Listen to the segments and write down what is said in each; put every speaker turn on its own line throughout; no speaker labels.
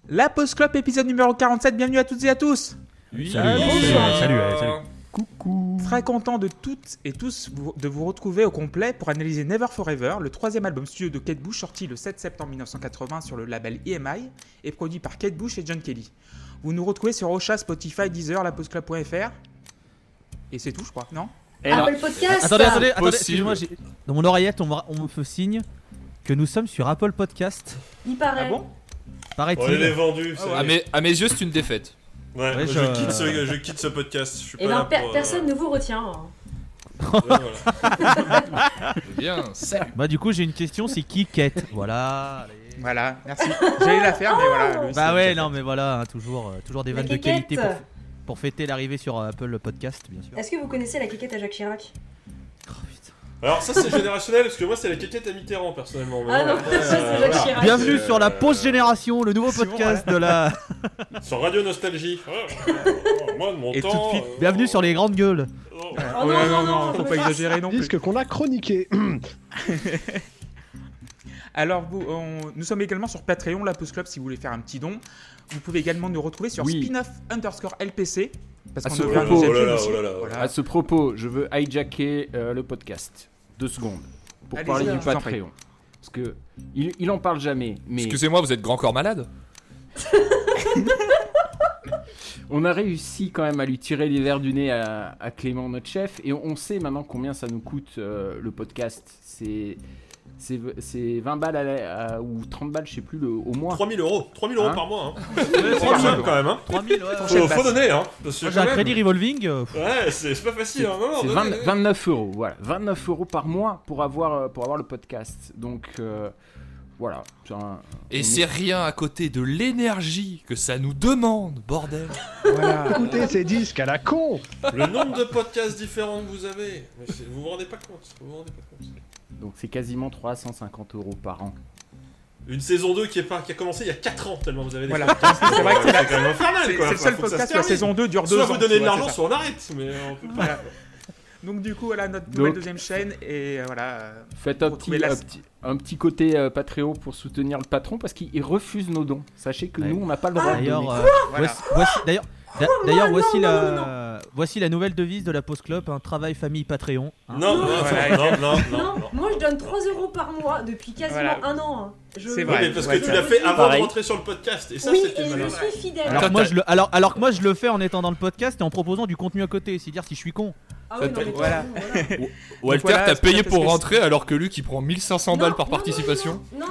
La Pause Club, épisode numéro 47, bienvenue à toutes et à tous.
Oui.
Salut.
Coucou. Très content de toutes et tous de vous retrouver au complet pour analyser Never Forever, le troisième album studio de Kate Bush sorti le 7 septembre 1980 sur le label EMI et produit par Kate Bush et John Kelly. Vous nous retrouvez sur Ocha, Spotify, Deezer, lapauseclub.fr et c'est tout je crois, non ?
Apple Podcast.
Attendez, excusez-moi, dans mon oreillette on me fait signe que nous sommes sur Apple Podcast.
Il paraît.
Ah bon ?
On les vendus.
À mes yeux, c'est une défaite.
Ouais, je quitte ce podcast. Je suis pas là pour,
personne ne vous retient.
Voilà.
Bien, salut.
Bah du coup j'ai une question, c'est qui Kate ? Voilà.
Voilà, merci. J'allais la faire mais voilà.
Bah ouais, non mais voilà, hein, toujours des vannes de
quéquette.
qualité pour fêter l'arrivée sur Apple Podcast, bien sûr.
Est-ce que vous connaissez la quéquette à Jacques Chirac ?
Alors ça c'est générationnel parce que moi c'est la quéquette à Mitterrand personnellement. Mais
Ah non,
après,
c'est Jacques Chirac.
Bienvenue sur la Pause Génération, le nouveau podcast de la...
Sur Radio Nostalgie. Moi de mon
Et
temps.
tout de suite,
Bienvenue sur les grandes gueules.
Oh non,
faut pas exagérer non plus.
Disque qu'on a chroniqué.
Alors, nous sommes également sur Patreon, la Pause Club, si vous voulez faire un petit don. Vous pouvez également nous retrouver sur spin-off_LPC. Parce qu'on devient
propos,
deuxième
oh là là,
aussi.
oh là là.
Voilà.
À ce propos, je veux hijacker le podcast. 2 secondes. Pour
Allez-y,
parler
je
du
vous en prie.
Patreon. Parce que il en parle jamais. Mais
Excusez-moi, vous êtes grand corps malade ?
on a réussi quand même à lui tirer les verres du nez à Clément, notre chef. Et on sait maintenant combien ça nous coûte le podcast. C'est 20 balles ou 30 balles, je sais plus, au mois.
3 000 euros. 3 000 euros
Hein
par mois. Hein.
Ouais,
C'est pas mal quand même. Hein.
3000, ouais.
Faut donner. Hein. Parce que
Moi, j'ai
quand
un
même-
crédit revolving.
Ouais, c'est pas facile. Hein. Non,
C'est
donnez.
29 euros, voilà. 29 euros par mois pour avoir le podcast. Donc, voilà.
Et c'est rien à côté de l'énergie que ça nous demande, bordel.
Voilà.
Écoutez ces disques à la con.
Le nombre de podcasts différents que vous avez. Vous vous rendez pas compte.
Donc, c'est quasiment 350 euros par an.
Une saison 2 qui a commencé il y a 4 ans tellement vous avez des
Voilà.
podcasts.
C'est vrai que c'est
quand même infernal
C'est
quoi.
le seul
Faut que ça
podcast
se
où la
termine.
saison 2 dure 2
Soit
ans.
vous donnez de
tu vois,
l'argent,
c'est ça.
soit on arrête. Mais on peut pas.
Voilà. Donc du coup, voilà notre nouvelle deuxième chaîne et voilà.
Faites
Retrouvez
un petit côté Patreon pour soutenir le patron parce qu'il refuse nos dons. Sachez que
Ouais.
nous, on n'a pas le droit de
D'ailleurs,
donner.
Voilà.
voici la nouvelle devise de la Pause Club, un travail famille Patreon. hein.
Non,
Non, moi je donne 3 euros par mois depuis quasiment
Voilà.
un an. Hein.
C'est
Oui,
vrai.
mais parce
Ouais,
que tu
c'est
l'as
vrai.
fait avant
Pareil.
de rentrer sur le podcast. Et ça,
Oui,
c'était
et je
malin.
suis fidèle.
Alors que moi je le fais en étant dans le podcast et en proposant du contenu à côté, c'est dire si je suis con.
Ah oui, non, mais
Voilà.
Walter,
voilà,
t'as
c'est
payé
parce
pour
que
rentrer alors que Luc il prend 1500 balles par
Non,
participation.
Non,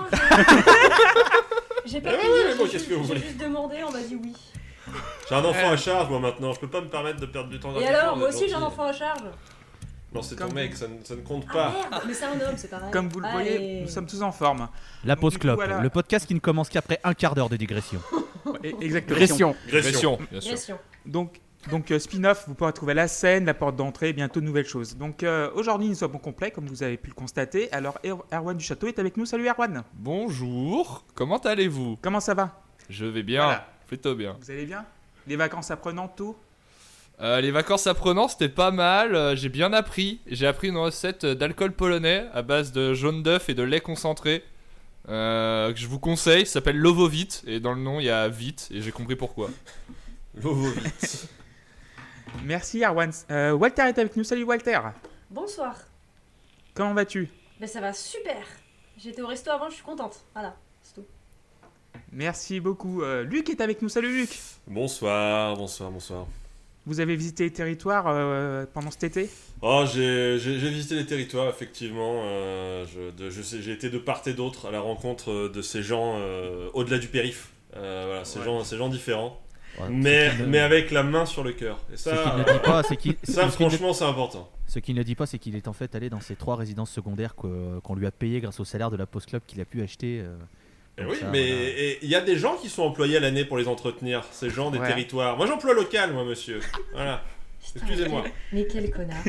j'ai pas
Ouais,
payé,
mais bon, qu'est-ce que vous
j'ai
voulez
juste demandé, on m'a dit oui.
J'ai un enfant à charge, moi maintenant. Je peux pas me permettre de perdre du temps.
Et
gratuitement,
alors, moi
d'être
aussi j'ai un
gentil.
enfant à charge.
Non, c'est ton
Comme
mec, ça ne compte
Ah
pas.
merde, mais c'est un homme, c'est pareil.
Comme vous le
Allez.
voyez, nous sommes tous en forme.
La
Donc,
Pause
du coup,
Club,
voilà.
le podcast qui ne commence qu'après un quart d'heure de digression.
Exactement.
Pression.
Pression, bien sûr.
Gestion.
Donc spin-off, vous pourrez trouver la scène, la porte d'entrée, bientôt de nouvelles choses. Donc aujourd'hui, nous sommes au complet, comme vous avez pu le constater. Alors Erwan du Château est avec nous. Salut Erwan.
Bonjour, comment allez-vous ?
Comment ça va ?
Je vais bien,
Voilà.
plutôt bien.
Vous allez bien ? Les vacances apprenantes, tout ?
Les vacances apprenants, c'était pas mal, j'ai bien appris. J'ai appris une recette d'alcool polonais à base de jaune d'œuf et de lait concentré. Que je vous conseille, ça s'appelle Lovovit, et dans le nom il y a vite, et j'ai compris pourquoi.
Lovovit.
Merci Erwan. Walter est avec nous. Salut Walter.
Bonsoir.
Comment vas-tu ?
Ben ça va super. J'étais au resto avant, je suis contente. Voilà, c'est tout.
Merci beaucoup. Luc est avec nous. Salut Luc.
Bonsoir.
Vous avez visité les territoires pendant cet été ?
Oh, j'ai visité les territoires, effectivement. J'ai été de part et d'autre à la rencontre de ces gens au-delà du périph'. Voilà, ces gens différents.
Ouais,
Mais avec la main sur le cœur. Et
Ce
ça,
qu'il ne dit pas,
ça franchement, c'est important.
Ce qu'il ne dit pas, c'est qu'il est en fait allé dans ces 3 résidences secondaires qu'on lui a payées grâce au salaire de la Pause Club qu'il a pu acheter.
Et
Donc
oui,
ça,
mais il y a des gens qui sont employés à l'année pour les entretenir, ces gens des
Ouais.
territoires. Moi, j'emploie local, moi, monsieur. Voilà.
Putain,
Excusez-moi.
Mais quel connard.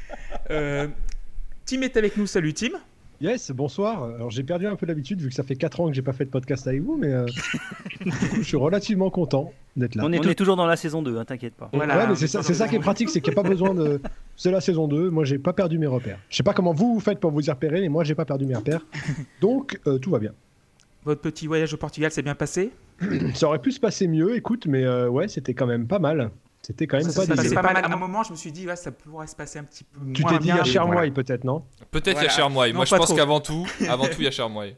Tim est avec nous. Salut Tim.
Yes, bonsoir. Alors j'ai perdu un peu l'habitude vu que ça fait 4 ans que j'ai pas fait de podcast avec vous, mais je suis relativement content d'être là.
On est toujours dans la saison 2, hein, t'inquiète pas.
Voilà.
Ouais, mais c'est ça qui est pratique, c'est qu'il n'y a pas besoin de... C'est la saison 2, moi j'ai pas perdu mes repères. Je sais pas comment vous faites pour vous y repérer, mais moi j'ai pas perdu mes repères. Donc tout va bien.
Votre petit voyage au Portugal s'est bien passé ?
Ça aurait pu se passer mieux, écoute, mais ouais, c'était quand même pas mal. C'était quand même
Ça
pas
se passait
dégueu.
pas mal. À un moment, je me suis dit, ouais, ça pourrait se passer un petit peu
Tu
moins
t'es dit
bien.
à
mais
Chermoy
voilà.
peut-être, non?
Peut-être il y
Voilà.
a Chermoy.
Non,
Moi, je
pas
pense
trop.
qu'avant tout, il y a Chermoy.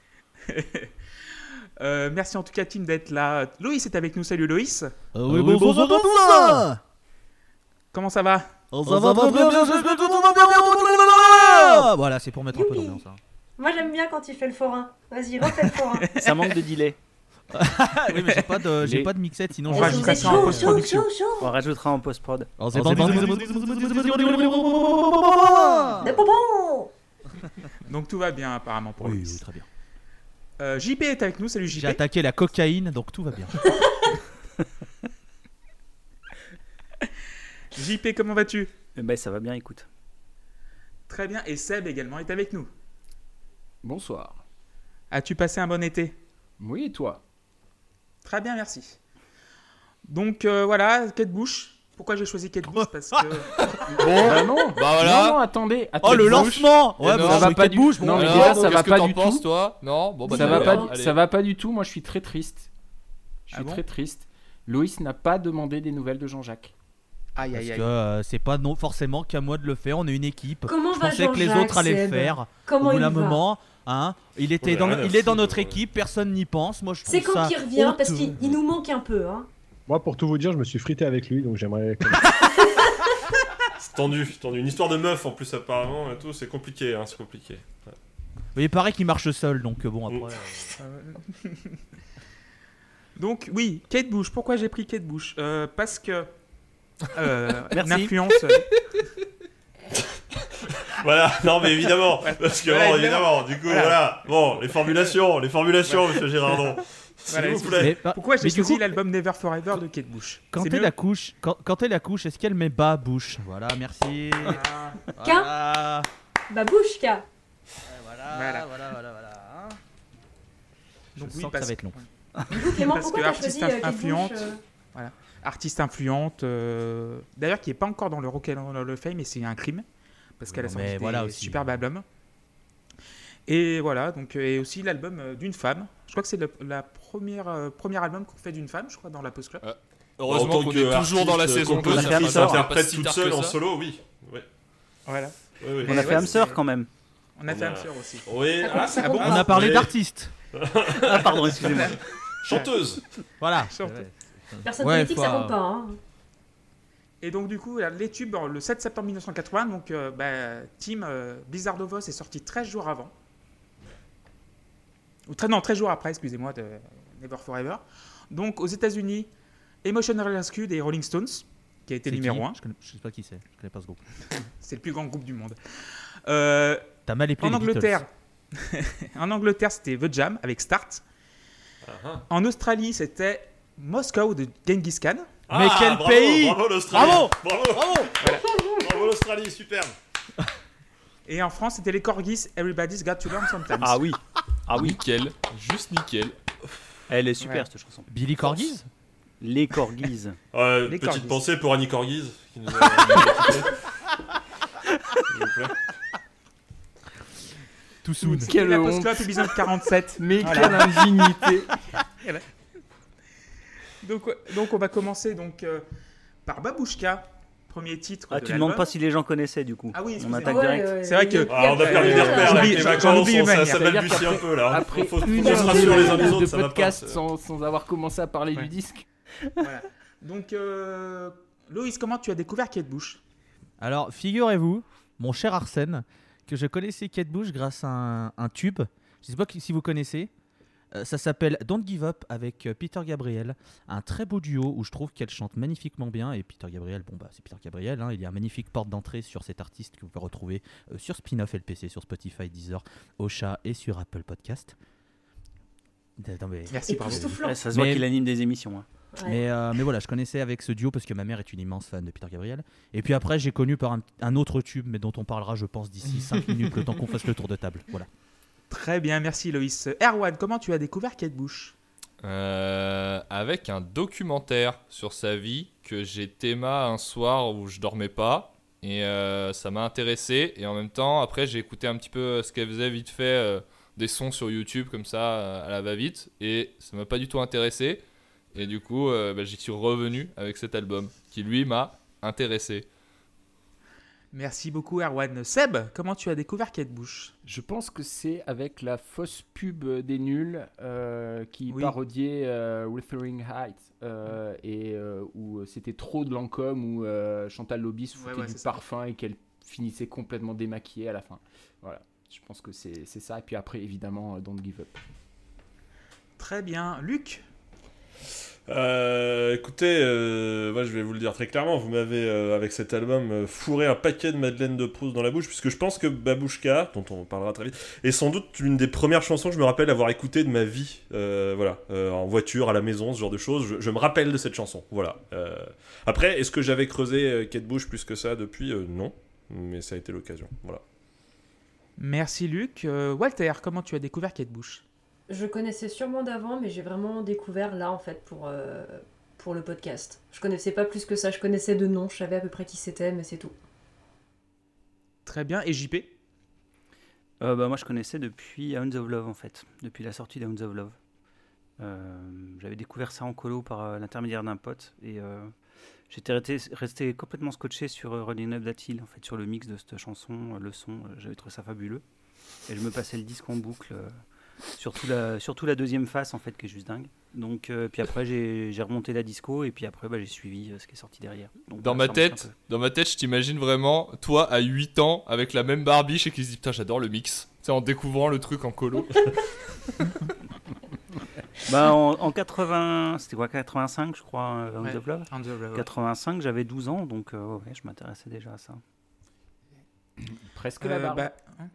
Merci en tout cas, Tim, d'être là. Loïs est avec nous. Salut, Loïs.
Oui, bonjour à tous.
Comment ça va?
Ça va très bien, j'espère que tout le monde va bien. Voilà, c'est pour mettre un peu
Youpi.
d'ambiance. Hein.
Moi j'aime bien quand il fait le forain. Vas-y, refais le forain.
Ça manque de delay.
Oui, mais j'ai pas de mixette, sinon
On
je
va
Est-ce que
ajouter
vous êtes
ça en
chaud,
post-production.
On rajoutera en post-prod.
Alors, c'est
Des bonbons.
Donc tout va bien apparemment pour
Oui,
Loïs.
oui, très bien.
JP est avec nous. Salut,
J'ai
JP.
attaqué la cocaïne, donc tout va bien.
JP, comment vas-tu?
Ben ça va bien, écoute.
Très bien. Et Seb également est avec nous.
Bonsoir.
As-tu passé un bon été?
Oui, et toi?
Très bien, merci. Donc voilà, Kate Bush. Pourquoi j'ai choisi Kate Bush? Parce que
Bah non.
Bah voilà.
Non, attendez.
Oh, le
Bouche.
lancement.
Et
Ouais,
non,
bah,
ça va
c'est
pas
Kate
du-
Bush,
non,
bon,
mais
alors,
déjà, ça
qu'est-ce
va
que
pas
t'en
du
penses,
tout.
toi? Non, bon, bah
Ça va,
d'accord,
pas,
allez.
ça va pas du tout, moi je suis très triste. Je suis
Ah bon
très triste. Loïs n'a pas demandé des nouvelles de Jean-Jacques.
aïe
Parce
aïe
que
aïe.
c'est pas non, forcément qu'à moi de le faire, on est une équipe.
Comment
Je
va
pensais que les
Jean-Jacques,
autres allaient le
Seb?
faire.
Comment
Au bout
il
d'un
va
moment, hein, il est
Ouais,
dans
rien à
notre
foutre,
équipe, personne n'y pense. Moi, je trouve
C'est quand
ça
qu'il revient parce
honteux.
qu'il nous manque un peu. Hein.
Moi, pour tout vous dire, je me suis frité avec lui, donc j'aimerais.
C'est tendu. Une histoire de meuf en plus, apparemment, et tout, c'est compliqué. Hein, c'est compliqué. Ouais.
Oui, il paraît qu'il marche seul, donc bon, après.
Donc oui, Kate Bush. Pourquoi j'ai pris Kate Bush? Parce que
Merci.
une influence.
Voilà, non mais évidemment, parce que
Voilà,
bon,
évidemment.
évidemment, du coup, voilà. Bon, les formulations, monsieur Girardon. S'il
Voilà,
vous
excusez-moi.
plaît.
Mais,
Pourquoi j'ai
mais du
choisi
coup,
l'album Never Forever de Kate Bush?
quand
C'est
elle
mieux
accouche, quand elle accouche, est-ce qu'elle met bas bouche? Voilà, merci.
Ah,
Voilà.
Babouchka.
Voilà.
Voilà. Hein.
donc
Je
oui,
sens que
parce
ça va être long.
Clément,
Parce
pourquoi
que
t'as
artiste
choisi Kate
influente.
Bush
artiste influente, d'ailleurs qui est pas encore dans le Rock and Roll Hall of Fame, mais c'est un crime parce qu'elle a
Non,
sorti
mais
des
voilà aussi.
superbes albums. Et voilà, donc et aussi l'album d'une femme. Je crois que c'est la premier album qu'on fait d'une femme, je crois, dans la Post Club.
Heureusement
En tant
qu'on est toujours dans la
qu'artiste,
saison 2.
compositrice,
ça va pas
interprète
si
toute
tard
seule
que
en
ça.
solo, oui. Ouais.
Voilà.
Oui, oui.
On
Et
a fait
ouais,
Hamster
c'est-
quand même.
On a fait
On
un
a-
sœur aussi.
Oui,
Ça
ça
compte
compte.
On a parlé
Oui.
d'artistes.
Ah, pardon, excusez-moi.
Chanteuse.
Voilà.
Surtout.
Personne
Ouais,
politique, ça
faut,
compte pas. Hein.
Et donc du coup, les tubes, le 7 septembre 1980, donc Tim Blizzard of Oz est sorti 13 jours avant. Ou 13 jours après, excusez-moi, de Never Forever. Donc aux États-Unis, Emotional Rescue des Rolling Stones, qui a été
C'est
numéro
qui
1.
Je sais pas qui c'est. Je connais pas ce groupe.
C'est le plus grand groupe du monde.
T'as mal éplé
En
les
Angleterre, en Angleterre, c'était The Jam avec Start. En Australie, c'était Moscow de Genghis Khan.
Mais quel
bravo,
pays.
Bravo l'Australie.
Bravo.
Bravo. Bravo l'Australie, superbe.
Et en France, c'était les Corgis, Everybody's Got to Learn Sometimes.
Ah oui. Ah oui.
Nickel, juste nickel.
Elle est super
Ouais.
cette chanson.
Billy Corgis.
Les corgis.
Les
Petite
Corgis.
pensée pour Annie Corgis qui nous a quittés. S'il vous plaît.
Too soon.
C'était
Quelle
la Post
honte.
Club épisode 47.
Mais
Voilà.
quelle indignité.
Donc on va commencer par Babouchka, premier titre
Ah,
de
tu demandes
l'album.
pas si les gens connaissaient du coup.
Ah oui,
On
excusez-moi.
attaque
Ouais,
direct.
ouais,
C'est vrai
il y a-
que-
il y a
Ah, on a
pas-
perdu des repères
J'en
avec
oublie-
les
j'en
vacances,
oublie une
ça
manière.
balbutie un peu là.
Après
Faut
une
qu'on se rassure les uns les
heure
autres,
de
ça va pas.
podcast sans avoir commencé à parler
Ouais.
du disque.
Voilà. Donc Loïs, comment tu as découvert Kate Bush?
Alors, figurez-vous, mon cher Arsène, que je connaissais Kate Bush grâce à un tube. Je sais pas si vous connaissez. Ça s'appelle Don't Give Up avec Peter Gabriel. Un très beau duo où je trouve qu'elle chante magnifiquement bien. Et Peter Gabriel, bon bah c'est Peter Gabriel. Hein, il y a un magnifique porte d'entrée sur cet artiste que vous pouvez retrouver sur Spin-off LPC, sur Spotify, Deezer, Ocha et sur Apple Podcast. Non, mais...
Merci,
Et
bravo.
époustouflant.
Ouais, ça se voit
Mais-
qu'il anime des émissions. Hein.
Ouais.
Mais voilà, je connaissais avec ce duo parce que ma mère est une immense fan de Peter Gabriel. Et puis après, j'ai connu par un autre tube, mais dont on parlera, je pense, d'ici 5 minutes, le temps qu'on fasse le tour de table. Voilà.
Très bien, merci Loïs. Erwan, comment tu as découvert Kate Bush?
Avec un documentaire sur sa vie que j'ai théma un soir où je dormais pas et ça m'a intéressé et en même temps après j'ai écouté un petit peu ce qu'elle faisait vite fait des sons sur YouTube comme ça à la va-vite et ça m'a pas du tout intéressé. Et du coup, j'y suis revenu avec cet album qui lui m'a intéressé.
Merci beaucoup Erwan. Seb, comment tu as découvert Kate Bush?
Je pense que c'est avec la fausse pub des nuls qui
Oui.
parodiait Wuthering Heights où c'était trop de Lancôme où Chantal Lobby se foutait du
c'est ça.
parfum et qu'elle finissait complètement démaquillée à la fin. Voilà, je pense que c'est ça. Et puis après, évidemment, Don't Give Up.
Très bien. Luc?
Écoutez, moi je vais vous le dire très clairement, vous m'avez avec cet album fourré un paquet de Madeleine de Proust dans la bouche, puisque je pense que Babouchka, dont on parlera très vite, est sans doute l'une des premières chansons que je me rappelle avoir écoutées de ma vie, en voiture, à la maison, ce genre de choses. Je me rappelle de cette chanson, voilà. Après, est-ce que j'avais creusé Kate Bush plus que ça depuis? Non, mais ça a été l'occasion, voilà.
Merci Luc. Walter, comment tu as découvert Kate Bush?
Je connaissais sûrement d'avant, mais j'ai vraiment découvert là en fait pour le podcast. Je connaissais pas plus que ça, je connaissais de nom, je savais à peu près qui c'était, mais c'est tout.
Très bien. Et JP?
Moi, je connaissais depuis Hounds of Love, en fait, depuis la sortie d'Hounds of Love. J'avais découvert ça en colo par l'intermédiaire d'un pote et j'étais resté complètement scotché sur Rolling Up That Hill, en fait, sur le mix de cette chanson, le son. J'avais trouvé ça fabuleux et je me passais le disque en boucle. Surtout la deuxième face en fait qui est juste dingue. Donc puis après j'ai remonté la disco et puis après j'ai suivi ce qui est sorti derrière. Donc,
Dans ma tête, je t'imagine vraiment toi à 8 ans avec la même barbiche et qui se dit putain j'adore le mix. Tu sais, en découvrant le truc en colo.
en 80, c'était quoi 85 je crois Hounds of Love.
Hounds of Love.
85, j'avais 12 ans donc je m'intéressais déjà à ça.
Presque la barbe.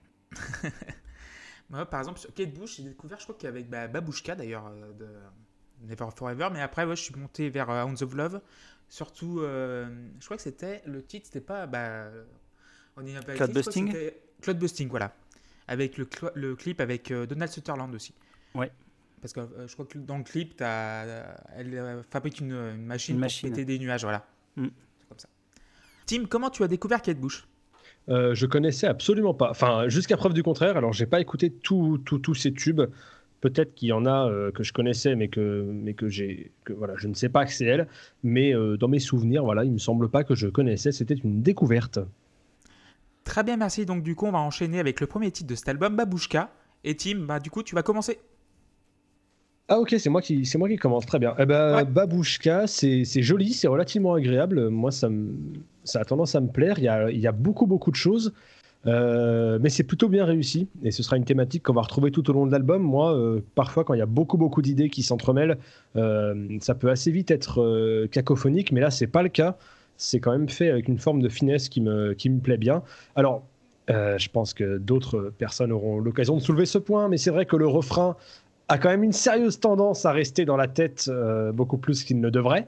Moi, par exemple, sur Kate Bush, j'ai découvert, je crois qu'avec Babouchka d'ailleurs, de Never Forever, mais après, je suis monté vers Hounds of Love. Surtout, je crois que c'était le titre, c'était pas.
Cloudbusting.
Cloud Busting, voilà. Avec le clip avec Donald Sutherland aussi.
Ouais.
Parce que je crois que dans le clip, elle fabrique une machine pour péter des nuages, voilà. C'est comme ça. Tim, comment tu as découvert Kate Bush?
Je connaissais absolument pas. Enfin, jusqu'à preuve du contraire. Alors, j'ai pas écouté tous ces tubes. Peut-être qu'il y en a que je connaissais, mais que je ne sais pas que c'est elle. Mais dans mes souvenirs, voilà, il me semble pas que je connaissais. C'était une découverte.
Très bien, merci. Donc, du coup, on va enchaîner avec le premier titre de cet album, Babouchka. Et Tim, du coup, tu vas commencer.
Ah ok, c'est moi qui commence, très bien. Babouchka, c'est joli, c'est relativement agréable. Moi, ça a tendance à me plaire. Il y a beaucoup de choses, mais c'est plutôt bien réussi. Et ce sera une thématique qu'on va retrouver tout au long de l'album. Moi, parfois, quand il y a beaucoup d'idées qui s'entremêlent, ça peut assez vite être cacophonique, mais là, c'est pas le cas. C'est quand même fait avec une forme de finesse qui me plaît bien. Alors, je pense que d'autres personnes auront l'occasion de soulever ce point, mais c'est vrai que le refrain a quand même une sérieuse tendance à rester dans la tête beaucoup plus qu'il ne devrait.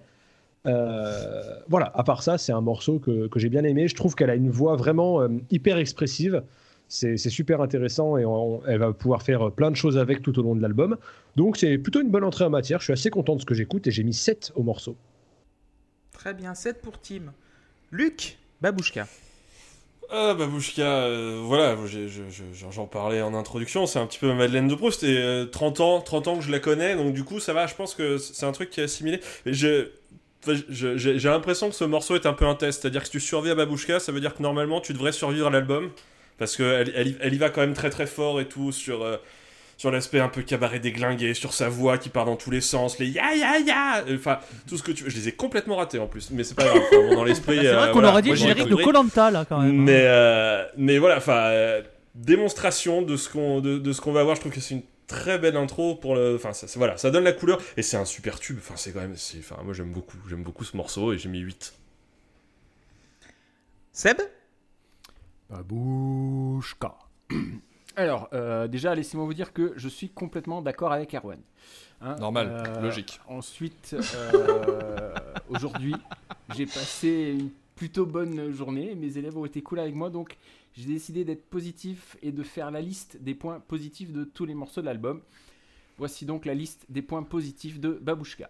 Voilà, à part ça, c'est un morceau que j'ai bien aimé. Je trouve qu'elle a une voix vraiment hyper expressive. C'est super intéressant et elle va pouvoir faire plein de choses avec tout au long de l'album. Donc c'est plutôt une bonne entrée en matière. Je suis assez content de ce que j'écoute et j'ai mis 7 au morceau.
Très bien, 7 pour Tim. Luc, Babouchka.
Babouchka, voilà, j'en parlais en introduction, c'est un petit peu Madeleine de Proust, et 30 ans que je la connais, donc du coup ça va, je pense que c'est un truc qui est assimilé. Mais j'ai l'impression que ce morceau est un peu un test, c'est-à-dire que si tu survis à Babouchka, ça veut dire que normalement tu devrais survivre à l'album, parce qu'elle y va quand même très très fort et tout, sur l'aspect un peu cabaret déglingué, sur sa voix qui part dans tous les sens, les ya ya ya, enfin tout ce que tu veux. Je les ai complètement ratés en plus, mais c'est pas grave. Enfin, dans l'esprit.
C'est vrai qu'on aurait dit le générique de Koh-Lanta là quand même.
Mais voilà, enfin démonstration de ce qu'on va voir. Je trouve que c'est une très belle intro pour le. Enfin voilà, ça donne la couleur et c'est un super tube. Enfin c'est quand même. Enfin moi j'aime beaucoup ce morceau et j'ai mis 8.
Seb.
Babouchka. Alors, déjà, laissez-moi vous dire que je suis complètement d'accord avec Erwan.
Normal, logique.
Ensuite, aujourd'hui, j'ai passé une plutôt bonne journée. Mes élèves ont été cool avec moi, donc j'ai décidé d'être positif et de faire la liste des points positifs de tous les morceaux de l'album. Voici donc la liste des points positifs de Babouchka.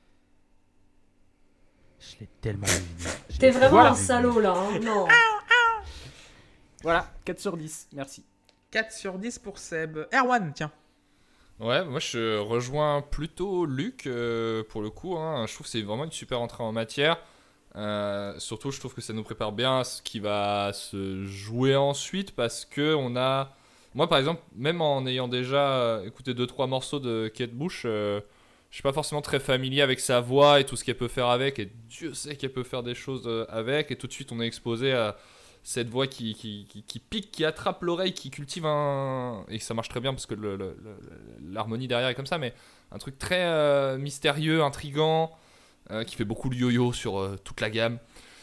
Je l'ai tellement aimé.
T'es vraiment un salaud là, hein. Non.
Voilà, 4 sur 10, merci.
4 sur 10 pour Seb. Erwan, tiens.
Ouais, moi je rejoins plutôt Luc pour le coup. Je trouve que c'est vraiment une super entrée en matière. Surtout, je trouve que ça nous prépare bien à ce qui va se jouer ensuite parce que on a. Moi, par exemple, même en ayant déjà écouté 2-3 morceaux de Kate Bush, je suis pas forcément très familier avec sa voix et tout ce qu'elle peut faire avec. Et Dieu sait qu'elle peut faire des choses avec. Et tout de suite, on est exposé à cette voix qui pique, qui attrape l'oreille, qui cultive un... Et ça marche très bien parce que l'harmonie derrière est comme ça, mais un truc très mystérieux, intriguant, qui fait beaucoup le yo-yo sur toute la gamme.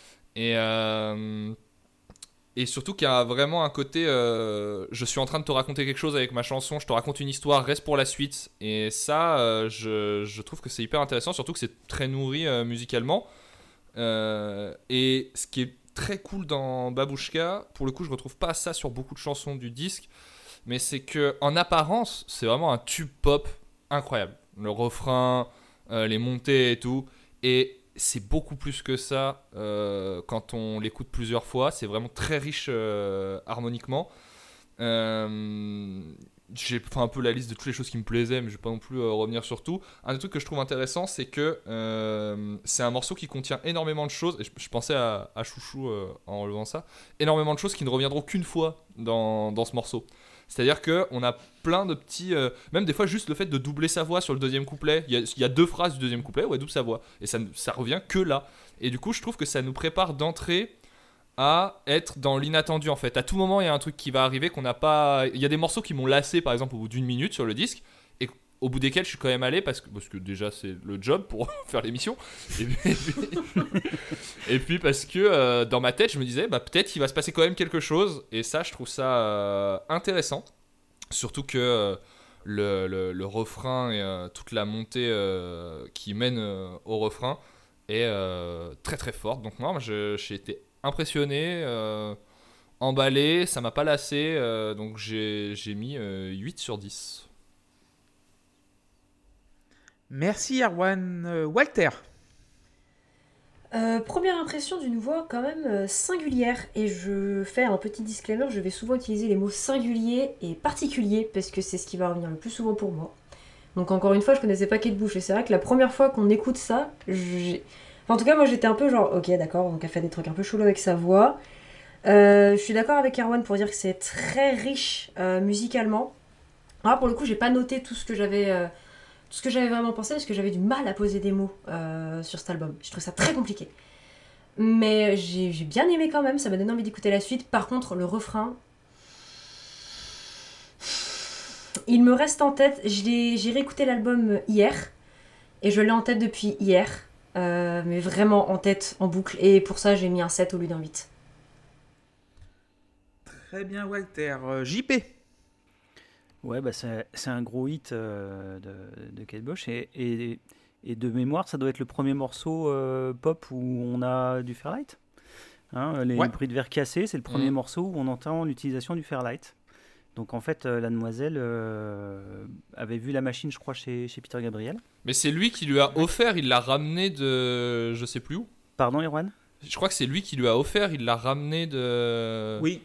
Et surtout qu'il y a vraiment un côté je suis en train de te raconter quelque chose avec ma chanson, je te raconte une histoire, reste pour la suite. Et ça, je trouve que c'est hyper intéressant, surtout que c'est très nourri musicalement. Et ce qui est très cool dans Babouchka, pour le coup je retrouve pas ça sur beaucoup de chansons du disque, mais c'est que en apparence c'est vraiment un tube pop incroyable, le refrain, les montées et tout, et c'est beaucoup plus que ça quand on l'écoute plusieurs fois. C'est vraiment très riche harmoniquement. J'ai fait un peu la liste de toutes les choses qui me plaisaient, mais je vais pas non plus revenir sur tout. Un des trucs que je trouve intéressant, c'est que c'est un morceau qui contient énormément de choses, et je pensais à Chouchou en relevant ça, énormément de choses qui ne reviendront qu'une fois dans ce morceau. C'est-à-dire qu'on a plein de petits... même des fois, juste le fait de doubler sa voix sur le deuxième couplet. Il y a 2 phrases du deuxième couplet où elle double sa voix. Et ça revient que là. Et du coup, je trouve que ça nous prépare d'entrée à être dans l'inattendu, en fait. À tout moment, il y a un truc qui va arriver qu'on n'a pas... Il y a des morceaux qui m'ont lassé, par exemple, au bout d'1 minute sur le disque. Et au bout desquels je suis quand même allé parce que déjà, c'est le job pour faire l'émission. Et puis parce que dans ma tête, je me disais, peut-être qu'il va se passer quand même quelque chose. Et ça, je trouve ça intéressant. Surtout que le refrain et toute la montée qui mène au refrain est très très forte. Donc moi, j'ai été impressionné, emballé, ça m'a pas lassé. Donc j'ai mis 8 sur 10.
Merci Erwan. Walter.
Première impression d'une voix quand même singulière, et je fais un petit disclaimer, je vais souvent utiliser les mots singulier et particulier parce que c'est ce qui va revenir le plus souvent pour moi. Donc encore une fois, je connaissais pas Kate Bush, et c'est vrai que la première fois qu'on écoute ça, en tout cas moi j'étais un peu genre ok d'accord, donc elle fait des trucs un peu chelous avec sa voix. Je suis d'accord avec Erwan pour dire que c'est très riche musicalement. Alors pour le coup j'ai pas noté tout ce que j'avais vraiment pensé, parce que j'avais du mal à poser des mots sur cet album. Je trouve ça très compliqué. Mais j'ai bien aimé quand même, ça m'a donné envie d'écouter la suite. Par contre, le refrain, il me reste en tête. J'ai réécouté l'album hier, et je l'ai en tête depuis hier. Mais vraiment en tête, en boucle. Et pour ça, j'ai mis un 7 au lieu d'un 8.
Très bien, Walter. JP.
Ouais, c'est un gros hit de Kate Bush, et de mémoire, ça doit être le premier morceau pop où on a du Fairlight. Les bruits de verre cassés, c'est le premier morceau où on entend l'utilisation du Fairlight. Donc en fait, la demoiselle avait vu la machine, je crois, chez Peter Gabriel.
Mais c'est lui qui lui a offert, il l'a ramené de... je sais plus où.
Pardon, Erwan ?
Je crois que c'est lui qui lui a offert, il l'a ramené de...
Oui.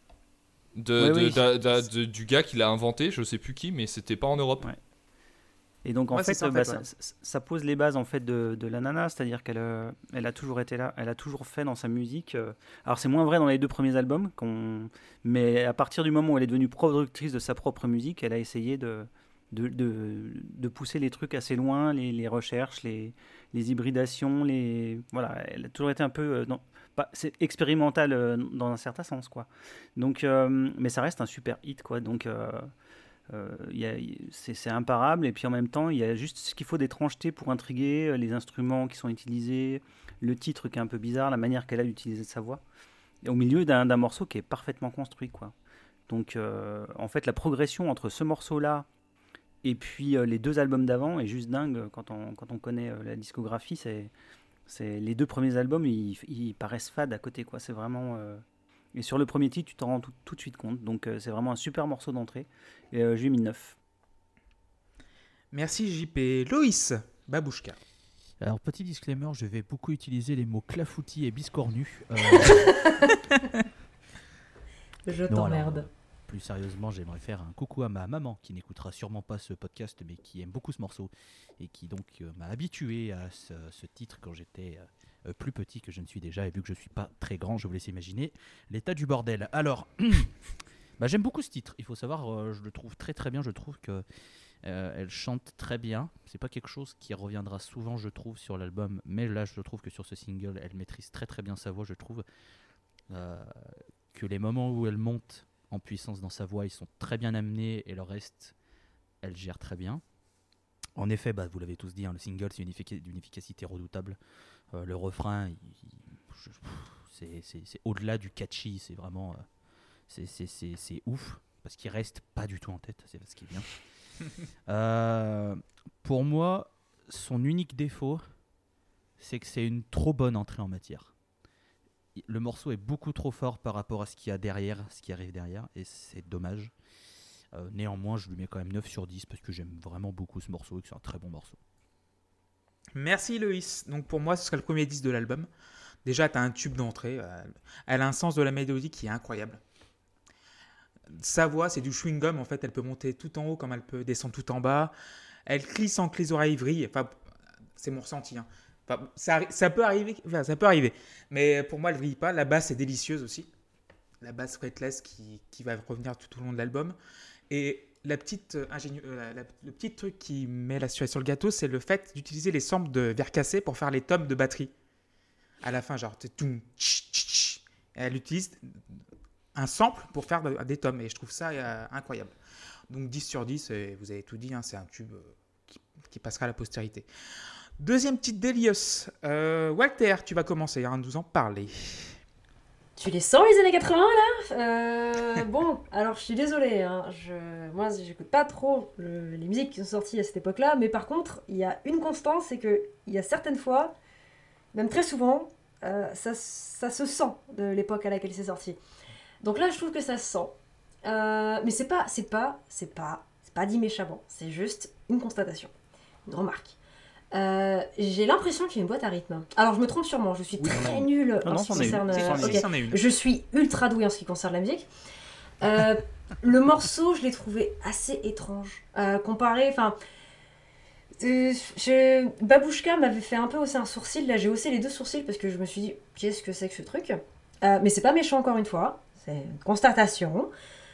Du gars qui l'a inventé, je sais plus qui, mais c'était pas en Europe.
Ouais. Et donc en fait, ça pose les bases en fait de la nana, c'est-à-dire qu'elle a toujours été là, elle a toujours fait dans sa musique. Alors c'est moins vrai dans les 2 premiers albums, mais à partir du moment où elle est devenue productrice de sa propre musique, elle a essayé de pousser les trucs assez loin, les recherches, les hybridations, voilà, elle a toujours été un peu c'est expérimental dans un certain sens, quoi. Donc, mais ça reste un super hit, quoi. Donc c'est imparable, et puis en même temps il y a juste ce qu'il faut d'étrangeté pour intriguer, les instruments qui sont utilisés, le titre qui est un peu bizarre, la manière qu'elle a d'utiliser sa voix, et au milieu d'un morceau qui est parfaitement construit, quoi. Donc en fait la progression entre ce morceau là et puis les 2 albums d'avant est juste dingue quand on connaît la discographie. C'est les 2 premiers albums, ils paraissent fades à côté, quoi. C'est vraiment et sur le premier titre tu t'en rends tout de suite compte. Donc c'est vraiment un super morceau d'entrée, et je lui ai mis 9.
Merci JP. Loïs. Babouchka.
Alors, petit disclaimer, je vais beaucoup utiliser les mots clafoutis et biscornu.
Je t'emmerde.
plus sérieusement, j'aimerais faire un coucou à ma maman qui n'écoutera sûrement pas ce podcast mais qui aime beaucoup ce morceau et qui donc m'a habitué à ce titre quand j'étais plus petit que je ne suis déjà, et vu que je suis pas très grand, je vous laisse imaginer l'état du bordel. Alors, j'aime beaucoup ce titre, il faut savoir, je le trouve très très bien, je trouve que elle chante très bien. C'est pas quelque chose qui reviendra souvent, je trouve, sur l'album, mais là je trouve que sur ce single elle maîtrise très très bien sa voix. Je trouve que les moments où elle monte en puissance dans sa voix, ils sont très bien amenés, et le reste elle gère très bien. En effet, vous l'avez tous dit, hein, le single c'est d'une efficacité redoutable. Le refrain c'est au-delà du catchy, c'est vraiment c'est ouf, parce qu'il reste pas du tout en tête, c'est ce qui est bien. Pour moi, son unique défaut, c'est que c'est une trop bonne entrée en matière. Le morceau est beaucoup trop fort par rapport à ce qu'il y a derrière, ce qui arrive derrière, et c'est dommage. Néanmoins, je lui mets quand même 9 sur 10 parce que j'aime vraiment beaucoup ce morceau et que c'est un très bon morceau.
Merci Loïs. Donc pour moi, ce serait le premier disque de l'album. Déjà, tu as un tube d'entrée. Elle a un sens de la mélodie qui est incroyable. Sa voix, c'est du chewing-gum, en fait. Elle peut monter tout en haut comme elle peut descendre tout en bas. Elle crie sans que les oreilles vrillent. Enfin, c'est mon ressenti. Hein. Enfin, ça peut arriver. Enfin, ça peut arriver. Mais pour moi, elle ne vrille pas. La basse est délicieuse aussi. La basse fretless qui va revenir tout au long de l'album. Et le petit truc qui met la cerise sur le gâteau, c'est le fait d'utiliser les samples de verre cassé pour faire les tomes de batterie. À la fin, genre, elle utilise un sample pour faire des tomes, et je trouve ça incroyable. Donc 10 sur 10, et vous avez tout dit, hein, c'est un tube qui passera à la postérité. Deuxième petite Delius. Walter, tu vas commencer à nous en parler.
Tu les sens les années 80 là Bon, alors je suis désolée, hein, moi j'écoute pas trop les musiques qui sont sorties à cette époque-là, mais par contre, il y a une constante, c'est qu'il y a certaines fois, même très souvent, ça se sent de l'époque à laquelle c'est sorti. Donc là, je trouve que ça se sent. Mais c'est pas dit méchamment, c'est juste une constatation, une remarque. J'ai l'impression qu'il y a une boîte à rythme. Alors je me trompe sûrement, je suis très nulle en ce qui concerne. Je suis ultra douée en ce qui concerne la musique. Le morceau, je l'ai trouvé assez étrange. Comparé, enfin, Babouchka m'avait fait un peu hausser un sourcil. Là, j'ai haussé les deux sourcils parce que je me suis dit, qu'est-ce que c'est que ce truc ? Mais c'est pas méchant encore une fois. C'est une constatation.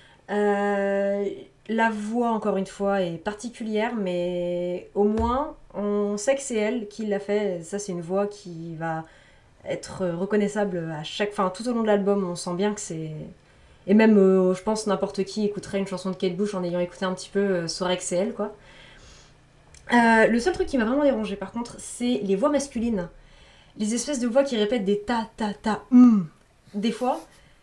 La voix, encore une fois, est particulière, mais au moins, on sait que c'est elle qui l'a fait. Ça, c'est une voix qui va être reconnaissable à chaque... Enfin, tout au long de l'album, on sent bien que c'est... Et même, je pense, n'importe qui écouterait une chanson de Kate Bush en ayant écouté un petit peu, saurait que c'est elle, quoi. Le seul truc qui m'a vraiment dérangé, par contre, c'est les voix masculines. Les espèces de voix qui répètent des ta, ta, ta, des fois...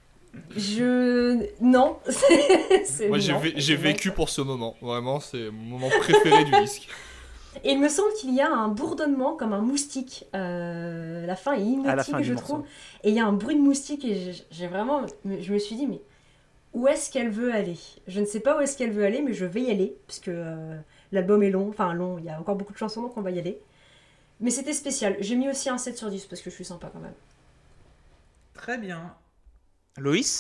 Non.
Moi, j'ai vécu pour ce moment. Vraiment, c'est mon moment préféré du disque.
Et il me semble qu'il y a un bourdonnement comme un moustique. La fin est hypnotique, je trouve. Et il y a un bruit de moustique et je me suis dit, mais où est-ce qu'elle veut aller ? Je ne sais pas où est-ce qu'elle veut aller, mais je vais y aller, parce que l'album est long, il y a encore beaucoup de chansons, donc on va y aller. Mais c'était spécial. J'ai mis aussi un 7 sur 10, parce que je suis sympa quand même.
Très bien. Loïs ?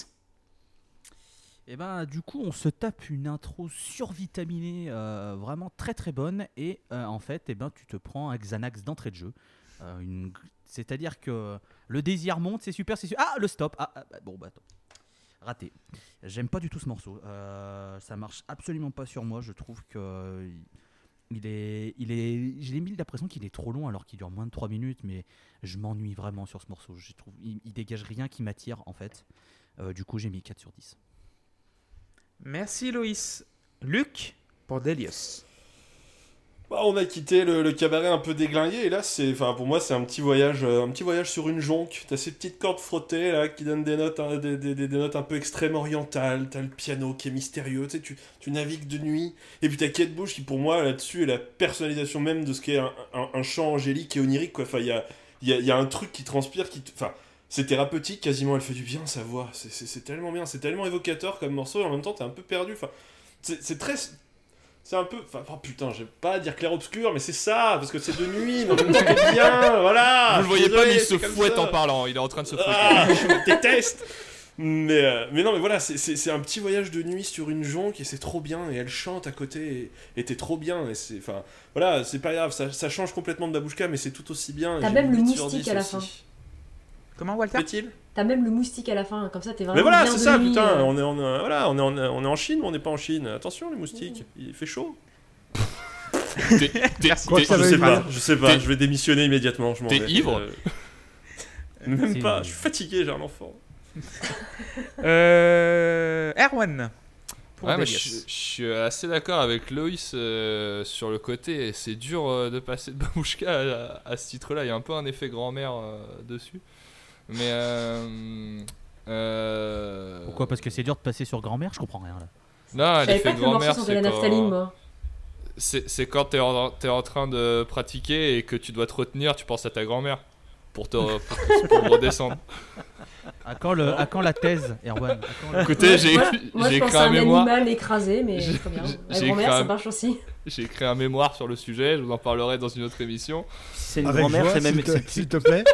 Et du coup, on se tape une intro survitaminée, vraiment très très bonne, et en fait, tu te prends un Xanax d'entrée de jeu. C'est-à-dire que le désir monte, c'est super, c'est super. Ah, le stop. Attends. Raté. J'aime pas du tout ce morceau. Ça marche absolument pas sur moi. Je trouve que j'ai l'impression qu'il est trop long alors qu'il dure moins de 3 minutes, mais je m'ennuie vraiment sur ce morceau. Je trouve il dégage rien qui m'attire en fait. Du coup, j'ai mis 4 sur 10.
Merci Loïs. Luc pour Delius.
On a quitté le cabaret un peu déglingué et là pour moi c'est un petit voyage sur une jonque. T'as ces petites cordes frottées là qui donnent des notes des notes un peu extrême orientales. T'as le piano qui est mystérieux. Tu navigues de nuit et puis t'as Kate Bush qui pour moi là-dessus est la personnalisation même de ce qu'est un chant angélique et onirique quoi. Enfin il y a un truc qui transpire c'est thérapeutique quasiment. Elle fait du bien sa voix. C'est tellement bien, c'est tellement évocateur comme morceau et en même temps t'es un peu perdu. Enfin c'est un peu... Enfin, putain, j'ai pas à dire clair-obscur, mais c'est ça, parce que c'est de nuit, mais en même temps, c'est bien, voilà.
Vous le voyez pas, mais il se fouette en parlant, il est en train de se fouetter.
Je me déteste. Mais non, mais voilà, c'est un petit voyage de nuit sur une jonque et c'est trop bien. Et elle chante à côté et t'es trop bien. Et enfin, voilà, c'est pas grave, ça change complètement de Babouchka, mais c'est tout aussi bien.
T'as
J'ai
même le
8 sur
moustique
10
à la
aussi.
fin.
Comment, Walter?
Fait-il?
T'as même le moustique à la fin, comme ça t'es vraiment
Mais voilà,
bien
c'est
de
ça,
nuit,
putain. On est en Chine, mais on n'est pas en Chine. Attention, les moustiques, il fait chaud.
Merci.
Quoi que ça
Je
veuille
sais
dire.
pas, je vais démissionner immédiatement. Je m'en
T'es
vais.
ivre
Même
C'est-
pas, je suis fatigué, j'ai un enfant.
Erwan. Pour
Ouais, mais
Vegas.
je suis assez d'accord avec Loïs sur le côté. C'est dur de passer de Babouchka à ce titre-là. Il y a un peu un effet grand-mère dessus. Mais.
Pourquoi? Parce que c'est dur de passer sur grand-mère, je comprends rien là.
Non,
Je savais
l'effet
pas que le morceau
grand-mère,
sentait la naphtaline, moi.
c'est quand t'es en train de pratiquer et que tu dois te retenir, tu penses à ta grand-mère pour pour redescendre.
À quand la thèse, Erwan? À quand la-
Écoutez, j'ai
Moi, je
écrit
pense à
un
un
mémoire.
animal écrasé, mais
J'ai-
très bien. La
j'ai
grand-mère,
écrit
ça
un-
marche aussi.
J'ai écrit un mémoire sur le sujet, je vous en parlerai dans une autre émission.
Si c'est une
Avec
grand-mère,
joie,
c'est même.
s'il te plaît.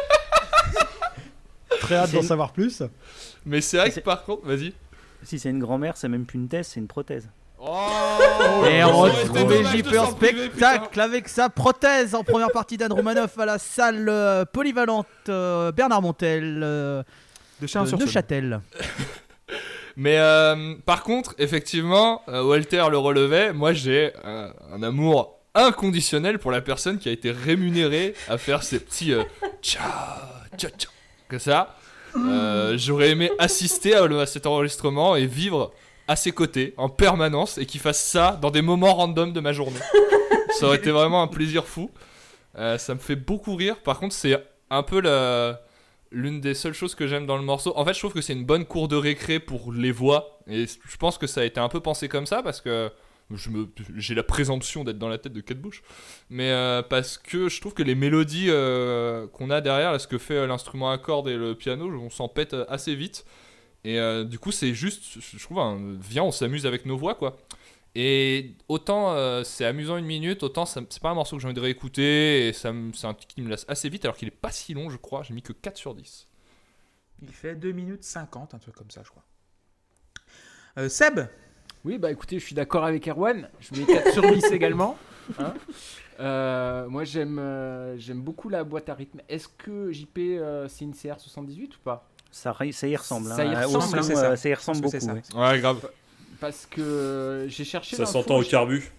Très hâte
C'est
d'en
une-
savoir plus.
Mais c'est vrai que
C'est-
par contre, vas-y.
Si c'est une grand-mère, c'est même plus une thèse, c'est une prothèse.
Oh
Et on
reste
retrouve
des images de
JP en
sang privé,
spectacle avec sa prothèse en première partie d'Anne Romanoff à la salle polyvalente Bernard Montel
De
de
Chalon-sur-Saône.
Neuchâtel.
Mais par contre, effectivement, Walter le relevait. Moi, j'ai un amour inconditionnel pour la personne qui a été rémunérée à faire ces petits tcha tcha tcha que ça. J'aurais aimé assister à cet enregistrement et vivre à ses côtés en permanence et qu'il fasse ça dans des moments random de ma journée. Ça aurait été vraiment un plaisir fou. Ça me fait beaucoup rire. Par contre, c'est un peu l'une des seules choses que j'aime dans le morceau. En fait, je trouve que c'est une bonne cour de récré pour les voix. Et je pense que ça a été un peu pensé comme ça parce que j'ai la présomption d'être dans la tête de Kate Bush. Mais parce que je trouve que les mélodies qu'on a derrière, là, ce que fait l'instrument à cordes et le piano, on s'en pète assez vite. Et du coup, c'est juste, je trouve, viens, on s'amuse avec nos voix, quoi. Et autant c'est amusant une minute, autant c'est pas un morceau que j'ai envie de réécouter. Et c'est un truc qui me lasse assez vite, alors qu'il est pas si long, je crois. J'ai mis que 4 sur 10.
Il fait 2 minutes 50, un truc comme ça, je crois. Seb.
Oui, bah écoutez, je suis d'accord avec Erwan. Je mets 4 sur 10 également. Hein. Moi, j'aime beaucoup la boîte à rythme. Est-ce que JP, c'est une CR78 ou pas?
Ça y ressemble.
Ça y
hein.
ressemble,
Au son,
c'est ça.
ça y ressemble
Je pense que
beaucoup.
c'est
ouais.
Ouais, grave.
Parce que j'ai cherché
Ça
l'info,
s'entend au carbu.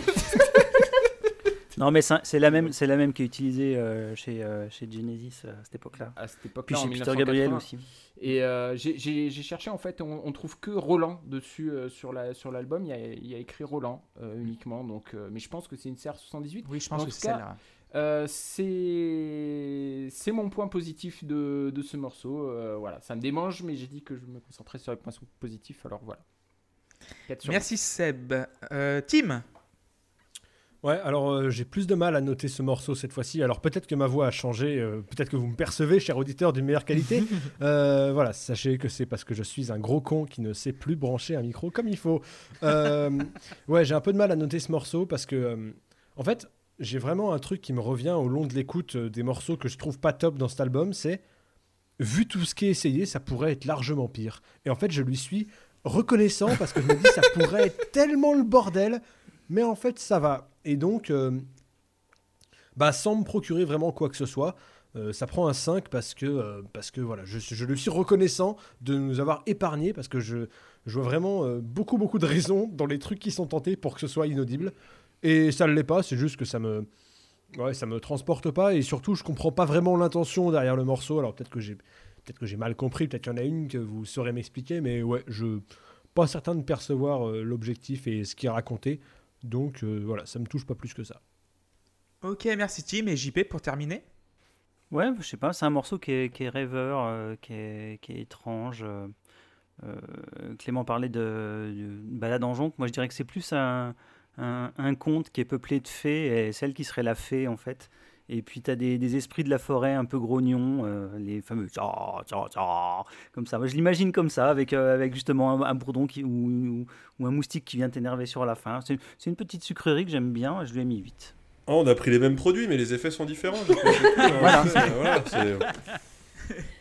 Non, mais c'est la même qui est utilisée chez Genesis à cette époque-là.
à cette époque-là,
Puis
en
chez Peter
1980.
Gabriel aussi.
Et j'ai cherché, en fait, on trouve que Roland dessus sur l'album. Il y a écrit Roland uniquement. Donc, mais je pense que c'est une CR78.
Oui, je
En
pense que
tout
c'est
cas,
celle-là.
C'est mon point positif de ce morceau. Voilà, ça me démange, mais j'ai dit que je me concentrais sur les points positifs. Alors voilà. 4 sur
Merci Seb. Tim.
Ouais, alors j'ai plus de mal à noter ce morceau cette fois-ci. Alors peut-être que ma voix a changé, peut-être que vous me percevez, cher auditeur, d'une meilleure qualité. Voilà, sachez que c'est parce que je suis un gros con qui ne sait plus brancher un micro comme il faut. Ouais, j'ai un peu de mal à noter ce morceau parce que, en fait, j'ai vraiment un truc qui me revient au long de l'écoute des morceaux que je trouve pas top dans cet album, c'est, vu tout ce qui est essayé, ça pourrait être largement pire. Et en fait, je lui suis reconnaissant parce que je me dis, ça pourrait être tellement le bordel, mais en fait, ça va. Et donc, sans me procurer vraiment quoi que ce soit, ça prend un 5 parce que voilà, je lui suis reconnaissant de nous avoir épargné parce que je vois vraiment beaucoup de raisons dans les trucs qui sont tentés pour que ce soit inaudible. Et ça ne l'est pas, c'est juste que ça me transporte pas et surtout, je comprends pas vraiment l'intention derrière le morceau. Alors peut-être que j'ai mal compris, peut-être qu'il y en a une que vous saurez m'expliquer, mais ouais, je pas certain de percevoir l'objectif et ce qui est raconté. Donc voilà, ça me touche pas plus que ça.
Ok, merci Tim. Et JP pour terminer.
Ouais, je sais pas, c'est un morceau qui est rêveur, qui est étrange. Clément parlait de balade en jonque. Moi, je dirais que c'est plus un conte qui est peuplé de fées, et celle qui serait la fée, en fait. Et puis, tu as des esprits de la forêt un peu grognons, les fameux tcha, tcha, tcha, comme ça. Moi, je l'imagine comme ça, avec justement un bourdon ou un moustique qui vient t'énerver sur la fin. C'est une petite sucrerie que j'aime bien, je lui ai mis 8.
Oh, on a pris les mêmes produits, mais les effets sont différents.
Voilà.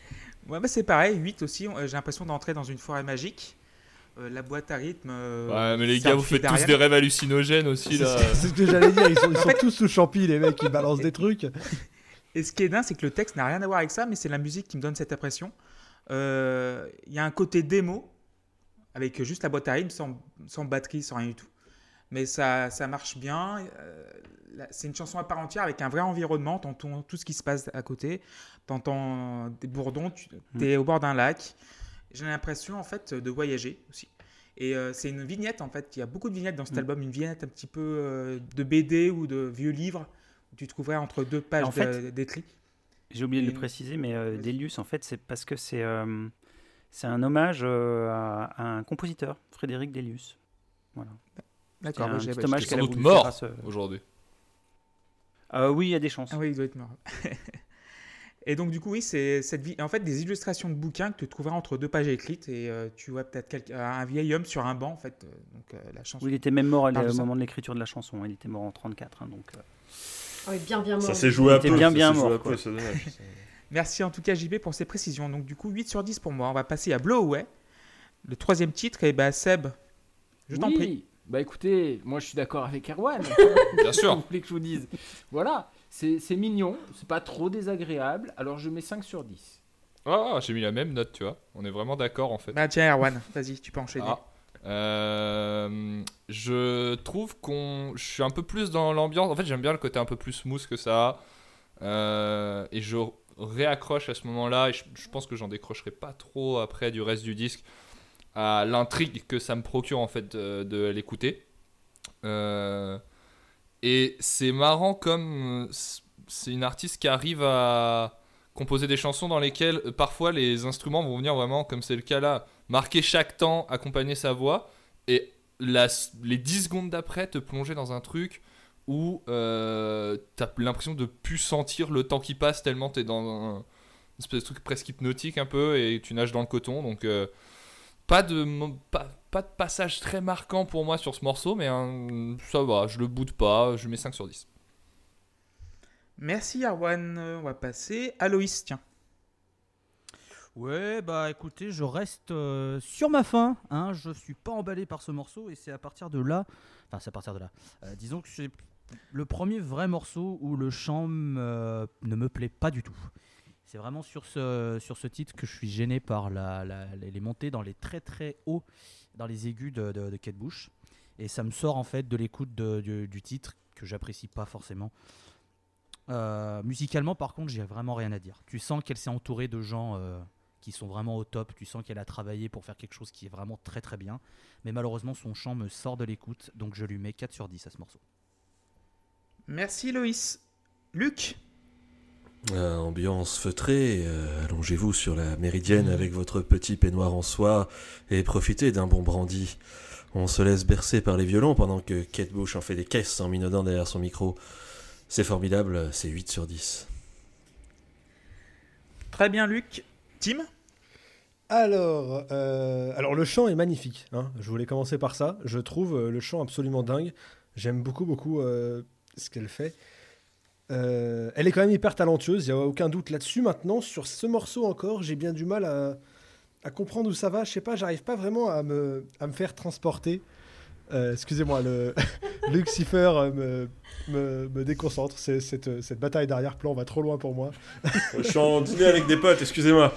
Ouais, bah c'est pareil, 8 aussi. J'ai l'impression d'entrer dans une forêt magique. La boîte à rythme.
Ouais, mais les gars, vous faites tous des rêves hallucinogènes aussi là.
C'est ce que j'allais dire, ils sont tous sous champi, les mecs, ils balancent des trucs.
Et ce qui est dingue, c'est que le texte n'a rien à voir avec ça, mais c'est la musique qui me donne cette impression. Il y a un côté démo, avec juste la boîte à rythme, sans batterie, sans rien du tout. Mais ça marche bien. C'est une chanson à part entière avec un vrai environnement. T'entends tout ce qui se passe à côté. T'entends des bourdons. T'es au bord d'un lac. J'ai l'impression en fait de voyager aussi. Et c'est une vignette en fait. Il y a beaucoup de vignettes dans cet album. Une vignette un petit peu de BD ou de vieux livres où tu trouverais entre deux pages
en fait,
d'écrit.
J'ai oublié de le préciser, mais Delius, en fait, c'est parce que c'est un hommage à un compositeur, Frédéric Delius. Voilà.
D'accord.
C'est un petit hommage
sans
qu'elle a
doute
voulu
mort
faire
aujourd'hui.
Oui, il y a des chances.
Ah oui, il doit être mort. Et donc, du coup, oui, c'est en fait des illustrations de bouquins que tu trouveras entre deux pages écrites et tu vois peut-être un vieil homme sur un banc, en fait. Donc, la chanson.
Oui, il était même mort au
parle de ça.
moment de l'écriture de la chanson. Il était mort en 34, hein, donc.
Ah oui, bien mort.
Ça s'est joué à
Il était
peu.
bien
ça s'est joué
mort,
à peu,
quoi.
c'est dommage.
Merci en tout cas, JB, pour ces précisions. Donc, du coup, 8 sur 10 pour moi. On va passer à Blow Away. Le troisième titre, et bah, Seb, je t'en prie.
Bah écoutez, moi je suis d'accord avec Erwan.
Bien sûr.
Vous voulez que je vous dise. Voilà, c'est mignon, c'est pas trop désagréable, alors je mets 5 sur 10.
Ah, j'ai mis la même note, tu vois. On est vraiment d'accord en fait.
Bah, tiens, Erwan, vas-y, tu peux enchaîner.
Je trouve je suis un peu plus dans l'ambiance. En fait, j'aime bien le côté un peu plus smooth que ça. Et je réaccroche à ce moment-là. Et je pense que j'en décrocherai pas trop après du reste du disque à l'intrigue que ça me procure en fait de l'écouter. Et c'est marrant comme c'est une artiste qui arrive à composer des chansons dans lesquelles parfois les instruments vont venir vraiment, comme c'est le cas là, marquer chaque temps, accompagner sa voix, et les 10 secondes d'après te plonger dans un truc où t'as l'impression de plus sentir le temps qui passe tellement t'es dans un espèce de truc presque hypnotique un peu et tu nages dans le coton. Donc pas de passage très marquant pour moi sur ce morceau, mais ça va, je le boude pas, je mets 5 sur 10.
Merci Arwan, on va passer à Loïs, tiens.
Ouais, bah écoutez, je reste sur ma faim, hein, je suis pas emballé par ce morceau et c'est à partir de là, disons que c'est le premier vrai morceau où le chant ne me plaît pas du tout. C'est vraiment sur ce titre que je suis gêné par les montées dans les très très hauts, dans les aigus de Kate Bush. Et ça me sort en fait de l'écoute du titre que j'apprécie pas forcément. Musicalement par contre, j'ai vraiment rien à dire. Tu sens qu'elle s'est entourée de gens qui sont vraiment au top. Tu sens qu'elle a travaillé pour faire quelque chose qui est vraiment très très bien. Mais malheureusement son chant me sort de l'écoute, donc je lui mets 4 sur 10 à ce morceau.
Merci Loïs. Luc.
Ambiance feutrée, allongez-vous sur la méridienne avec votre petit peignoir en soie et profitez d'un bon brandy. On se laisse bercer par les violons pendant que Kate Bush en fait des caisses en minaudant derrière son micro. C'est formidable, c'est 8 sur 10.
Très bien Luc. Tim.
Alors le chant est magnifique, hein. Je voulais commencer par ça. Je trouve le chant absolument dingue. J'aime beaucoup ce qu'elle fait. Elle est quand même hyper talentueuse, il n'y a aucun doute là-dessus. Maintenant, sur ce morceau encore, j'ai bien du mal à comprendre où ça va. Je sais pas, j'arrive pas vraiment à me faire transporter. Excusez-moi, le Lucifer me déconcentre. Cette bataille d'arrière-plan va trop loin pour moi.
Je suis en dîner avec des potes, excusez-moi.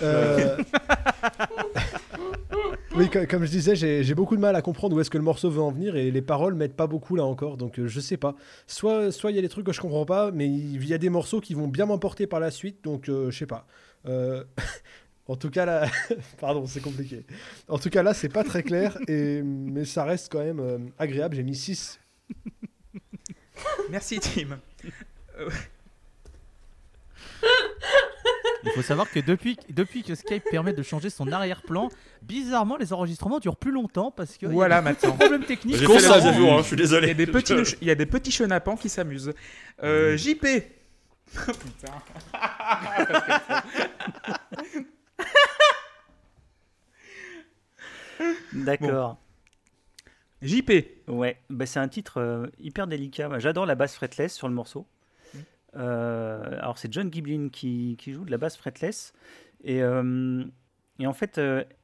Oui, comme je disais, j'ai beaucoup de mal à comprendre où est-ce que le morceau veut en venir et les paroles m'aident pas beaucoup là encore, donc je sais pas. Soit il y a des trucs que je comprends pas, mais il y a des morceaux qui vont bien m'emporter par la suite, donc je sais pas. En tout cas là, pardon, c'est compliqué. En tout cas là, c'est pas très clair, mais ça reste quand même agréable. J'ai mis 6.
Merci Tim.
Il faut savoir que depuis que Skype permet de changer son arrière-plan, bizarrement les enregistrements durent plus longtemps parce que
voilà,
il y a
maintenant.
des problèmes techniques.
J'ai fait la vidéo, je suis désolé.
Il y a des petits chenapans qui s'amusent. JP. Oh, putain.
D'accord.
Bon. JP.
Ouais, bah c'est un titre hyper délicat. J'adore la basse fretless sur le morceau. Alors c'est John Giblin qui joue de la basse fretless Et en fait,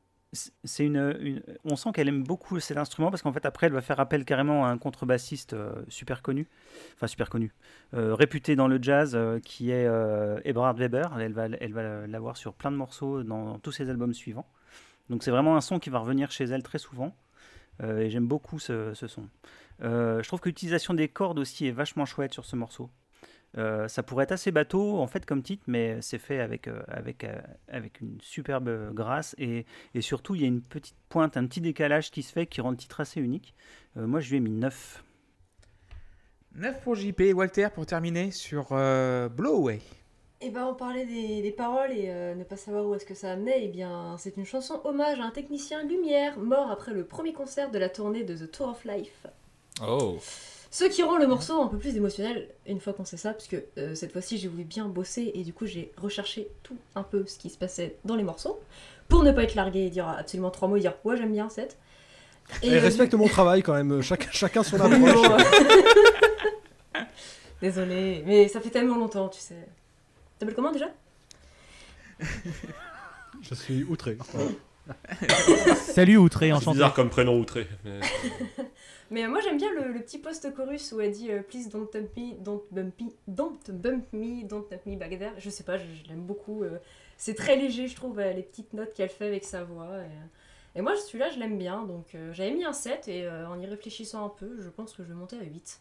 on sent qu'elle aime beaucoup cet instrument parce qu'en fait, après, elle va faire appel carrément à un contrebassiste super connu, réputé dans le jazz, qui est Eberhard Weber. Elle va l'avoir sur plein de morceaux dans tous ses albums suivants. Donc, c'est vraiment un son qui va revenir chez elle très souvent. Et j'aime beaucoup ce son. Je trouve que l'utilisation des cordes aussi est vachement chouette sur ce morceau. Ça pourrait être assez bateau en fait comme titre, mais c'est fait avec une superbe grâce et surtout il y a une petite pointe, un petit décalage qui se fait qui rend le titre assez unique. Moi je lui ai mis 9.
9 pour JP. Walter, pour terminer sur Blow Away.
Et ben on parlait des paroles et ne pas savoir où est-ce que ça amenait. Et bien c'est une chanson hommage à un technicien lumière mort après le premier concert de la tournée de The Tour of Life.
Oh.
Ce qui rend le morceau un peu plus émotionnel une fois qu'on sait ça, parce que cette fois-ci j'ai voulu bien bosser et du coup j'ai recherché tout un peu ce qui se passait dans les morceaux pour ne pas être largué et dire absolument 3 mots et dire ouais j'aime bien cette.
Et respecte mon travail quand même, chacun son approche.
Désolée, mais ça fait tellement longtemps, tu sais. T'appelles comment déjà ?
Je suis outré.
Salut Outré,
C'est
enchanté.
bizarre comme prénom outré.
Mais moi j'aime bien le petit post-chorus où elle dit please don't bump me back there. Je sais pas, je l'aime beaucoup. C'est très léger, je trouve, les petites notes qu'elle fait avec sa voix. Et moi celui-là je l'aime bien, donc j'avais mis un 7 et en y réfléchissant un peu, je pense que je vais monter à 8.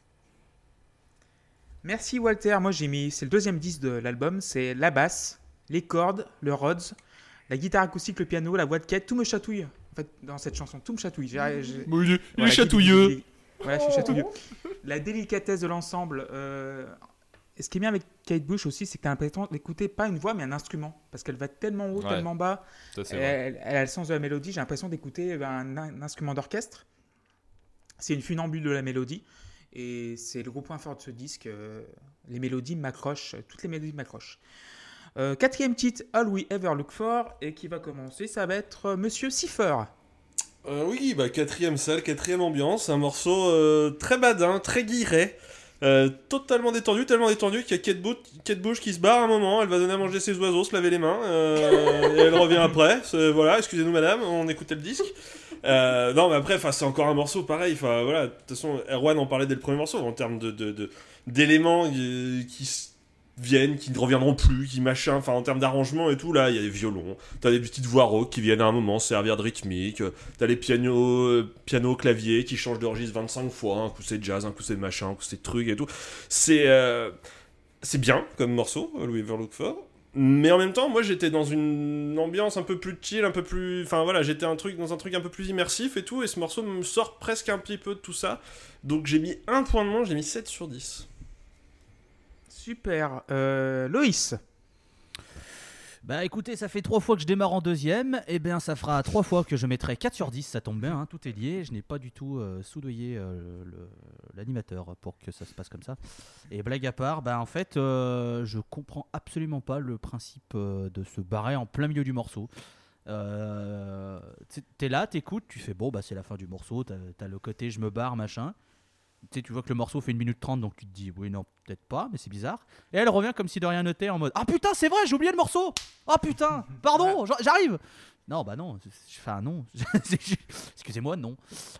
Merci Walter. Moi c'est le deuxième disque de l'album, c'est la basse, les cordes, le Rhodes, la guitare acoustique, le piano, la voix de Kate, tout me chatouille. En fait, dans cette chanson, tout me chatouille.
Il est chatouilleux.
Ouais, je suis chatouilleux. La délicatesse de l'ensemble. Et ce qui est bien avec Kate Bush aussi, c'est que tu as l'impression d'écouter pas une voix, mais un instrument. Parce qu'elle va tellement haut, tellement bas.
Ça, c'est
elle a le sens de la mélodie. J'ai l'impression d'écouter un instrument d'orchestre. C'est une funambule de la mélodie. Et c'est le gros point fort de ce disque. Les mélodies m'accrochent. Toutes les mélodies m'accrochent. Quatrième titre, All We Ever Look For, et qui va commencer, ça va être Monsieur Cipher.
Oui, quatrième salle, quatrième ambiance, un morceau très badin, très guilleret, totalement détendu, tellement détendu qu'il y a Kate Bush qui se barre un moment, elle va donner à manger ses oiseaux, se laver les mains, et elle revient après. Voilà, excusez-nous madame, on écoutait le disque. Non mais après, c'est encore un morceau pareil, voilà, de toute façon, Erwan en parlait dès le premier morceau, en termes d'éléments qui viennent, qui ne reviendront plus, qui machin, en termes d'arrangement et tout, là, il y a des violons, t'as des petites voix rock qui viennent à un moment servir de rythmique, t'as les piano, clavier qui changent de registre 25 fois, un coup c'est jazz, un coup c'est machin, un coup c'est truc et tout. C'est bien comme morceau, Louis Ever Look For, mais en même temps, moi j'étais dans une ambiance un peu plus chill, un peu plus... j'étais dans un truc un peu plus immersif et tout, et ce morceau me sort presque un petit peu de tout ça, donc j'ai mis un point de moins, j'ai mis 7 sur 10.
Super. Loïs.
Écoutez, ça fait 3 fois que je démarre en deuxième, et bien ça fera 3 fois que je mettrai 4 sur 10, ça tombe bien, hein, tout est lié, je n'ai pas du tout soudoyé l'animateur pour que ça se passe comme ça. Et blague à part, en fait, je comprends absolument pas le principe de se barrer en plein milieu du morceau. T'es là, t'écoutes, tu fais c'est la fin du morceau, t'as le côté je me barre, machin. Tu vois que le morceau fait 1 minute 30, donc tu te dis oui, non, peut-être pas, mais c'est bizarre. Et elle revient comme si de rien n'était en mode ah putain, c'est vrai, j'ai oublié le morceau. Ah putain, pardon, j'arrive. Non, non, non, excusez-moi, non.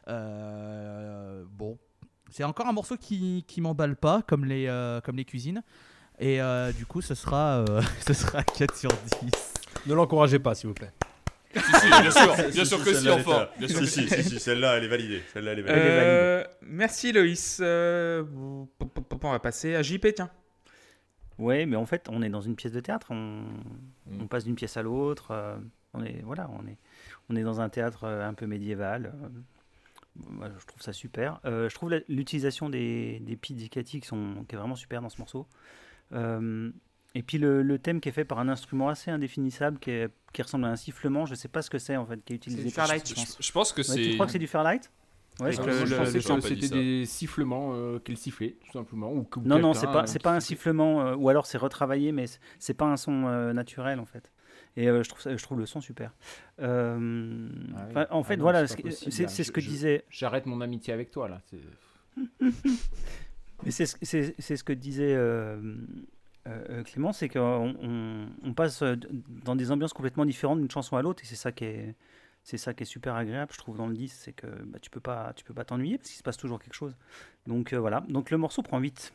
Bon, c'est encore un morceau qui m'emballe pas, comme les cuisines. Et du coup, ce sera 4 sur 10.
Ne l'encouragez pas, s'il vous plaît.
Bien sûr que si, enfin.
Si, celle-là, elle est validée.
Merci Loïs. On va passer à JP, tiens.
Ouais, mais en fait, on est dans une pièce de théâtre. On passe d'une pièce à l'autre. On est dans un théâtre un peu médiéval. Je trouve ça super. Je trouve l'utilisation des pizzicati qui est vraiment super dans ce morceau. Et puis le thème qui est fait par un instrument assez indéfinissable qui ressemble à un sifflement, je sais pas ce que c'est en fait, qui est utilisé.
C'est du Fairlight, je pense.
Je pense que c'est.
Tu crois que c'est du Fairlight? Ouais,
je pensais que c'était des sifflements qu'elle sifflait, tout simplement.
Non, c'est pas un sifflement, ou alors c'est retravaillé, mais c'est pas un son naturel en fait. Et je trouve le son super. En fait, voilà, c'est ce que disait.
J'arrête mon amitié avec toi là.
Mais c'est ce que disait Clément, c'est qu'on passe dans des ambiances complètement différentes d'une chanson à l'autre, et c'est ça qui est super agréable, je trouve, dans le disque, c'est que tu peux pas t'ennuyer parce qu'il se passe toujours quelque chose. Donc voilà, donc le morceau prend 8.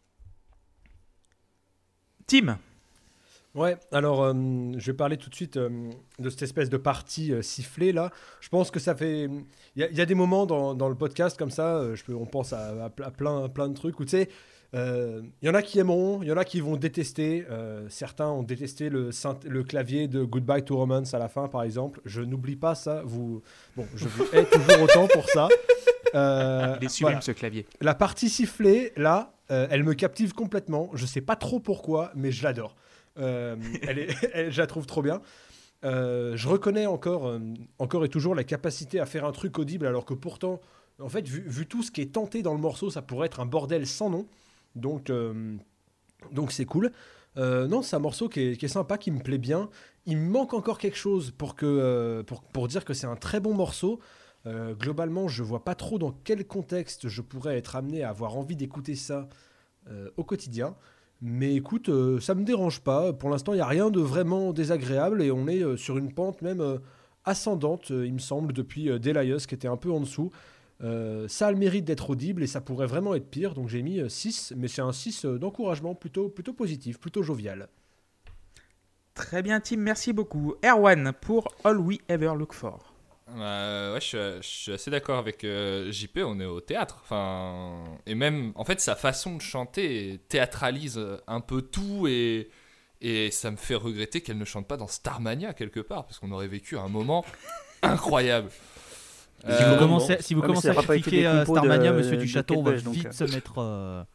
Tim.
Ouais, alors je vais parler tout de suite de cette espèce de partie sifflée là. Je pense que ça fait. Il y a des moments dans le podcast comme ça, on pense à plein de trucs où tu sais, il y en a qui aimeront, il y en a qui vont détester. Certains ont détesté le clavier de Goodbye to Romance à la fin par exemple. Je n'oublie pas ça. Je vous hais toujours autant pour ça.
Il est sublime ce clavier.
La partie sifflée là, elle me captive complètement. Je sais pas trop pourquoi, mais je l'adore. Je la trouve trop bien. Je reconnais encore et toujours la capacité à faire un truc audible, alors que pourtant, en fait, vu tout ce qui est tenté dans le morceau, ça pourrait être un bordel sans nom. Donc c'est cool. Non, c'est un morceau qui est sympa, qui me plaît bien. Il me manque encore quelque chose pour dire que c'est un très bon morceau. Globalement, je vois pas trop dans quel contexte je pourrais être amené à avoir envie d'écouter ça au quotidien. Mais écoute, ça me dérange pas. Pour l'instant, il n'y a rien de vraiment désagréable et on est sur une pente même ascendante, il me semble, depuis Delius qui était un peu en dessous. Ça a le mérite d'être audible et ça pourrait vraiment être pire. Donc j'ai mis 6, mais c'est un 6 d'encouragement plutôt positif, plutôt jovial.
Très bien, Tim, merci beaucoup. Erwan pour All We Ever Look For.
Ouais, je suis assez d'accord avec JP, on est au théâtre. Enfin, et même, en fait, sa façon de chanter théâtralise un peu tout et ça me fait regretter qu'elle ne chante pas dans Starmania quelque part, parce qu'on aurait vécu un moment incroyable.
Si vous commencez à critiquer Starmania, Monsieur du Château, on va vite se mettre...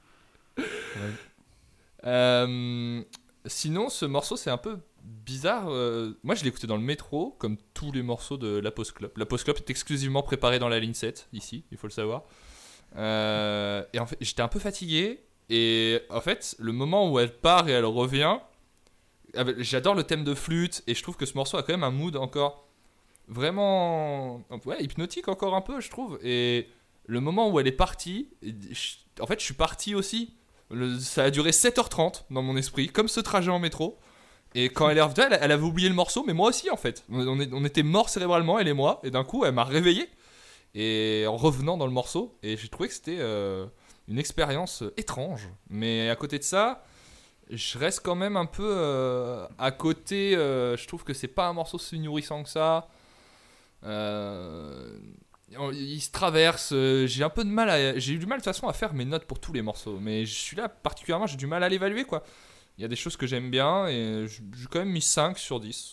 Sinon, ce morceau, c'est un peu bizarre. Moi, je l'ai écouté dans le métro, comme tous les morceaux de La Pause Clope. La Pause Clope est exclusivement préparée dans la ligne 7, ici, il faut le savoir. Et en fait, j'étais un peu fatigué. Et en fait, le moment où elle part et elle revient, j'adore le thème de flûte. Et je trouve que ce morceau a quand même un mood encore vraiment hypnotique, encore un peu, je trouve. Et le moment où elle est partie, en fait, je suis parti aussi. Ça a duré 7h30 dans mon esprit, comme ce trajet en métro. Et quand elle est revenue, elle avait oublié le morceau, mais moi aussi en fait. On était morts cérébralement, elle et moi, et d'un coup elle m'a réveillé. Et en revenant dans le morceau, et j'ai trouvé que c'était une expérience étrange. Mais à côté de ça, je reste quand même un peu à côté. Je trouve que c'est pas un morceau si nourrissant que ça. Il se traverse. J'ai eu du mal de toute façon à faire mes notes pour tous les morceaux. Mais je suis là particulièrement, j'ai du mal à l'évaluer quoi. Il y a des choses que j'aime bien et j'ai quand même mis 5 sur 10.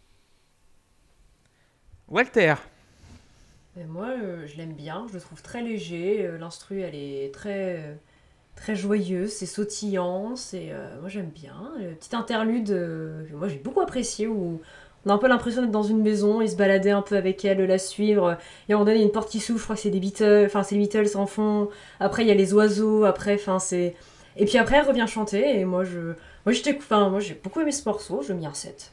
Walter.
Moi, je l'aime bien, je le trouve très léger. L'instru, elle est très, très joyeuse, c'est sautillant. Moi, j'aime bien. Le petit interlude, moi, j'ai beaucoup apprécié où on a un peu l'impression d'être dans une maison et se balader un peu avec elle, la suivre. Et à un moment donné, il y a une porte qui s'ouvre, je crois que c'est des Beatles, enfin, c'est les Beatles en fond. Après, il y a les oiseaux, c'est... Et puis après, elle revient chanter et moi, j'ai beaucoup aimé ce morceau, je mets un 7.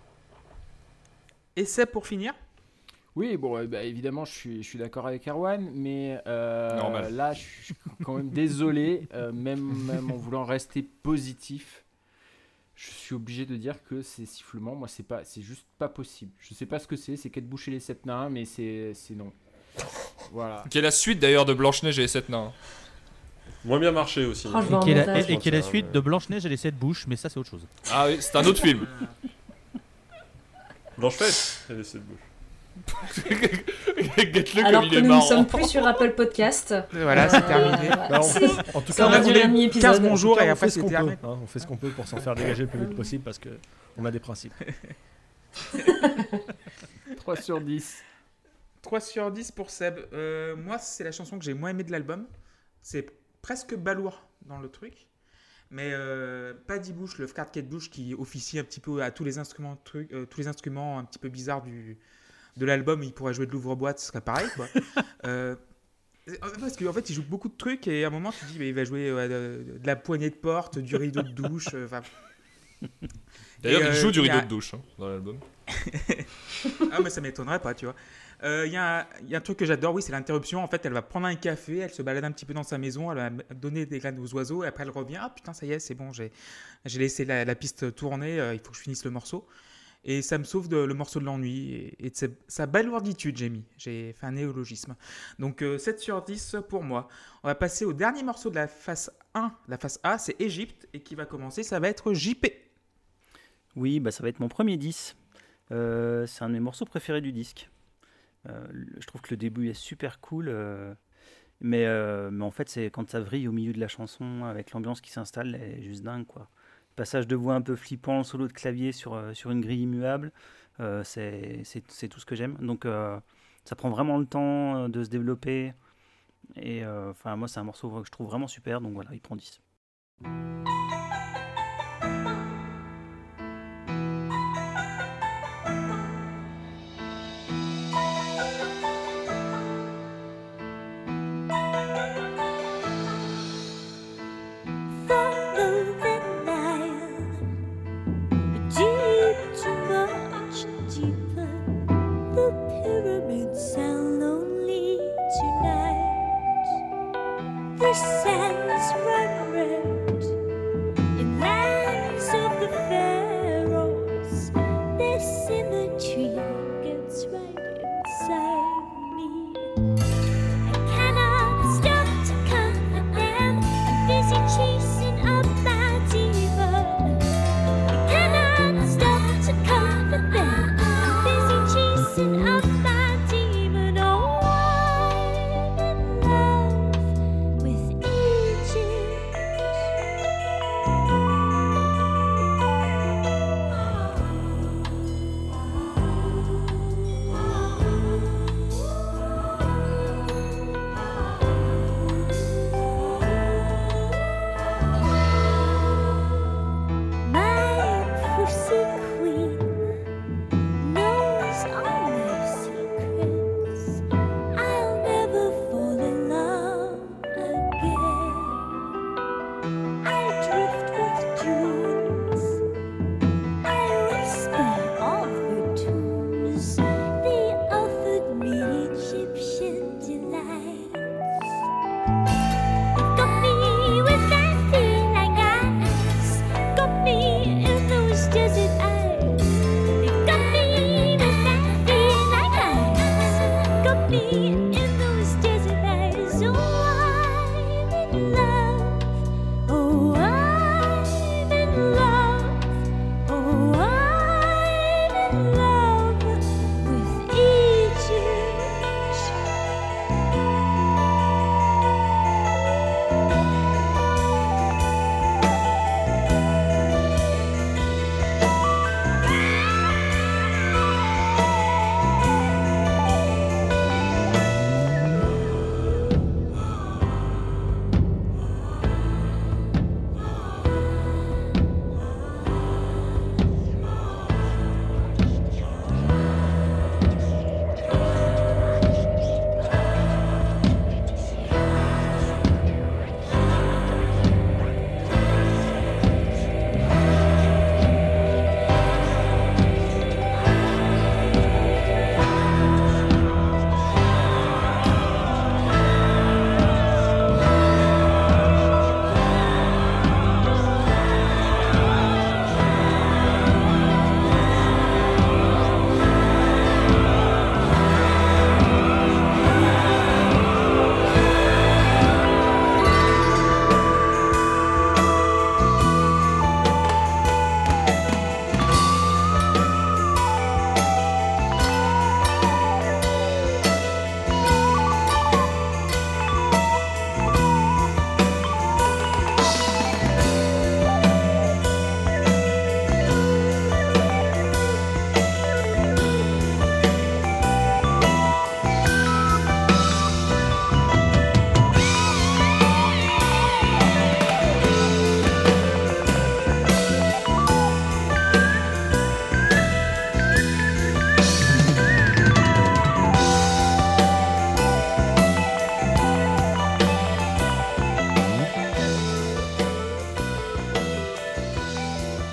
Et c'est pour finir.
Oui, bon, évidemment, je suis d'accord avec Erwan, mais là, je suis quand même désolé, même en voulant rester positif, je suis obligé de dire que ces sifflements, moi, c'est juste pas possible. Je sais pas ce que c'est Kate Bush et les 7 nains, mais c'est non. Voilà.
Qui est la suite d'ailleurs de Blanche-Neige et les 7 nains.
Moins bien marché aussi.
Et qui est la suite de Blanche-Neige et les 7 bouches, mais ça c'est autre chose.
Ah oui, c'est un autre film.
Blanche-Neige et les 7 bouches.
Alors que nous ne sommes plus sur Apple Podcast.
Voilà, c'est terminé.
En tout cas,
on a duré un demi-épisode.
15 bonjours et après c'est terminé.
On fait ce qu'on peut pour s'en faire dégager le plus vite possible parce qu'on a des principes.
3 sur 10.
3 sur 10 pour Seb. Moi, c'est la chanson que j'ai moins aimée de l'album. C'est presque balourd dans le truc. Mais Paddy Bush, le frère de Kate Bush, qui officie un petit peu à tous les instruments un petit peu bizarres de l'album, il pourrait jouer de l'ouvre-boîte, ce serait pareil, quoi. Parce qu'en fait, il joue beaucoup de trucs et à un moment, tu te dis, il va jouer de la poignée de porte, du rideau de douche.
D'ailleurs, il joue du rideau de douche dans l'album.
Ah, mais ça m'étonnerait pas, tu vois. Il y a un truc que j'adore, oui, c'est l'interruption. En fait, elle va prendre un café, elle se balade un petit peu dans sa maison, elle va donner des graines aux oiseaux, et après elle revient. Ah putain, ça y est, c'est bon, j'ai laissé la piste tourner, il faut que je finisse le morceau. Et ça me sauve le morceau de l'ennui et de sa balourditude, j'ai fait un néologisme. Donc 7 sur 10 pour moi. On va passer au dernier morceau de la phase 1. La phase A, c'est Égypte, et qui va commencer, ça va être JP.
Oui, bah ça va être mon premier 10. C'est un de mes morceaux préférés du disque. Je trouve que le début est super cool, mais en fait, c'est quand ça vrille au milieu de la chanson, avec l'ambiance qui s'installe, elle est juste dingue, quoi. Passage de voix un peu flippant, le solo de clavier sur une grille immuable, c'est tout ce que j'aime. Donc ça prend vraiment le temps de se développer. Et moi, c'est un morceau que je trouve vraiment super, donc voilà, il prend 10.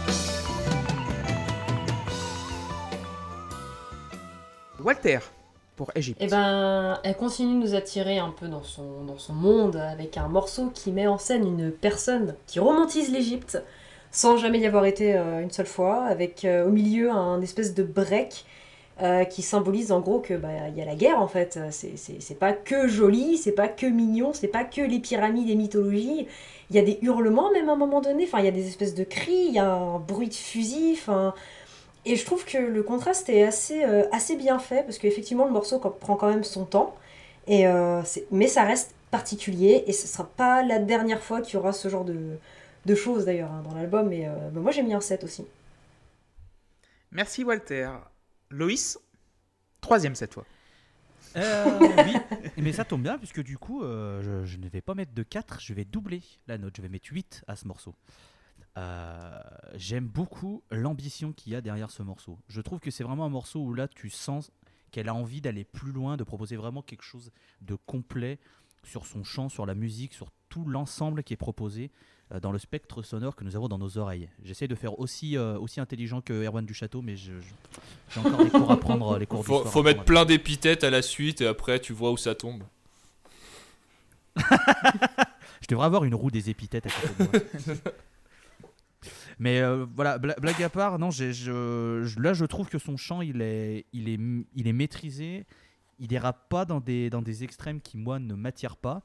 Walter. pour Égypte.
Eh ben, elle continue de nous attirer un peu dans son monde avec un morceau qui met en scène une personne qui romantise l'Égypte sans jamais y avoir été une seule fois, avec au milieu un espèce de break qui symbolise en gros que y a la guerre en fait. C'est pas que joli, c'est pas que mignon, c'est pas que les pyramides et mythologies. Il y a des hurlements même à un moment donné, enfin il y a des espèces de cris, il y a un bruit de fusil, enfin. Et je trouve que le contraste est assez bien fait, parce qu'effectivement, le morceau prend quand même son temps, mais ça reste particulier, et ce sera pas la dernière fois qu'il y aura ce genre de choses d'ailleurs dans l'album, mais moi j'ai mis un 7 aussi.
Merci Walter. Loïs, 3e cette fois.
Oui, mais ça tombe bien, puisque du coup, je ne vais pas mettre de 4, je vais doubler la note, je vais mettre 8 à ce morceau. J'aime beaucoup l'ambition qu'il y a derrière ce morceau. Je trouve que c'est vraiment un morceau où là tu sens qu'elle a envie d'aller plus loin, de proposer vraiment quelque chose de complet sur son chant, sur la musique, sur tout l'ensemble qui est proposé dans le spectre sonore que nous avons dans nos oreilles. J'essaie de faire aussi intelligent que Erwan Duchâteau, mais j'ai encore des cours à prendre. Les cours
faut mettre plein d'épithètes à la suite et après tu vois où ça tombe.
Je devrais avoir une roue des épithètes à côté de moi. Mais voilà, blague à part, non, là je trouve que son chant il est maîtrisé, il dérape pas dans des extrêmes qui moi ne m'attirent pas.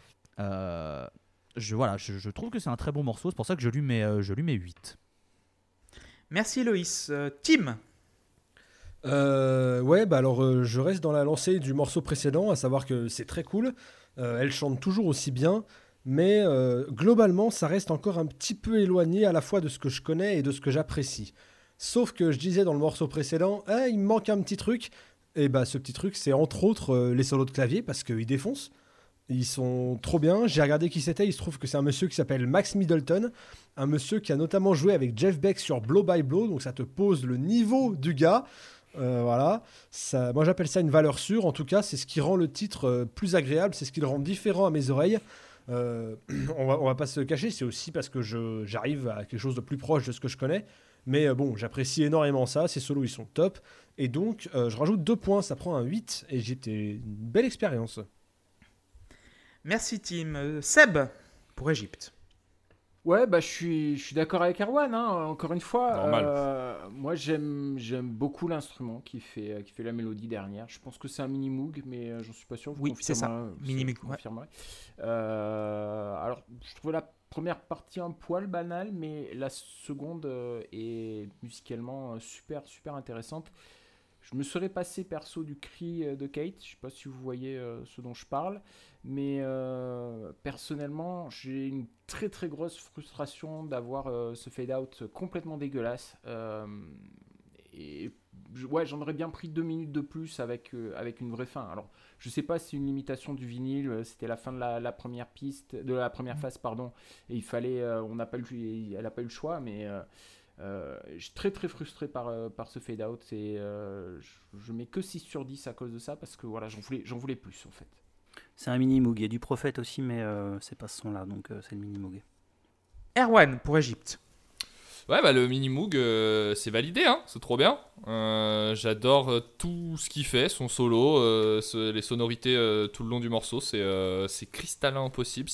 Je trouve que c'est un très bon morceau, c'est pour ça que je lui mets 8.
Merci Loïs. Tim.
Alors je reste dans la lancée du morceau précédent, à savoir que c'est très cool. Elle chante toujours aussi bien. Mais globalement, ça reste encore un petit peu éloigné à la fois de ce que je connais et de ce que j'apprécie. Sauf que je disais dans le morceau précédent, il me manque un petit truc. Et ce petit truc, c'est entre autres les solos de clavier, parce qu'ils défoncent. Ils sont trop bien. J'ai regardé qui c'était, il se trouve que c'est un monsieur qui s'appelle Max Middleton, un monsieur qui a notamment joué avec Jeff Beck sur Blow by Blow, donc ça te pose le niveau du gars. Voilà, moi j'appelle ça une valeur sûre. En tout cas, c'est ce qui rend le titre plus agréable, c'est ce qui le rend différent à mes oreilles. On va pas se cacher, c'est aussi parce que j'arrive à quelque chose de plus proche de ce que je connais, mais bon, j'apprécie énormément ça, ces solos ils sont top, et donc je rajoute 2 points, ça prend un 8, et j'étais une belle expérience.
Merci Tim. Seb, pour Égypte.
Ouais, je suis d'accord avec Erwan, hein, encore une fois.
Normal.
Moi, j'aime beaucoup l'instrument qui fait la mélodie dernière. Je pense que c'est un mini-moog, mais j'en suis pas sûr.
Oui, c'est ça. Mini-moog,
confirmerez. Alors, je trouvais la première partie un poil banale, mais la seconde est musicalement super, super intéressante. Je me serais passé perso du cri de Kate, je sais pas si vous voyez ce dont je parle, mais personnellement j'ai une très très grosse frustration d'avoir ce fade out complètement dégueulasse, et j'en aurais bien pris 2 minutes de plus avec une vraie fin. Alors je sais pas si c'est une limitation du vinyle, c'était la fin de la première piste, de la première phase pardon, et il fallait, elle n'a pas eu le choix, mais je suis très très frustré par ce fade out, et je mets que 6 sur 10 à cause de ça, parce que voilà, j'en voulais plus en fait.
C'est un mini moog, il y a du prophète aussi, mais c'est pas ce son là, donc c'est le mini moog.
Erwan pour Égypte.
Ouais, le mini moog c'est validé, hein, c'est trop bien. J'adore tout ce qu'il fait, son solo, les sonorités tout le long du morceau, c'est cristallin au possible,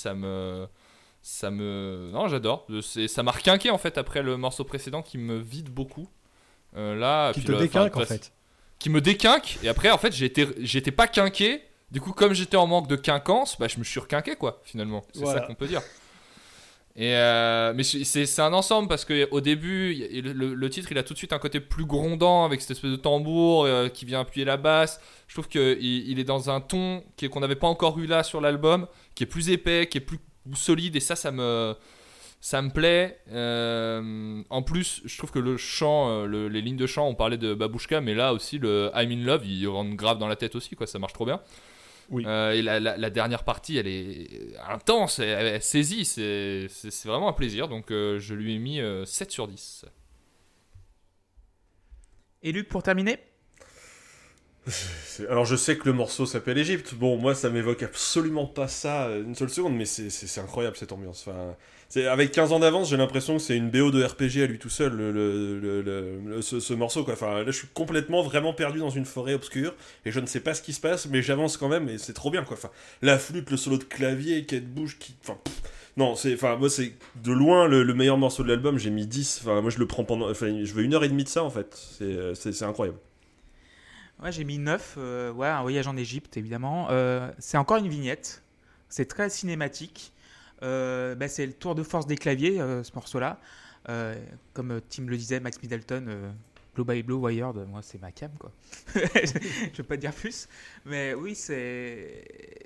non, j'adore. Ça m'a requinqué en fait après le morceau précédent qui me vide beaucoup. Là,
qui te déquinque en fait.
Qui me déquinque, et après en fait j'étais pas quinqué. Du coup, comme j'étais en manque de quinquance, je me suis requinqué quoi, finalement. C'est ça qu'on peut dire. Et mais c'est un ensemble, parce qu'au début, le titre il a tout de suite un côté plus grondant avec cette espèce de tambour qui vient appuyer la basse. Je trouve qu'il est dans un ton qu'on n'avait pas encore eu là sur l'album, qui est plus épais, qui est plus solide, et ça me plaît. En plus, je trouve que le chant, les lignes de chant, on parlait de Babouchka, mais là aussi le I'm in Love, il rentre grave dans la tête aussi, quoi, ça marche trop bien.
Oui.
Et la dernière partie, elle est intense, elle saisit, c'est vraiment un plaisir, donc je lui ai mis 7 sur 10.
Et Luc, pour terminer.
Alors je sais que le morceau s'appelle Égypte. Bon, moi ça m'évoque absolument pas ça une seule seconde, mais c'est incroyable cette ambiance. Enfin, avec 15 ans d'avance, j'ai l'impression que c'est une BO de RPG à lui tout seul, ce morceau, quoi. Enfin, là je suis complètement vraiment perdu dans une forêt obscure et je ne sais pas ce qui se passe, mais j'avance quand même et c'est trop bien, quoi. Enfin, la flûte, le solo de clavier, Kate Bush qui. Enfin, non, moi c'est de loin le meilleur morceau de l'album. J'ai mis 10. Enfin, moi je le prends pendant. Enfin, je veux 1h30 de ça en fait. C'est incroyable.
Ouais, j'ai mis 9. Ouais, un voyage en Égypte, évidemment. C'est encore une vignette. C'est très cinématique. C'est le tour de force des claviers, ce morceau-là. Comme Tim le disait, Max Middleton, Blow by Blow, Wired, moi, c'est ma cam, quoi. Je ne vais pas dire plus. Mais oui, c'est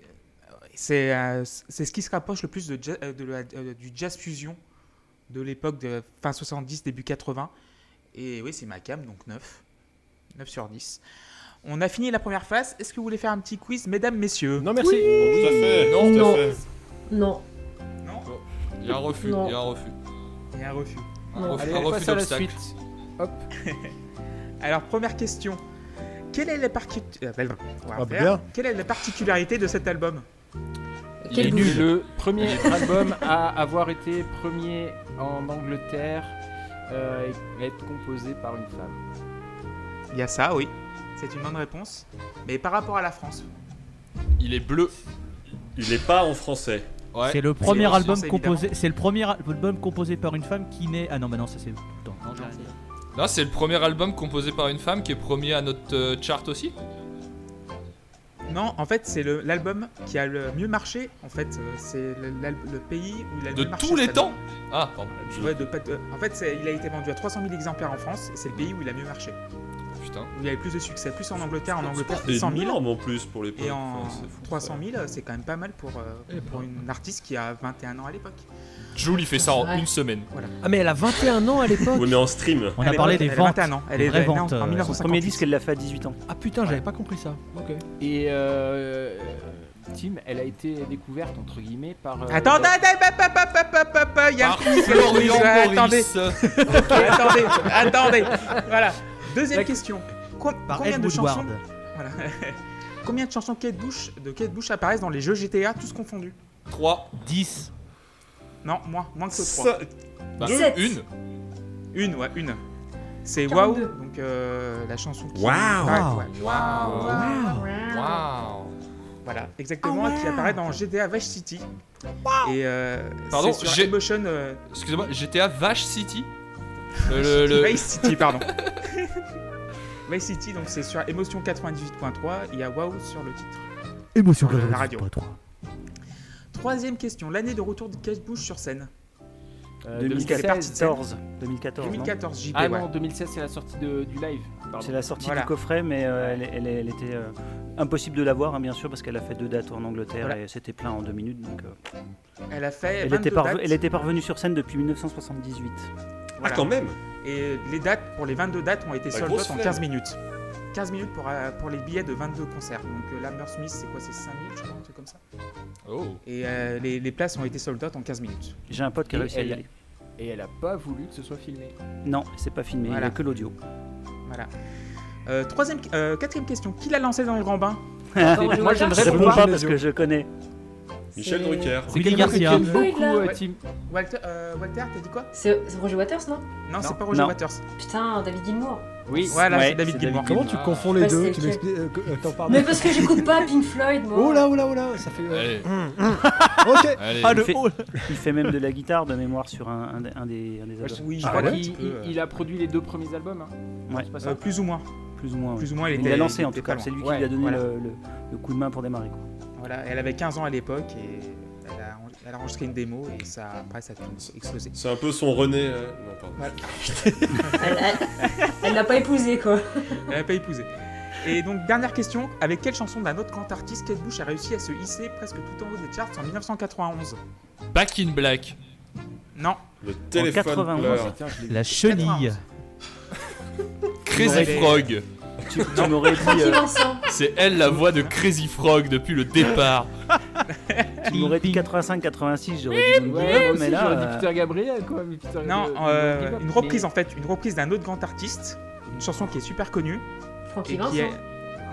ce qui se rapproche le plus du jazz fusion de l'époque de fin 70, début 80. Et oui, c'est ma cam, donc 9. 9 sur 10. On a fini la première phase. Est-ce que vous voulez faire un petit quiz, mesdames, messieurs?
Non, merci.
Bon, tout à fait. Non, tout à fait.
Non.
Non.
Il y a un refus.
Non.
Il y a un refus.
Il y a un refus.
Allez,
Un
on
refus
passe à la
d'obstacle.
suite. Hop.
Alors, première question. Quelle est la
bien.
Quelle est la particularité de cet album?
Il est
Quel
nul.
bouge.
Le premier album à avoir été premier en Angleterre et être composé par une femme.
Il y a ça, oui. C'est une bonne réponse. Mais par rapport à la France.
Il est bleu.
Il est pas en français.
Ouais.
C'est le premier
en
album
France,
composé. C'est le premier album composé par une femme qui naît. Ah non, mais non, ça c'est tout le temps. Non, j'ai rien dit.
Là, c'est le premier album composé par une femme qui est premier à notre chart aussi.
Non, en fait, c'est l'album qui a le mieux marché. En fait, c'est le pays où il a le
De
mieux marché.
tous les
cet
temps.
album.
Ah, pardon.
Ouais, en fait, il a été vendu à 300 000 exemplaires en France et c'est le pays où il a mieux marché.
Putain.
Où il y avait plus de succès. Plus en Angleterre. En Angleterre,
C'est
100 000.
énorme en plus pour l'époque.
Et en
Enfin, c'est fou,
300 000, c'est quand même pas mal pour une artiste qui a 21 ans à l'époque.
Jules, il fait ça en
Ouais.
une semaine.
Ah, mais elle a 21 ans à l'époque.
Oui, mais en stream.
On a parlé des ventes.
21 ans. Elle
des
est
vraies
née en
ventes,
en
son
Son
1958.
premier disque, elle l'a fait à 18 ans.
Ah putain, j'avais pas compris ça. Ok.
Et Tim, elle a été découverte entre guillemets par.
Attendez, il y a un
Par
quiz,
Florian
attendez,
Maurice.
attendez. Voilà. Deuxième question.
Par
Combien
Ed
de chansons
Woodward.
Voilà. Combien de chansons de Kate Bush apparaissent dans les jeux GTA, tous confondus?
3.
10.
Non, moins que 3.
Bah,
17.
une.
Une. C'est
42.
Wow, donc la chanson qui
Wow.
apparaît, ouais.
Waouh.
Voilà, exactement, qui apparaît dans GTA Vice City. Et
Pardon,
c'est sur Emotion
Excusez-moi, GTA Vache City. Le-
Vice City, pardon. Vice City, donc c'est sur Emotion 98.3. Il y a Wow sur le titre.
Émotion
Sur la radio. Troisième question, l'année de retour de Kate Bush sur scène.
2014. 2014.
2014, JP,
Ah
ouais.
non, 2016 c'est la sortie du live. Pardon.
C'est la sortie
Voilà.
du coffret, mais elle était impossible de la voir, hein, bien sûr, parce qu'elle a fait 2 dates en Angleterre
Voilà.
et c'était plein en 2 minutes. Donc,
Elle a fait
elle,
22 dates.
elle était parvenue sur scène depuis 1978.
Ah,
Voilà.
quand même.
Et les dates, pour les 22 dates, ont été
La
sold
grosse
out en
flemme.
15 minutes. 15 minutes pour les billets de 22 concerts. Donc l'Hammer Smith, c'est quoi? C'est 5000, je crois, un truc comme ça.
Oh.
Et les places ont été sold out en 15 minutes.
J'ai un pote qui a
Et
réussi à y
elle-
aller.
Et elle a pas voulu que ce soit filmé.
Non, c'est pas filmé,
Voilà.
il n'y a que l'audio.
Voilà. Quatrième question. Qui l'a lancé dans le grand bain?
Moi je ne
Je
réponds
réponds
pas.
pas parce que je connais.
Michel
C'est-
Drucker.
C'est
Willy
quelqu'un que tu
Garcia.
aimes beaucoup,
Ouais.
Tim.
Walter, t'as dit quoi?
C'est Roger Waters, non?
Non,
Non.
c'est pas Roger
Non.
Waters.
Putain, David Gilmour.
Oui.
Voilà,
Ouais,
c'est David
c'est
Gilmour.
David
Comment tu
Ah.
confonds les
Ouais,
deux?
c'est
Tu
lequel
m'expliques. Attends, pardon.
Mais parce que j'écoute pas Pink Floyd, moi.
Oh là, ça fait.
Allez.
Ok.
Allez.
Ah,
Il
le
fait-
haut.
Il fait même de la guitare de mémoire sur un des albums.
Oui,
Je
ah
crois
ouais,
qu'il il a produit les 2 premiers albums. Hein.
Ouais.
C'est pas ça
plus ou moins.
Plus ou moins. ouais.
Plus ou moins, il
Il
était.
l'a lancé en
était
tout
pas
cas,
loin.
c'est lui qui
Ouais,
lui a donné
voilà.
le coup de main pour démarrer. Quoi.
Voilà, elle avait 15 ans à l'époque et elle a enregistré une démo et après ça a tout explosé.
C'est un peu son René. Non, pardon.
Voilà.
Elle l'a pas épousé, quoi.
Elle n'a pas épousé. Et donc, dernière question, avec quelle chanson d'un autre grand artiste Kate Bush a réussi à se hisser presque tout en haut des charts en 1991?
Back in Black.
Non,
Le téléphone
91,
pleure.
Putain, je l'ai
La chenille.
91.
Crazy
Ouais.
Frog.
Tu m'aurais dit,
Francky Vincent.
C'est elle la voix de Crazy Frog depuis le départ.
tu m'aurais dit 85-86, j'aurais dit.
Ouais,
mais
aussi,
là,
j'aurais dit Peter Gabriel, quoi. Mais Peter
non,
Gabriel,
une reprise en fait, une reprise d'un autre grand artiste, une chanson qui est super connue
Francky
et
Vincent.
qui est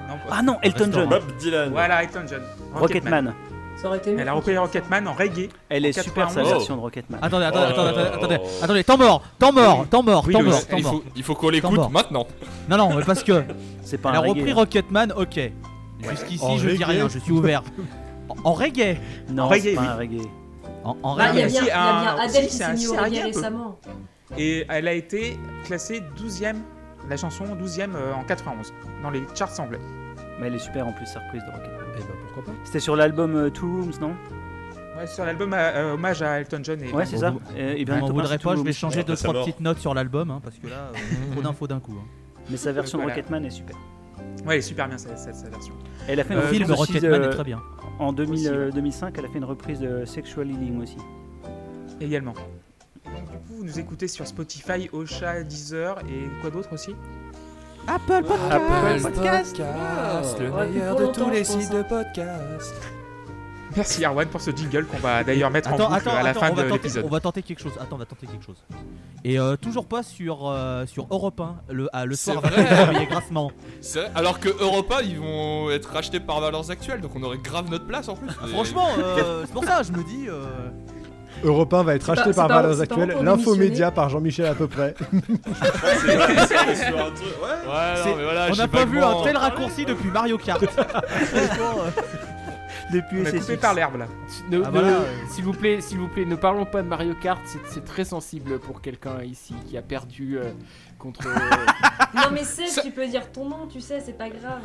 Ah non, Elton John.
Bob Dylan.
Voilà, Elton John.
Rocketman.
Ça aurait été mieux.
Elle a repris Rocketman en reggae.
Elle est
En
super sa
91.
version de Rocketman.
Attendez, temps mort,
Oui, Louis,
Il faut qu'on l'écoute
Tambor.
maintenant.
Non, mais parce que
C'est pas
elle
un
a repris
reggae.
Rocketman, ok. Jusqu'ici,
En
je dis
reggae.
rien, je suis ouvert. En reggae.
Non,
reggae,
c'est pas
oui.
un reggae.
En
Bah, il y a
reggae.
bien,
Si,
il y a bien
un-
Adèle
si,
qui
c'est
s'est
un-
mis au
c'est un
reggae
reggae un peu.
récemment.
Et elle a été classée 12e, la chanson 12e en 91, dans les charts anglais.
Mais elle est super en plus, sa reprise de Rocketman.
Eh ben, pourquoi pas.
C'était sur l'album Two Rooms, non?
Ouais, sur l'album hommage à Elton John et
Ouais, c'est ça.
Vous-
Et
Vous m'en
Thomas,
voudrez
c'est
pas,
Two
je vais
Rooms.
changer
Après,
2-3
c'est mort.
petites notes sur l'album, hein, parce que là, trop d'infos d'un coup. hein.
Mais sa version de
Voilà.
Rocketman est super.
Ouais, elle est super bien cette version.
Elle a fait
Le
une
film
reprise aussi
Rocketman
de-
est très bien.
En 2000,
Aussi, ouais.
2005, elle a fait une reprise de Sexual Healing aussi.
Également. Donc, du coup, vous nous écoutez sur Spotify, Ocha, Deezer et quoi d'autre aussi?
Apple Podcast.
le
Ouais, meilleur plus de pour tous les longtemps, je sites pense, de
podcast.
Merci Erwan pour ce jingle qu'on va d'ailleurs mettre en
Attends,
boucle à la fin
on va
de
tenter-
l'épisode.
On va tenter quelque chose. Attends, on va tenter quelque chose. Et toujours pas sur Europe 1, le
C'est
soir
vrai.
réveillé grassement.
C'est vrai, alors que Europa, ils vont être rachetés par Valeurs Actuelles, donc on aurait grave notre place en plus.
Franchement, c'est pour ça, je me dis.
Europe 1 va être racheté
C'est
par
pas-
Valeurs
c'est pas
Actuelles,
encore
l'infomédia par Jean-Michel à peu près.
C'est vrai, c'est vrai, sur un truc. Ouais.
Ouais,
C'est-
non, mais voilà,
on
j'ai
n'a pas vu un
vaguement-
tel raccourci depuis Mario Kart. Franchement,
Depuis
On est coupé
SSX.
par l'herbe là.
Ne-
Ah, voilà,
s'il vous plaît, ne parlons pas de Mario Kart, c'est très sensible pour quelqu'un ici qui a perdu contre.
Non mais Seb,
Ça-
tu peux dire ton nom, tu sais, c'est pas grave.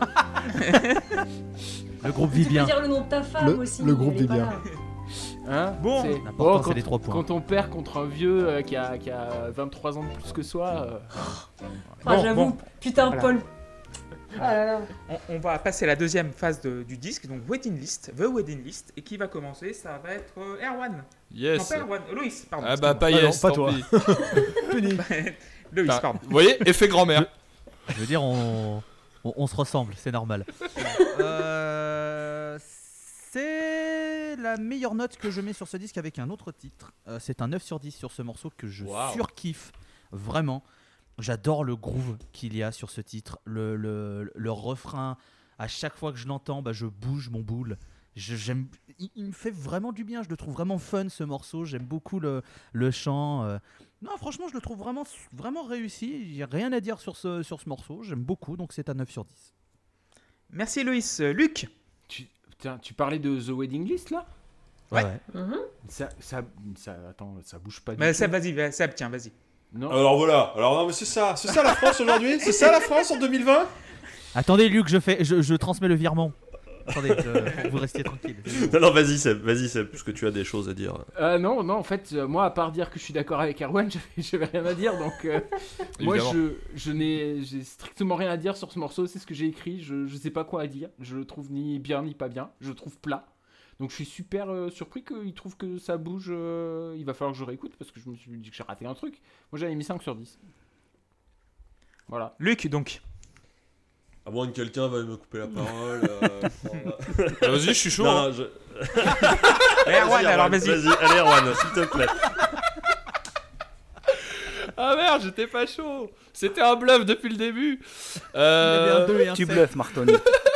le groupe vit
Tu peux
bien.
dire le nom de ta femme
Le-
aussi.
le groupe
elle est
vit
pas
bien.
là.
Hein
Bon,
C'est-
l'important, c'est
quand-
les 3 points.
Quand on perd contre un vieux qui a 23 ans de plus que soi.
Ah,
Bon,
j'avoue,
bon.
putain,
Voilà.
Paul. Ah là là.
On va passer à la deuxième phase du disque, donc Wedding List, The Wedding List, et qui va commencer? Ça va être Erwan. Non,
Yes.
pas Erwan, Loïs, pardon.
Ah bah pas
Ah non,
yes,
pas
tant
toi.
pis.
Fini.
Loïs,
Enfin,
pardon.
vous voyez, effet grand-mère.
Je veux dire, on se ressemble, c'est normal. C'est la meilleure note que je mets sur ce disque avec un autre titre. C'est un 9 sur 10 sur ce morceau que je
Waouh.
surkiffe vraiment. J'adore le groove qu'il y a sur ce titre. Le refrain, à chaque fois que je l'entends, bah, je bouge mon boule. J'aime, il me fait vraiment du bien. Je le trouve vraiment fun ce morceau. J'aime beaucoup le chant. Non, franchement, je le trouve vraiment, vraiment réussi. Il n'y a rien à dire sur ce morceau. J'aime beaucoup, donc c'est un 9 sur 10.
Merci Loïs. Luc.
Putain, tu parlais de The Wedding List là
Ouais.
Mhm.
Attends, ça bouge pas du
Bah,
tout.
Seb, vas-y, Seb, tiens, vas-y.
Non.
Alors voilà, alors non mais c'est ça la France aujourd'hui, c'est ça la France en 2020.
Attendez, Luc, je transmets le virement. Attendez, pour que vous restiez tranquille.
Non, vas-y Seb, puisque tu as des choses à dire.
Non, en fait, moi, à part dire que je suis d'accord avec Erwan, j'avais rien à dire. Donc, moi,
Évidemment.
j'ai strictement rien à dire sur ce morceau. C'est ce que j'ai écrit. Je sais pas quoi à dire. Je le trouve ni bien ni pas bien. Je le trouve plat. Donc, je suis super surpris qu'il trouve que ça bouge. Il va falloir que je réécoute parce que je me suis dit que j'ai raté un truc. Moi, j'avais mis 5 sur 10. Voilà.
Luc, donc.
À moins que quelqu'un veuille me couper la parole.
Vas-y, je suis chaud.
Non,
hein.
non, je-
Erwan, alors vas-y.
Allez Erwan, s'il te plaît.
Ah merde, j'étais pas chaud. C'était un bluff depuis le début.
Il y avait un 2 et un
Tu
7.
bluffes, Martoni.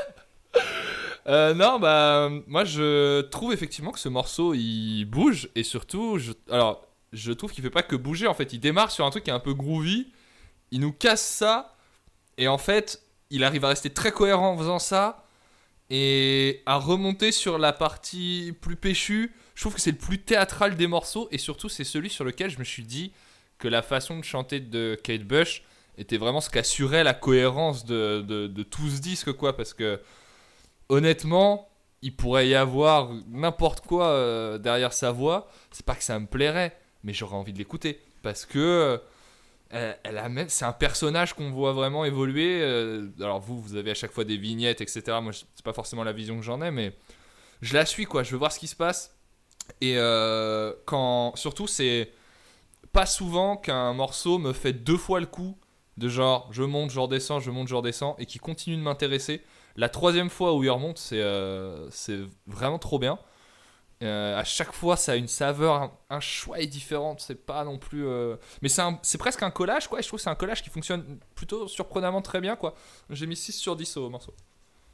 Non, bah, moi je trouve effectivement que ce morceau il bouge et surtout, je trouve qu'il fait pas que bouger en fait. Il démarre sur un truc qui est un peu groovy, il nous casse ça et en fait, il arrive à rester très cohérent en faisant ça et à remonter sur la partie plus péchue. Je trouve que c'est le plus théâtral des morceaux et surtout, c'est celui sur lequel je me suis dit que la façon de chanter de Kate Bush était vraiment ce qu'assurait la cohérence de tout ce disque, quoi, parce que honnêtement, il pourrait y avoir n'importe quoi derrière sa voix. C'est pas que ça me plairait, mais j'aurais envie de l'écouter. Parce que c'est un personnage qu'on voit vraiment évoluer. Alors vous avez à chaque fois des vignettes, etc. Moi, c'est pas forcément la vision que j'en ai, mais je la suis, quoi. Je veux voir ce qui se passe. Et surtout, c'est pas souvent qu'un morceau me fait 2 fois le coup de genre, je monte, je redescends, je monte, je redescends, et qui continue de m'intéresser. La 3e fois où il remonte, c'est vraiment trop bien. À chaque fois, ça a une saveur, un choix est différent. C'est pas non plus. Mais c'est presque un collage, quoi. Et je trouve que c'est un collage qui fonctionne plutôt surprenamment très bien, quoi. J'ai mis 6 sur 10 au morceau.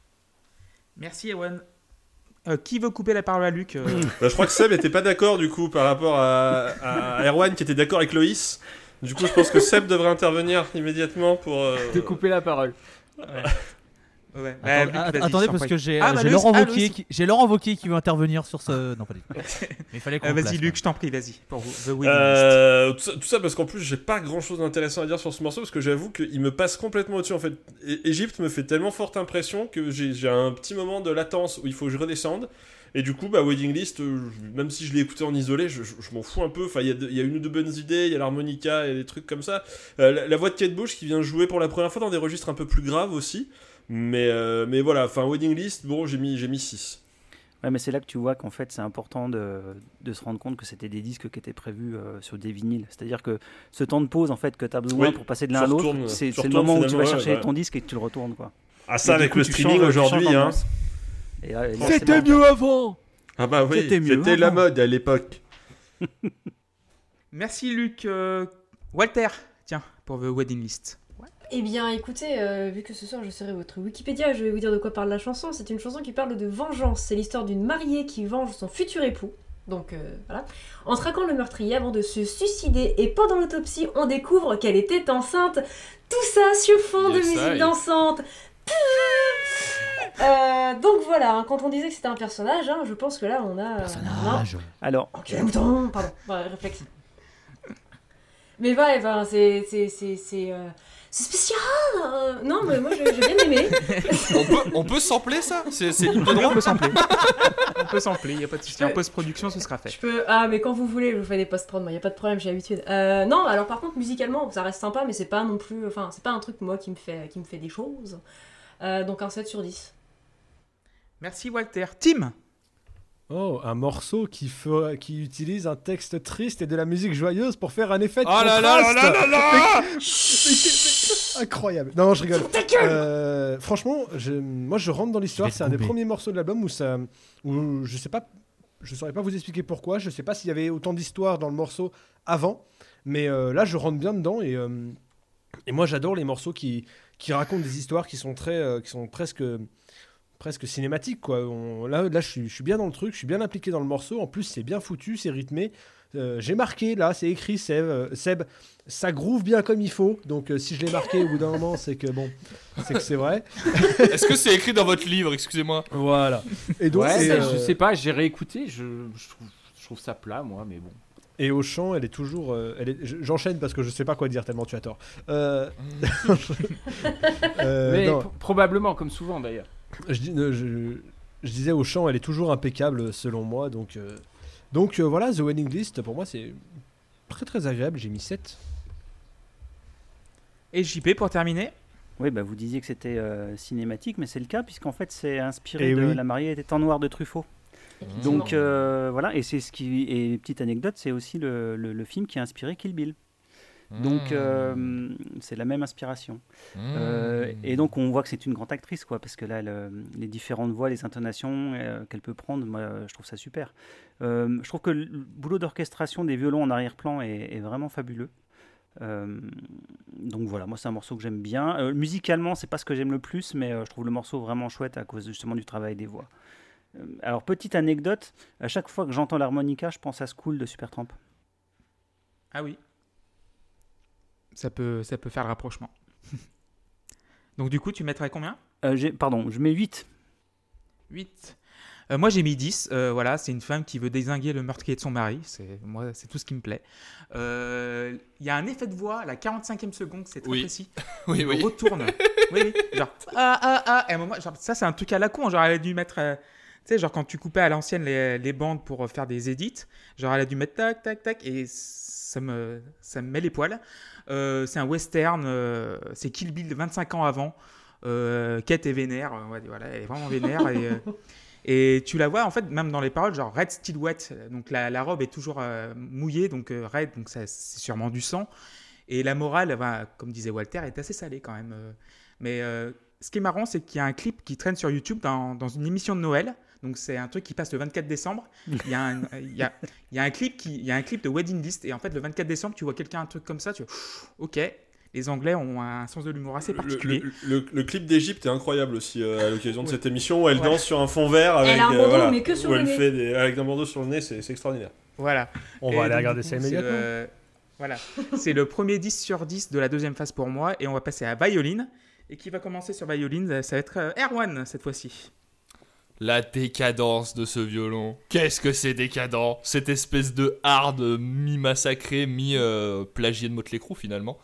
Merci, Ewan. Qui veut couper la parole à Luc
Je crois que Seb n'était pas d'accord du coup par rapport à Erwan qui était d'accord avec Loïs. Du coup, je pense que Seb devrait intervenir immédiatement pour.
Te couper la parole.
Ouais.
Attendez, parce que j'ai
Luc,
Laurent
Luc.
Wauquiez qui veut intervenir sur ce. Non, pas du tout. Mais il fallait qu'on
Vas-y,
place,
Luc, je t'en prie, vas-y. Pour The Wedding List.
Tout ça parce qu'en plus, j'ai pas grand chose d'intéressant à dire sur ce morceau parce que j'avoue qu'il me passe complètement au-dessus. En fait, Égypte me fait tellement forte impression que j'ai un petit moment de latence où il faut que je redescende. Et du coup, Wedding List, même si je l'ai écouté en isolé, je m'en fous un peu. Enfin, il y a une ou deux bonnes idées, il y a l'harmonica et des trucs comme ça. La voix de Kate Bush qui vient jouer pour la première fois dans des registres un peu plus graves aussi. Mais voilà, enfin, Wedding List, bon, j'ai mis 6.
Ouais, mais c'est là que tu vois qu'en fait, c'est important de se rendre compte que c'était des disques qui étaient prévus sur des vinyles. C'est-à-dire que ce temps de pause en fait, que tu as besoin pour passer de l'un à l'autre, c'est le moment où tu vas chercher ton disque et que tu le retournes. Quoi.
Ah, ça, avec le streaming aujourd'hui, hein.
C'était mieux avant.
Ah bah oui, c'était la mode à l'époque.
Merci Luc. Walter, tiens, pour The Wedding List.
Eh bien, écoutez, vu que ce soir je serai votre Wikipédia, je vais vous dire de quoi parle la chanson. C'est une chanson qui parle de vengeance. C'est l'histoire d'une mariée qui venge son futur époux. Donc voilà. En traquant le meurtrier avant de se suicider. Et pendant l'autopsie, on découvre qu'elle était enceinte. Tout ça sur fond de musique dansante. Donc voilà, hein, quand on disait que c'était un personnage, hein, je pense que là on a...
Personnage.
Alors...
Ok, mouton. Pardon, réflexe. Mais ouais, enfin, c'est spécial. Non, mais moi j'ai bien aimé.
On peut sampler ça. C'est libre de
On
droit.
peut sampler. On peut sampler, il n'y a pas de souci. En post-production, ce sera fait.
Je peux... Ah, mais quand vous voulez, je vous fais des post-prod, moi, il n'y a pas de problème, j'ai l'habitude. Non, alors par contre, musicalement, ça reste sympa, mais c'est pas non plus... Enfin, c'est pas un truc, moi, qui me fait des choses. Donc un 7 sur 10.
Merci Walter. Tim.
Oh, un morceau qui utilise un texte triste et de la musique joyeuse pour faire un effet de
Oh là
contraste.
là là là là.
Incroyable. Non, je rigole. Franchement, moi je rentre dans l'histoire. C'est un des premiers morceaux de l'album où je sais pas, je saurais pas vous expliquer pourquoi. Je sais pas s'il y avait autant d'histoire dans le morceau avant, mais là je rentre bien dedans et moi j'adore les morceaux qui racontent des histoires qui sont presque cinématique quoi. Là je suis bien dans le truc, je suis bien impliqué dans le morceau. En plus c'est bien foutu, c'est rythmé. J'ai marqué là, c'est écrit Seb, ça groove bien comme il faut. Donc si je l'ai marqué au bout d'un moment, c'est que c'est vrai.
Est-ce que c'est écrit dans votre livre, excusez-moi?
Voilà. Et donc
je sais pas, j'ai réécouté, je trouve ça plat moi, mais bon.
Et au chant, elle est toujours. J'enchaîne parce que je sais pas quoi dire tellement tu as tort.
Mais probablement, comme souvent d'ailleurs.
Je disais au chant, elle est toujours impeccable selon moi. Donc voilà, The Wedding List, pour moi, c'est très très agréable. J'ai mis 7.
Et JP pour terminer.
Oui, vous disiez que c'était cinématique, mais c'est le cas, puisqu'en fait, c'est inspiré de La mariée était en noir de Truffaut. Donc voilà, et c'est petite anecdote, c'est aussi le film qui a inspiré Kill Bill. Donc c'est la même inspiration. Et donc on voit que c'est une grande actrice, quoi, parce que là les différentes voix, les intonations qu'elle peut prendre, moi je trouve ça super. Je trouve que le boulot d'orchestration des violons en arrière-plan est vraiment fabuleux. Donc voilà, moi c'est un morceau que j'aime bien. Musicalement, c'est pas ce que j'aime le plus, mais je trouve le morceau vraiment chouette à cause justement du travail des voix. Alors petite anecdote, à chaque fois que j'entends l'harmonica, je pense à School de Supertramp.
Ah oui. Ça peut faire le rapprochement. Donc du coup, tu mettrais combien ?
Je mets 8.
8. Moi, j'ai mis 10. Voilà, c'est une femme qui veut dézinguer le meurtrier de son mari. C'est tout ce qui me plaît. Il y a un effet de voix, à la 45e seconde, c'est très précis.
Oui.
On retourne. Oui. Genre, et à un moment, genre, ça, c'est un truc à la con. Genre, elle a dû mettre... tu sais, genre quand tu coupais à l'ancienne les bandes pour faire des edits, genre elle a dû mettre tac, tac, tac, et ça me met les poils. C'est un western, c'est Kill Bill 25 ans avant. Kate est vénère, voilà, elle est vraiment vénère. Et tu la vois, en fait, même dans les paroles, genre Red Still Wet, donc la robe est toujours mouillée, donc red, donc ça, c'est sûrement du sang. Et la morale, comme disait Walter, est assez salée quand même. Mais ce qui est marrant, c'est qu'il y a un clip qui traîne sur YouTube dans une émission de Noël. Donc c'est un truc qui passe le 24 décembre. Il y a un clip de Wedding List, et en fait le 24 décembre, tu vois quelqu'un un truc comme ça, tu vois, ok. Les Anglais ont un sens de l'humour assez particulier.
Le clip d'Égypte est incroyable aussi à l'occasion de cette émission où elle danse sur un fond vert avec
Elle a un bandeau, mais que sur le nez.
Avec un bandeau sur le nez, c'est extraordinaire.
Voilà.
On va aller regarder ça immédiatement.
Voilà. C'est le premier 10 sur 10 de la deuxième phase pour moi. Et on va passer à Violine. Et qui va commencer sur Violine, ça va être Erwan cette fois-ci.
La décadence de ce violon. Qu'est-ce que c'est décadent. Cette espèce de hard mi-massacré, mi-plagié de Motley Crue finalement.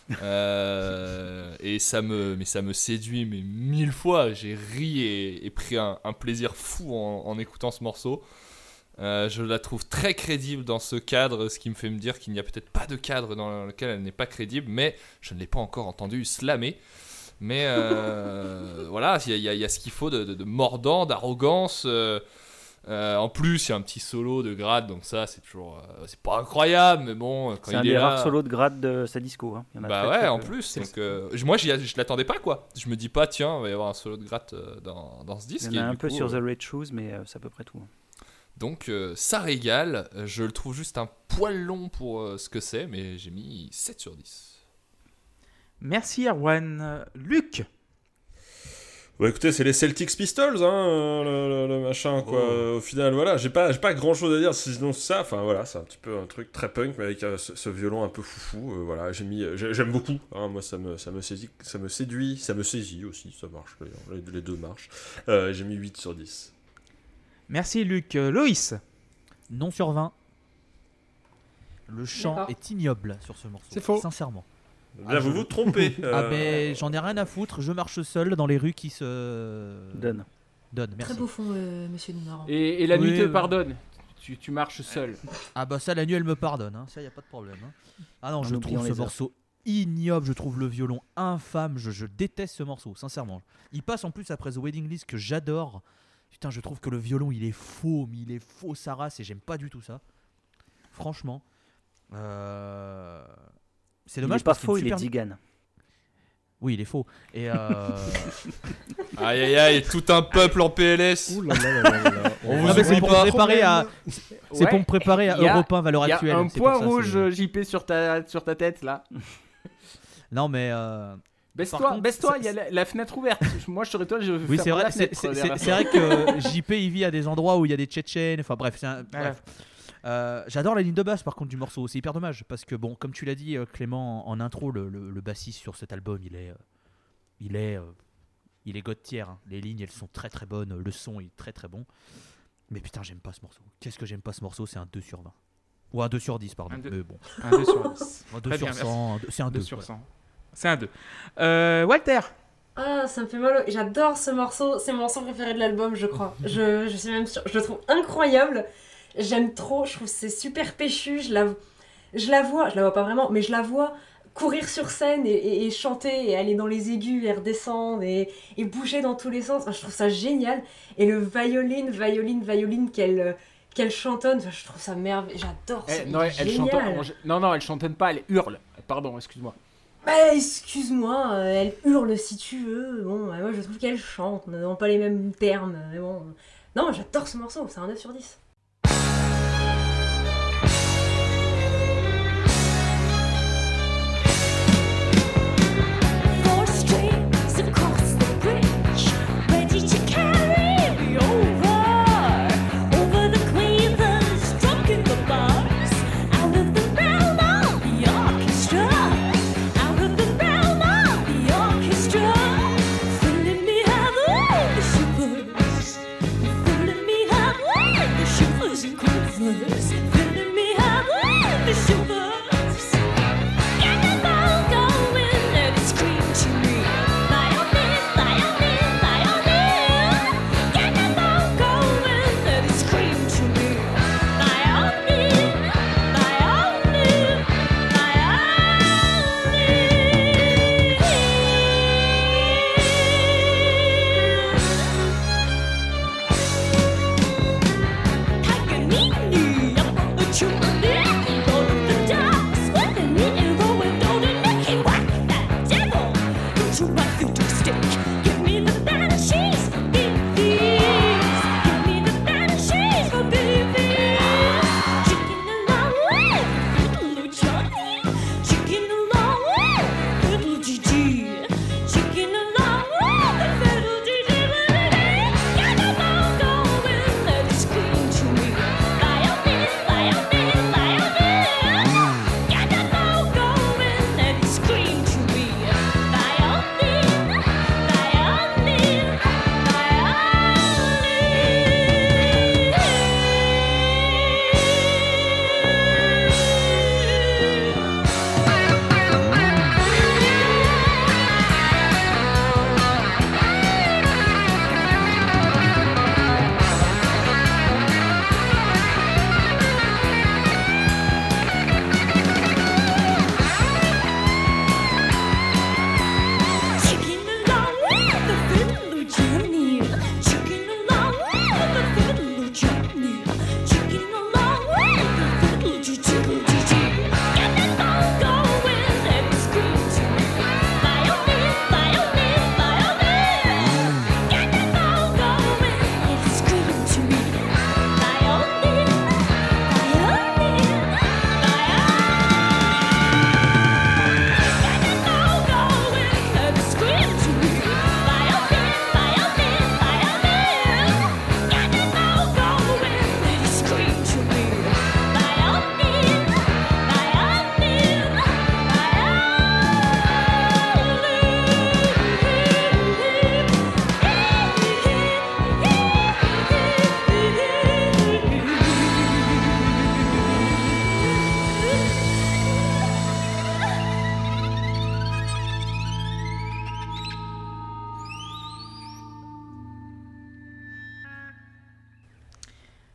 Et ça me séduit mais 1000 fois. J'ai ri et pris un plaisir fou en écoutant ce morceau. Je la trouve très crédible dans ce cadre, ce qui me fait me dire qu'il n'y a peut-être pas de cadre dans lequel elle n'est pas crédible, mais je ne l'ai pas encore entendu slammer. Mais voilà, il y a ce qu'il faut de mordant, d'arrogance. En plus, il y a un petit solo de grade, donc ça, c'est toujours, c'est pas incroyable, mais bon, quand
c'est un des rares solos de grade de sa disco. Hein. Il y en a
bah
très,
ouais,
très
en
peu.
plus. Donc, moi, je l'attendais pas, quoi. Je me dis pas, tiens, il va y avoir un solo de grade dans ce disque.
Il y en a
et
un
du
peu
coup,
sur The Red Shoes, mais c'est à peu près tout.
Donc, ça régale. Je le trouve juste un poil long pour ce que c'est, mais j'ai mis 7 sur 10.
Merci Erwan. Luc.
Bah écoutez, c'est les Celtics Pistols, hein, le machin, quoi. Au final, voilà, j'ai pas grand chose à dire sinon ça. Enfin voilà, c'est un petit peu un truc très punk, mais avec ce violon un peu foufou. Voilà, j'aime beaucoup. Hein, moi, ça me séduit, ça me saisit aussi. Ça marche, les deux marchent. J'ai mis 8 sur 10.
Merci Luc. Loïs.
Non sur 20. Le chant
D'accord.
est ignoble sur ce morceau.
C'est faux.
Sincèrement.
Bien, vous vous trompez.
Mais j'en ai rien à foutre. Je marche seul dans les rues qui se
Donne.
Merci.
Très beau fond, monsieur Nunaro.
Et la nuit
Oui,
te
ouais.
pardonne. Tu marches seul.
Ah bah ça, la nuit, elle me pardonne. Hein. Ça, y a pas de problème. Hein. Ah non,
En
je
oubliant
trouve ce
les heures.
morceau ignoble. Je trouve le violon infâme. Je déteste ce morceau, sincèrement. Il passe en plus après The Wedding List que j'adore. Putain, je trouve que le violon, il est faux, mais il est faux sa race et j'aime pas du tout ça. Franchement. C'est dommage.
Il est pas
parce qu'il
faux,
est
il est
super-
Digan.
Oui, il est faux. Et
Aïe aïe aïe, tout un peuple en PLS.
Ouh là là là là là.
On vous
Ah, mais c'est
oublie
pour
pas.
me préparer à. C'est pour me préparer à
Il y a-
Europe 1 valeur
Il y a
actuelle.
un
c'est pour
point
ça,
rouge
c'est-
JP sur ta tête là.
Non mais.
Baisse-toi,
Par contre,
baisse-toi,
ça-
il y a la fenêtre ouverte. Moi je serais toi, je vais
Oui,
faire
c'est
par
vrai.
la fenêtre, derrière
C'est
toi.
vrai que JP il vit à des endroits où il y a des Tchétchènes. Enfin bref, bref. J'adore la ligne de basse par contre du morceau. C'est hyper dommage parce que bon, comme tu l'as dit Clément en intro, le bassiste sur cet album, il est god tier. Hein. Les lignes elles sont très très bonnes. Le son est très très bon. Mais putain, j'aime pas ce morceau. Qu'est-ce que j'aime pas ce morceau? C'est un 2 sur 20. Ou un 2 sur 10, pardon.
Un 2.
Mais bon.
Un 2 sur 10.
Un 2
Très
sur
bien,
100. C'est un 2,
2 sur 100. C'est un 2. Walter.
Ah, ça me fait mal. J'adore ce morceau. C'est mon morceau préféré de l'album, je crois. Je suis même sûre. Je le trouve incroyable. J'aime trop. Je trouve que c'est super péchu. Je la vois pas vraiment, mais je la vois courir sur scène et chanter et aller dans les aigus et redescendre et bouger dans tous les sens. Enfin, je trouve ça génial. Et le violine qu'elle chantonne, enfin, je trouve ça merveilleux. J'adore ça.
Non, elle
génial.
chantonne. Non, elle chantonne pas, elle hurle. Pardon, excuse-moi.
Bah, excuse-moi, elle hurle si tu veux. Bon, moi je trouve qu'elle chante, non pas les mêmes termes. Mais bon. Non, j'adore ce morceau, c'est un 9 sur 10.
Four streams across the bridge, ready to carry me over the quavers, drunk in the bars, out of the realm of the orchestra, out of the realm of the orchestra, filling me up with the shivers, filling me up with the shivers.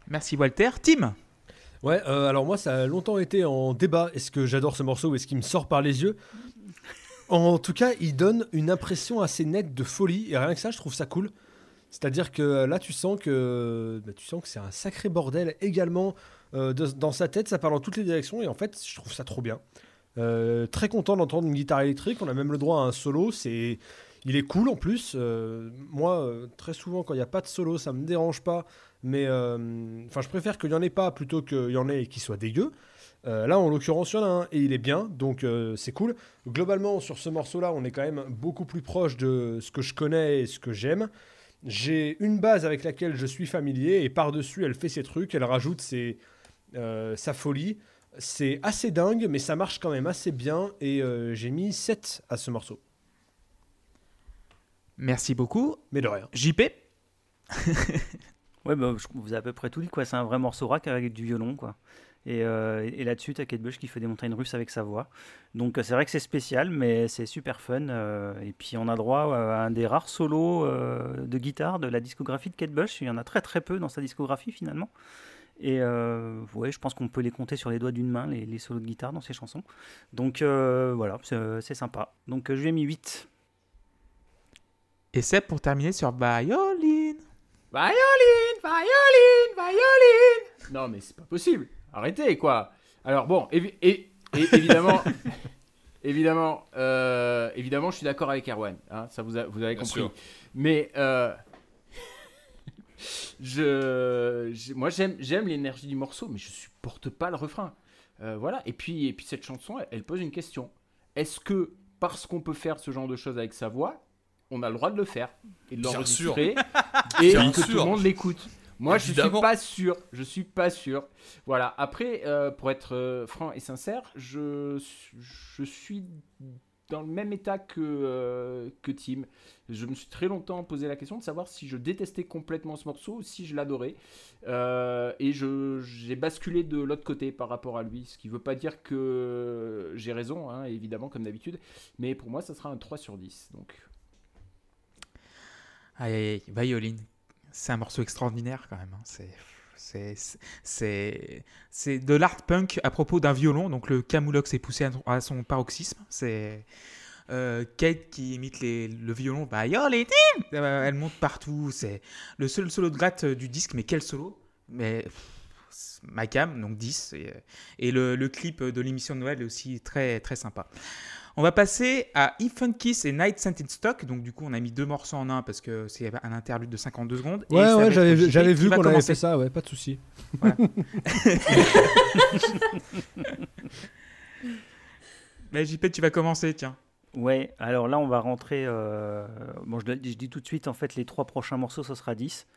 Merci Walter. Tim.
Ouais, alors moi, ça a longtemps été en débat. Est-ce que j'adore ce morceau ou est-ce qu'il me sort par les yeux? En tout cas, il donne une impression assez nette de folie. Et rien que ça, je trouve ça cool. C'est-à-dire que là, tu sens que c'est un sacré bordel également dans sa tête. Ça part dans toutes les directions. Et en fait, je trouve ça trop bien. Très content d'entendre une guitare électrique. On a même le droit à un solo. Il est cool en plus. Moi, très souvent, quand il n'y a pas de solo, ça me dérange pas. Mais je préfère qu'il n'y en ait pas plutôt qu'il y en ait et qu'il soit dégueu. Là, en l'occurrence, il y en a un et il est bien. Donc, c'est cool. Globalement, sur ce morceau-là, on est quand même beaucoup plus proche de ce que je connais et ce que j'aime. J'ai une base avec laquelle je suis familier et par-dessus, elle fait ses trucs. Elle rajoute sa folie. C'est assez dingue, mais ça marche quand même assez bien. Et j'ai mis 7 à ce morceau.
Merci beaucoup.
Mais de rien.
JP.
Ouais, bah, vous avez à peu près tout dit, quoi. C'est un vrai morceau rock avec du violon, quoi. Et là-dessus, t'as Kate Bush qui fait des montagnes russes avec sa voix. Donc c'est vrai que c'est spécial, mais c'est super fun. Et puis on a droit à un des rares solos de guitare de la discographie de Kate Bush. Il y en a très très peu dans sa discographie finalement. Et ouais, je pense qu'on peut les compter sur les doigts d'une main, les solos de guitare dans ses chansons. Donc voilà, c'est sympa. Donc je lui ai mis 8.
Et c'est pour terminer sur Violine.
Violine. Non, mais c'est pas possible. Arrêtez, quoi. Alors bon, évidemment, évidemment, je suis d'accord avec Erwan. Hein, ça vous avez
Bien
compris.
sûr.
Mais moi, j'aime l'énergie du morceau, mais je supporte pas le refrain. Voilà. Et puis cette chanson, elle pose une question. Est-ce que parce qu'on peut faire ce genre de choses avec sa voix, on a le droit de le faire et de
Bien
l'enregistrer et
Bien
que
sûr.
tout le monde l'écoute? Moi,
Évidemment.
je suis pas sûr. Voilà. Après, pour être franc et sincère, je suis dans le même état que Tim. Je me suis très longtemps posé la question de savoir si je détestais complètement ce morceau ou si je l'adorais. Et j'ai basculé de l'autre côté par rapport à lui. Ce qui ne veut pas dire que j'ai raison, hein, évidemment, comme d'habitude. Mais pour moi, ça sera un 3 sur 10. Donc...
Aïe, Violine. C'est un morceau extraordinaire quand même. Hein. C'est de l'art punk à propos d'un violon. Donc le camoulox est poussé à son paroxysme. C'est Kate qui imite le violon. Violine, elle monte partout. C'est le seul solo de gratte du disque. Mais quel solo! Mais ma cam, donc 10. Et le clip de l'émission de Noël est aussi très, très sympa. On va passer à If and Kiss et Night Sent in Stock. Donc, du coup, on a mis 2 morceaux en un parce que c'est un interlude de 52 secondes. Et ça va
Ouais,
être
j'avais
JP
vu
qui va
qu'on avait
commencer.
fait ça, ouais, pas de souci.
Voilà. Mais JP, tu vas commencer, tiens.
Ouais, alors là on va rentrer. Bon, je dis tout de suite, en fait, les 3 prochains morceaux, ça sera 10.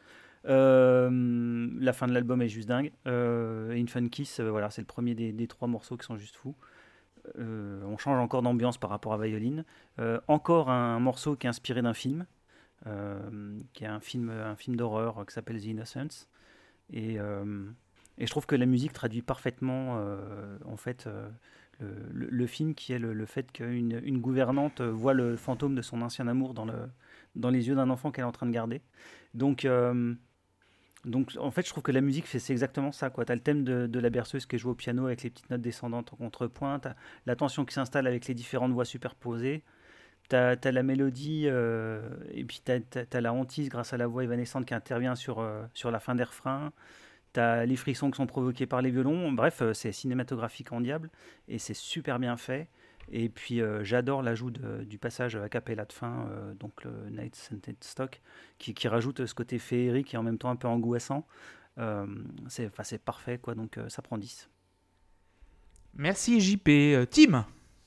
La fin de l'album est juste dingue. Infant Kiss, voilà, c'est le premier des 3 morceaux qui sont juste fous. On change encore d'ambiance par rapport à Violine. Encore un morceau qui est inspiré d'un film, qui est un film d'horreur qui s'appelle The Innocents. Et je trouve que la musique traduit parfaitement en fait le film, qui est le fait qu'une gouvernante voit le fantôme de son ancien amour dans les yeux d'un enfant qu'elle est en train de garder. Donc en fait, je trouve que la musique, c'est exactement ça, quoi. T'as le thème de la berceuse qui est joué au piano avec les petites notes descendantes en contrepoint. T'as la tension qui s'installe avec les différentes voix superposées. T'as la mélodie et puis t'as la hantise grâce à la voix évanescente qui intervient sur la fin des refrains. T'as les frissons qui sont provoqués par les violons. Bref, c'est cinématographique en diable et c'est super bien fait. Et puis j'adore l'ajout du passage a cappella de fin, donc le Night Sent Stock, qui rajoute ce côté féerique et en même temps un peu angoissant. C'est parfait, quoi, donc ça prend 10.
Merci JP. Tim.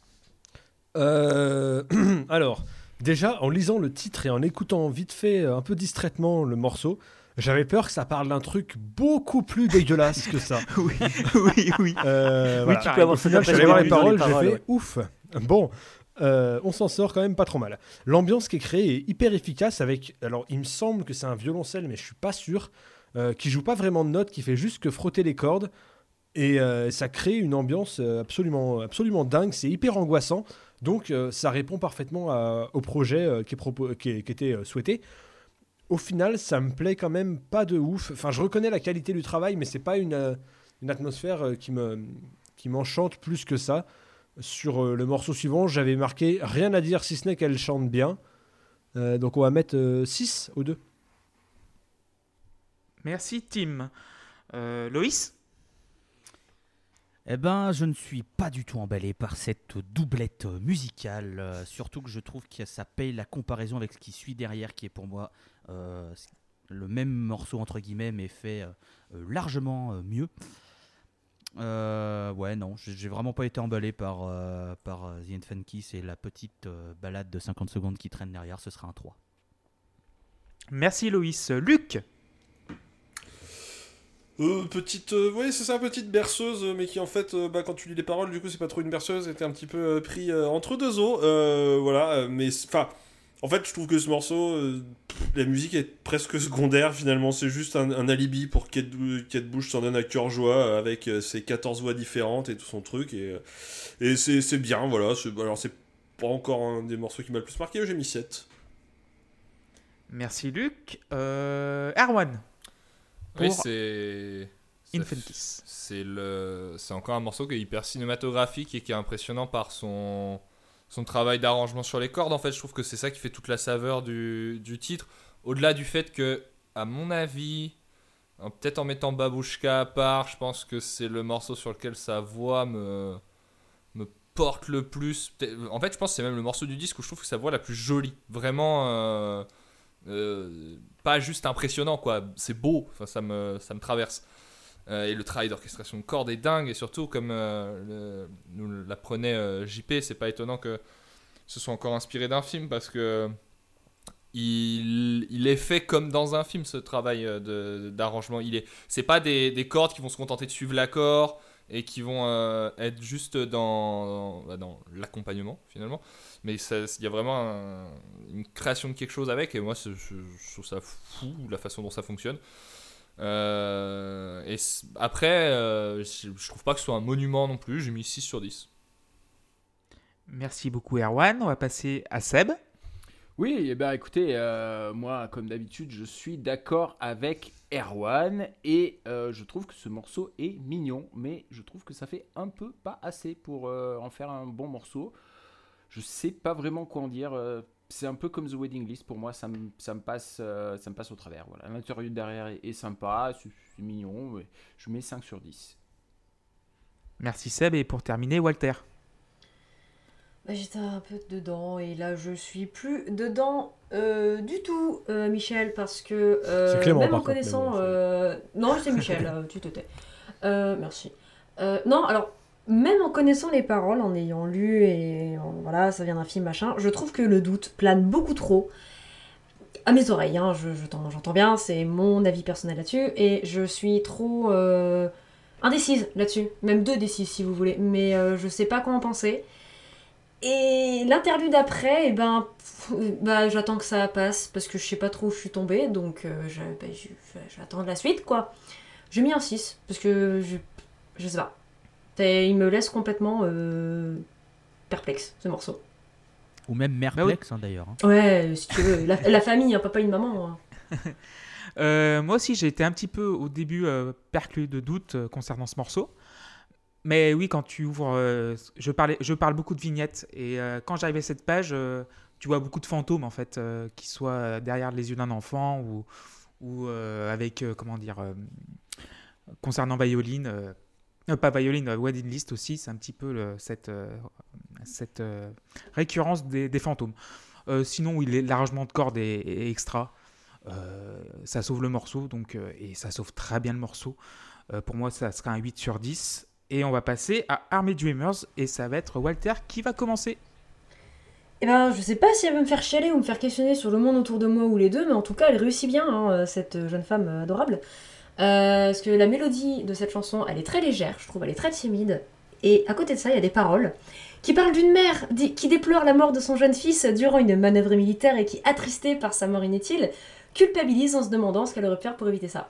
Alors, déjà, en lisant le titre et en écoutant vite fait, un peu distraitement, le morceau, j'avais peur que ça parle d'un truc beaucoup plus dégueulasse que ça.
Oui.
Voilà.
tu peux avoir
Au final, je
cette
suis allé voir les
impression
paroles, j'ai
ouais.
fait ouf. Bon, on s'en sort quand même pas trop mal. L'ambiance qui est créée est hyper efficace avec. Alors, il me semble que c'est un violoncelle, mais je suis pas sûr. Qui joue pas vraiment de notes, qui fait juste que frotter les cordes. Et ça crée une ambiance absolument dingue. C'est hyper angoissant. Donc, ça répond parfaitement au projet qui était souhaité. au final, ça me plaît quand même pas de ouf. Enfin, je reconnais la qualité du travail, mais c'est pas une atmosphère qui m'enchante plus que ça. Sur le morceau suivant, j'avais marqué rien à dire si ce n'est qu'elle chante bien. Donc on va mettre 6 aux deux.
Merci Tim. Loïs?
Eh ben, je ne suis pas du tout emballé par cette doublette musicale, surtout que je trouve que ça paye la comparaison avec ce qui suit derrière, qui est pour moi le même morceau entre guillemets, mais fait largement mieux. Ouais, non, j'ai vraiment pas été emballé par The Infant Kiss et la petite balade de 50 secondes qui traîne derrière, ce sera un 3.
Merci Loïs. Luc?
Oui, c'est ça, petite berceuse, mais qui en fait, quand tu lis les paroles, du coup, c'est pas trop une berceuse, était un petit peu pris entre deux eaux. Voilà, mais enfin, en fait, je trouve que ce morceau, la musique est presque secondaire finalement, c'est juste un alibi pour Kate Bush s'en donne à cœur joie avec ses 14 voix différentes et tout son truc, et c'est bien, voilà. Alors, c'est pas encore un des morceaux qui m'a le plus marqué, j'ai mis 7.
Merci Luc. Erwan?
Oui,
Pour
c'est
Infant Kiss.
C'est encore un morceau qui est hyper cinématographique et qui est impressionnant par son travail d'arrangement sur les cordes. En fait, je trouve que c'est ça qui fait toute la saveur du titre. Au-delà du fait que, à mon avis, peut-être en mettant Babouchka à part, je pense que c'est le morceau sur lequel sa voix me porte le plus. En fait, je pense que c'est même le morceau du disque où je trouve que sa voix est la plus jolie. Vraiment... pas juste impressionnant, quoi, c'est beau, enfin, ça me traverse, et le travail d'orchestration de cordes est dingue, et surtout comme nous l'apprenait JP, c'est pas étonnant que ce soit encore inspiré d'un film, parce que il est fait comme dans un film, ce travail d'arrangement. C'est pas des cordes qui vont se contenter de suivre l'accord et qui vont être juste dans l'accompagnement finalement, mais il y a vraiment une création de quelque chose avec, et moi je trouve ça fou la façon dont ça fonctionne. Après, je trouve pas que ce soit un monument non plus, j'ai mis 6 sur 10.
Merci beaucoup Erwan. On va passer à Seb.
Oui, eh ben, écoutez, moi, comme d'habitude, je suis d'accord avec Erwan et je trouve que ce morceau est mignon, mais je trouve que ça fait un peu pas assez pour en faire un bon morceau. Je sais pas vraiment quoi en dire. C'est un peu comme The Wedding List pour moi, ça me passe au travers. Voilà. L'intérieur derrière est sympa, c'est mignon, mais je mets 5 sur 10.
Merci Seb, et pour terminer Walter.
Bah, j'étais un peu dedans et là je suis plus dedans du tout, Michel, parce que
C'est Clément,
même
par
en
contre,
connaissant...
mais
Non, c'est Michel, tu te tais. Merci. Non, alors, même en connaissant les paroles, en ayant lu et voilà, ça vient d'un film, machin, je trouve que le doute plane beaucoup trop à mes oreilles, hein, j'entends bien, c'est mon avis personnel là-dessus, et je suis trop indécise là-dessus, même 2 décises si vous voulez, mais je sais pas quoi en penser. Et l'interlude d'après, j'attends que ça passe parce que je sais pas trop où je suis tombée, donc j'attends la suite, quoi. J'ai mis un 6 parce que je sais pas. Il me laisse complètement perplexe, ce morceau.
Ou même merplexe, d'ailleurs. Hein.
Ouais, si tu veux, la famille, un papa et une maman.
Hein. Moi aussi, j'ai été un petit peu au début perclus de doutes concernant ce morceau. Mais oui, quand tu ouvres... je parle beaucoup de vignettes. Et quand j'arrive à cette page, tu vois beaucoup de fantômes, en fait, qui soient derrière les yeux d'un enfant ou avec, concernant Violine... pas Violine, Wedding List aussi, c'est un petit peu cette récurrence des fantômes. Sinon, oui, l'arrangement de cordes est extra. Ça sauve le morceau, donc, et ça sauve très bien le morceau. Pour moi, ça sera un 8 sur 10. Et on va passer à Army Dreamers, et ça va être Walter qui va commencer.
Eh ben, je sais pas si elle veut me faire chialer ou me faire questionner sur le monde autour de moi ou les deux, mais en tout cas, elle réussit bien, hein, cette jeune femme adorable. Parce que la mélodie de cette chanson, elle est très légère, je trouve, elle est très timide. Et à côté de ça, il y a des paroles qui parlent d'une mère qui déplore la mort de son jeune fils durant une manœuvre militaire et qui, attristée par sa mort inutile, culpabilise en se demandant ce qu'elle aurait pu faire pour éviter ça.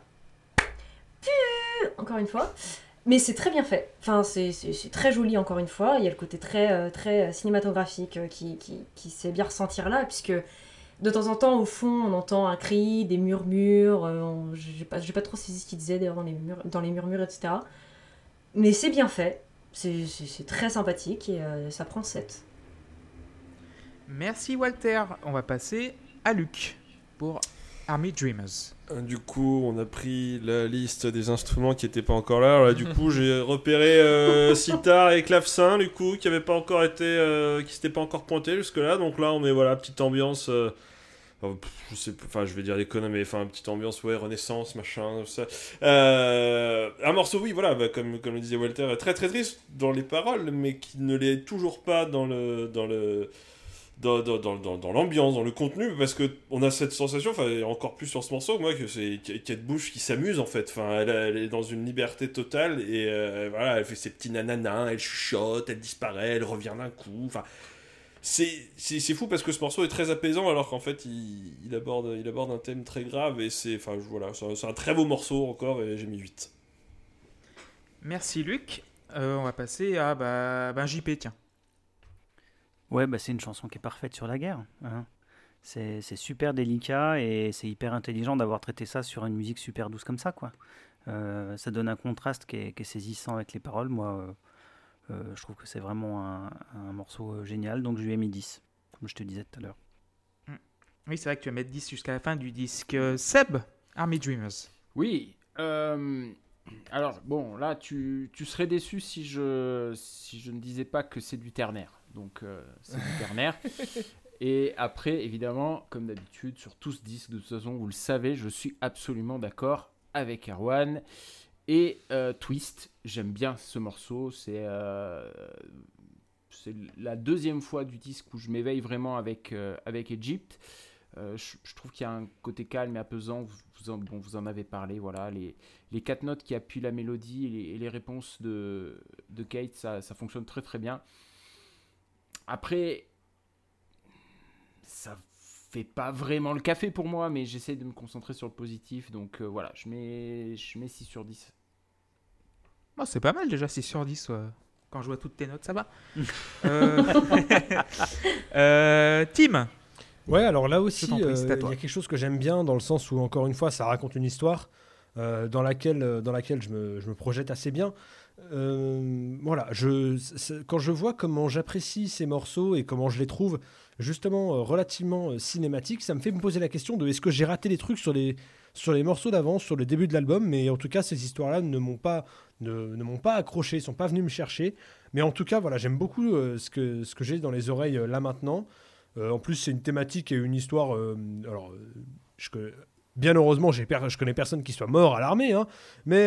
Encore une fois. Mais c'est très bien fait. Enfin, c'est très joli, encore une fois. Il y a le côté très cinématographique qui sait bien ressentir là, puisque De temps en temps, au fond, on entend un cri, des murmures. J'ai pas trop saisi ce qu'il disait d'ailleurs dans les murmures, etc. Mais c'est bien fait. C'est très sympathique et ça prend 7.
Merci Walter. On va passer à Luc pour Army Dreamers.
Du coup, on a pris la liste des instruments qui n'étaient pas encore là. Alors là, du coup, j'ai repéré sitar et clavecin, du coup, qui n'avaient pas encore été, qui s'étaient pas encore pointés jusque-là. Donc là, on met voilà petite ambiance. Je sais, enfin, je vais dire des conneries, mais enfin, petite ambiance, ouais, Renaissance, machin, tout ça. Un morceau, oui, voilà, comme le disait Walter, très très triste dans les paroles, mais qui ne l'est toujours pas dans l'ambiance, dans le contenu, parce que on a cette sensation, enfin encore plus sur ce morceau, moi, que c'est Kate Bush qui s'amuse en fait. Enfin, elle est dans une liberté totale et voilà, elle fait ses petits nananas, elle chuchote, elle disparaît, elle revient d'un coup. Enfin, c'est fou parce que ce morceau est très apaisant alors qu'en fait il aborde un thème très grave et c'est un très beau morceau encore et j'ai mis 8.
Merci Luc. On va passer à JP, tiens.
Ouais, c'est une chanson qui est parfaite sur la guerre. Hein. C'est super délicat et c'est hyper intelligent d'avoir traité ça sur une musique super douce comme ça, quoi. Ça donne un contraste qui est saisissant avec les paroles. Moi, je trouve que c'est vraiment un morceau génial, donc je lui ai mis 10, comme je te disais tout à l'heure.
Oui, c'est vrai que tu vas mettre 10 jusqu'à la fin du disque. Seb, Army Dreamers.
Oui. Alors, bon, là, tu serais déçu si je ne disais pas que c'est du ternaire. Donc, c'est du ternaire. Et après, évidemment, comme d'habitude, sur tout ce disque, de toute façon, vous le savez, je suis absolument d'accord avec Erwan. Et Twist, j'aime bien ce morceau. C'est la deuxième fois du disque où je m'éveille vraiment avec Egypt. Je trouve qu'il y a un côté calme et apaisant. Vous en avez parlé. Voilà, les 4 notes qui appuient la mélodie et les réponses de Kate, ça fonctionne très très bien. Après, ça fait pas vraiment le café pour moi, mais j'essaie de me concentrer sur le positif. Donc voilà, je mets 6 sur 10.
Oh, c'est pas mal déjà, 6 sur 10. Quand je vois toutes tes notes, ça va. Tim.
Ouais, alors là aussi,
Je t'en prie, c'est à
il y
toi.
a quelque chose que j'aime bien dans le sens où, encore une fois, ça raconte une histoire dans laquelle je me projette assez bien. Voilà, quand je vois comment j'apprécie ces morceaux et comment je les trouve justement relativement cinématiques, ça me fait me poser la question de est-ce que j'ai raté des trucs sur les morceaux d'avant, sur le début de l'album, mais en tout cas ces histoires-là ne m'ont pas accroché, sont pas venues me chercher. Mais en tout cas, voilà, j'aime beaucoup ce que j'ai dans les oreilles là maintenant. En plus, c'est une thématique et une histoire. Bien heureusement, je connais personne qui soit mort à l'armée, hein, mais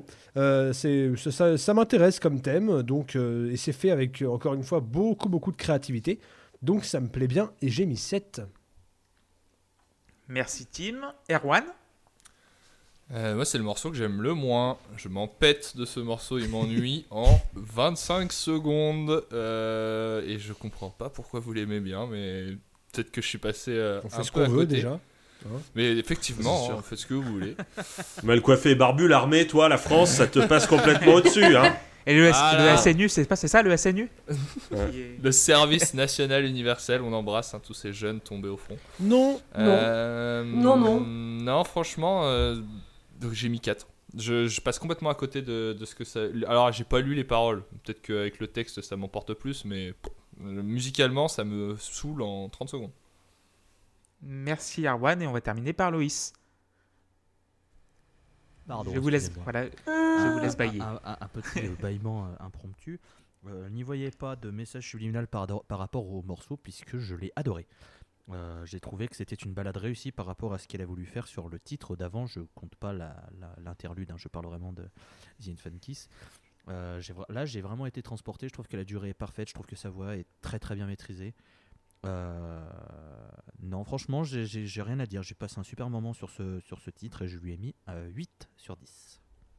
ça m'intéresse comme thème, donc, et c'est fait avec, encore une fois, beaucoup, beaucoup de créativité, donc ça me plaît bien, et j'ai mis 7.
Merci Tim. Erwan.
Moi, c'est le morceau que j'aime le moins. Je m'en pète de ce morceau, il m'ennuie en 25 secondes. Et je comprends pas pourquoi vous l'aimez bien, mais peut-être que je suis passé
On
un
fait ce
peu
qu'on
à
veut
côté.
déjà.
Mais effectivement,
C'est sûr.
faites ce que vous voulez.
Mal coiffé et barbu, l'armée, toi, la France, ça te passe complètement au-dessus, hein.
Et le
Voilà.
SNU, c'est ça le SNU
Ouais.
Qui est-
Le service national universel, on embrasse tous ces jeunes tombés au front.
Non,
Non.
Non, franchement, donc j'ai mis 4. Je passe complètement à côté de ce que ça... Alors, j'ai pas lu les paroles. Peut-être qu'avec le texte, ça m'emporte plus, mais musicalement, ça me saoule en 30 secondes.
Merci Erwan, et on va terminer par Loïs.
Pardon,
je vous laisse,
excusez-moi.
voilà, je vous laisse bailler.
Un petit bâillement impromptu. N'y voyez pas de message subliminal par rapport au morceau, puisque je l'ai adoré. J'ai trouvé que c'était une balade réussie par rapport à ce qu'elle a voulu faire sur le titre d'avant. Je compte pas l'interlude, hein, je parle vraiment de The Infant Kiss. Là, j'ai vraiment été transporté. Je trouve que la durée est parfaite. Je trouve que sa voix est très très bien maîtrisée. Non, franchement, j'ai rien à dire. J'ai passé un super moment sur ce titre et je lui ai mis 8 sur 10.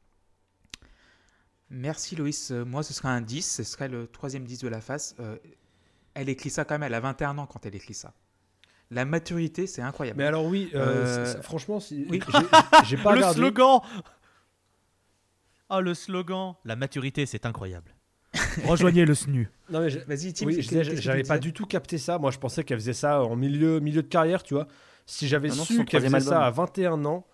Merci Loïs. Moi, ce sera un 10. Ce serait le 3e 10 de la face. Elle écrit ça quand même. Elle a 21 ans quand elle écrit ça. La maturité, c'est incroyable.
mais alors oui, franchement,
Oui.
j'ai pas
Le
regardé.
slogan. Ah, le slogan. La maturité, c'est incroyable. Rejoignez le SNU.
Non, mais
Vas-y, Tim.
oui,
qu'est-ce que tu
j'avais pas
disais
du tout capté ça. Moi, je pensais qu'elle faisait ça en milieu de carrière, tu vois. Si j'avais
Ah non,
su
son
qu'elle faisait
troisième
ça à
album.
21 ans,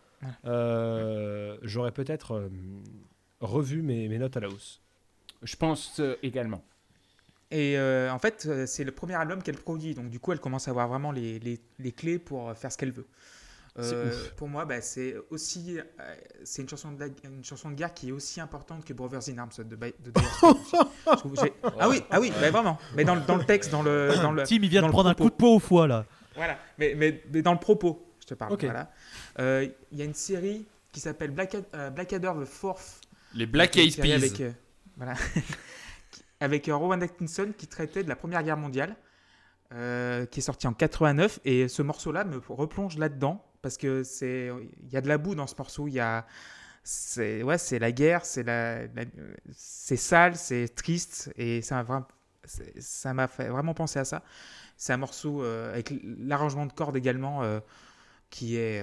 j'aurais peut-être revu mes notes à la hausse.
Je pense également.
Et en fait, c'est le premier album qu'elle produit, donc du coup, elle commence à avoir vraiment les clés pour faire ce qu'elle veut. Pour moi, c'est aussi c'est une chanson de guerre qui est aussi importante que Brothers in Arms de Dire Straits. Ah oui, vraiment. Mais dans le texte, dans le
Tim, il vient
dans
de
le
prendre un
propos.
coup de poing au foie là.
Voilà, mais dans le propos, je te parle.
Ok.
Voilà. Il y a une série qui s'appelle Blackadder the Fourth.
Les Black
Une
Eyed
série
Peas.
avec, voilà. avec Rowan Atkinson qui traitait de la Première Guerre mondiale, qui est sorti en 89. Et ce morceau-là me replonge là-dedans parce que il y a de la boue dans ce morceau. C'est la guerre, c'est sale, c'est triste et ça m'a fait vraiment penser à ça. C'est un morceau avec l'arrangement de cordes également qui est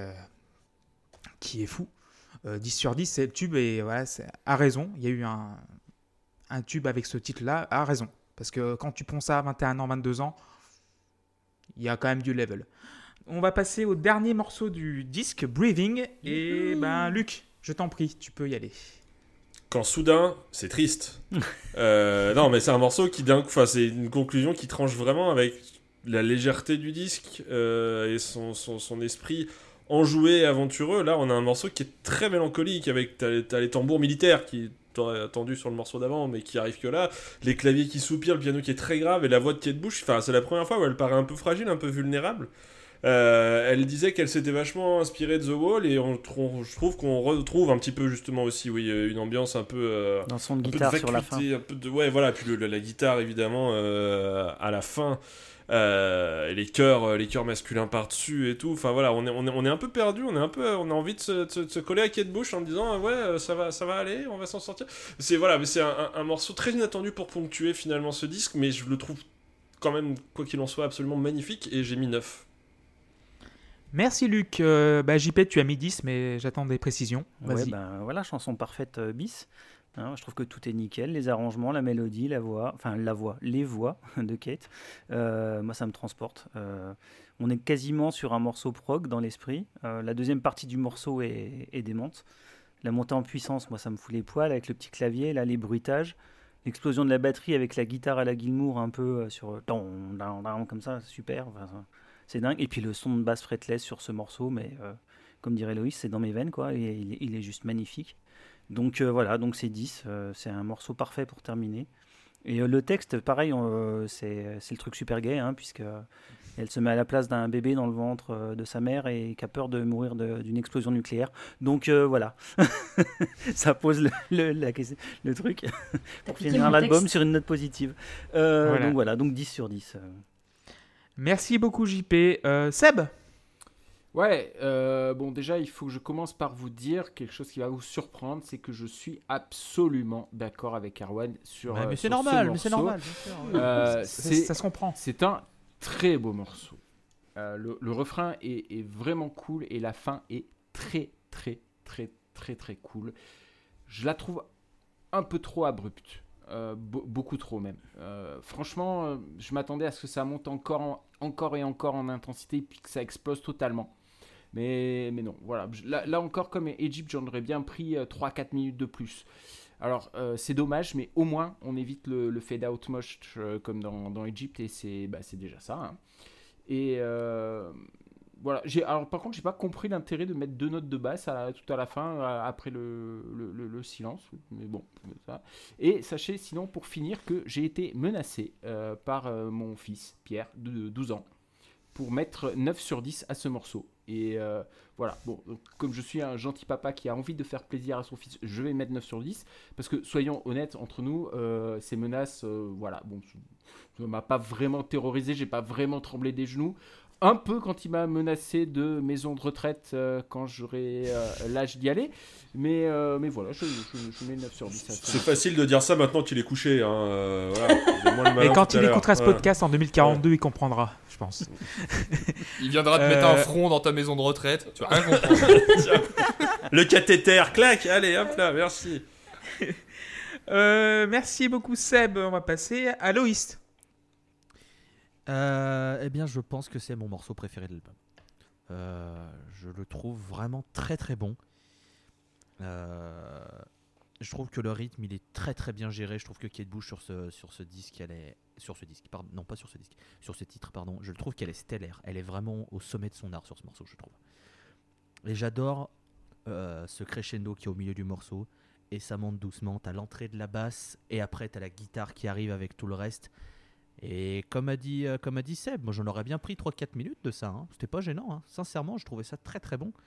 fou. 10 sur 10, c'est le tube et voilà, à raison. Il y a eu un tube avec ce titre-là, à raison. Parce que quand tu ponds ça à 21 ans, 22 ans, il y a quand même du level. On va passer au dernier morceau du disque, Breathing. Et Luc, je t'en prie, tu peux y aller.
Quand soudain, c'est triste. Non, mais c'est un morceau qui c'est une conclusion qui tranche vraiment avec la légèreté du disque et son esprit enjoué et aventureux. Là, on a un morceau qui est très mélancolique avec t'as les tambours militaires qui t'aurais attendu sur le morceau d'avant, mais qui arrivent que là. Les claviers qui soupirent, le piano qui est très grave et la voix de Kate Bush. Enfin, c'est la première fois où elle paraît un peu fragile, un peu vulnérable. Elle disait qu'elle s'était vachement inspirée de The Wall et je trouve qu'on retrouve un petit peu justement aussi une ambiance un peu
Dans son de
un peu
guitare sur la fin.
vacuité, un peu de voilà, puis la guitare évidemment à la fin, et les chœurs masculins par dessus et tout. Enfin voilà, on est un peu perdu, on a envie de se coller à Kate Bush en disant ça va aller, on va s'en sortir. Mais c'est un morceau très inattendu pour ponctuer finalement ce disque, mais je le trouve quand même, quoi qu'il en soit, absolument magnifique et j'ai mis 9.
Merci Luc. JP, tu as mis 10, mais j'attends des précisions. Vas-y.
Voilà, chanson parfaite bis. Hein, je trouve que tout est nickel, les arrangements, la mélodie, les voix de Kate. Moi, ça me transporte. On est quasiment sur un morceau prog dans l'esprit. La deuxième partie du morceau est démente. La montée en puissance, moi, ça me fout les poils avec le petit clavier, là, les bruitages. L'explosion de la batterie avec la guitare à la Gilmour un peu sur comme ça, super. C'est dingue. Et puis le son de basse fretless sur ce morceau, mais comme dirait Loïs, c'est dans mes veines, quoi. Et il est juste magnifique. Donc voilà, donc c'est 10. C'est un morceau parfait pour terminer. Et le texte, pareil, c'est le truc super gay, hein, puisque elle se met à la place d'un bébé dans le ventre de sa mère et qui a peur de mourir d'une explosion nucléaire. Donc voilà, ça pose le truc pour finir l'album sur une note positive.
Voilà.
Donc voilà, donc 10 sur 10.
Merci beaucoup JP. Seb ?
Ouais, bon déjà il faut que je commence par vous dire quelque chose qui va vous surprendre, c'est que je suis absolument d'accord avec Erwan sur
mais c'est
sur
normal,
ce
mais c'est
morceau.
normal. Bien sûr.
Ça se comprend.
C'est un très beau morceau. Le refrain est vraiment cool et la fin est très très très très très cool. Je la trouve un peu trop abrupte. Beaucoup trop même. Franchement, je m'attendais à ce que ça monte encore et encore en intensité puis que ça explose totalement. Mais non, voilà. Là encore, comme Egypt, j'en aurais bien pris 3-4 minutes de plus. Alors, c'est dommage, mais au moins, on évite le fade-out moche comme dans Egypt et c'est déjà ça. Hein. Et voilà. Alors, par contre, j'ai pas compris l'intérêt de mettre 2 notes de basse tout à la fin, après le silence. Mais bon, ça. Et sachez, sinon, pour finir, que j'ai été menacé par mon fils, Pierre, de 12 ans, pour mettre 9 sur 10 à ce morceau. Et voilà, bon, donc, comme je suis un gentil papa qui a envie de faire plaisir à son fils, je vais mettre 9 sur 10. Parce que, soyons honnêtes, entre nous, ces menaces, voilà, bon, ça ne m'a pas vraiment terrorisé, j'ai pas vraiment tremblé des genoux. Un peu quand il m'a menacé de maison de retraite quand j'aurai l'âge d'y aller. Mais voilà, je mets 9 sur 10.
C'est facile de dire ça maintenant qu'il est couché. Hein, voilà.
Et quand il écoutera ce podcast en 2042, il comprendra, je pense.
Il viendra te mettre un front dans ta maison de retraite. Tu vas rien comprendre.
Le cathéter, clac, allez, hop là, merci.
Merci beaucoup Seb, on va passer à Loïs.
Eh bien, je pense que c'est mon morceau préféré de l'album. Je le trouve vraiment très très bon. Je trouve que le rythme il est très très bien géré. Je trouve que Kate Bush sur ce disque, pardon, non pas sur ce disque, sur ce titre pardon, je le trouve qu'elle est stellaire. Elle est vraiment au sommet de son art sur ce morceau, je trouve. Et j'adore ce crescendo qui est au milieu du morceau et ça monte doucement. T'as l'entrée de la basse et après t'as la guitare qui arrive avec tout le reste. Et comme a dit Seb, moi j'en aurais bien pris 3-4 minutes de ça. Hein. C'était pas gênant. Hein. Sincèrement, je trouvais ça très très bon.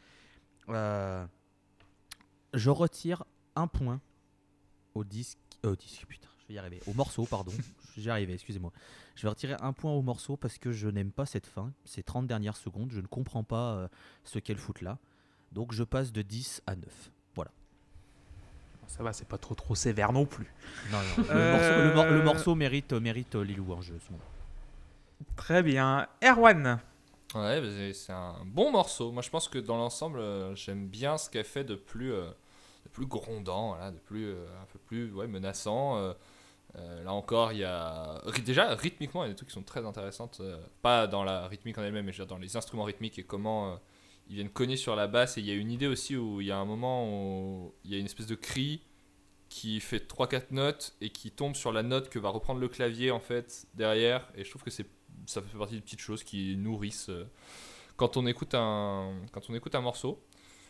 Je retire un point au disque, putain, je vais y arriver. Au morceau, pardon. Je vais y arriver, excusez-moi. Je vais retirer un point au morceau parce que je n'aime pas cette fin, ces 30 dernières secondes. Je ne comprends pas ce qu'elle fout là. Donc je passe de 10 à 9. Voilà.
Ça va, c'est pas trop sévère non plus.
Non. Le morceau mérite l'illouangeusement.
Très bien. Erwan.
Ouais, c'est un bon morceau. Moi, je pense que dans l'ensemble, j'aime bien ce qu'elle fait de plus grondant, voilà, un peu plus menaçant. Là encore, il y a déjà rythmiquement, il y a des trucs qui sont très intéressantes. Pas dans la rythmique en elle-même, mais je veux dire dans les instruments rythmiques et comment ils viennent cogner sur la basse. Et il y a une idée aussi où il y a un moment où il y a une espèce de cri qui fait 3-4 notes et qui tombe sur la note que va reprendre le clavier en fait derrière. Et je trouve que ça fait partie des petites choses qui nourrissent quand on écoute un morceau.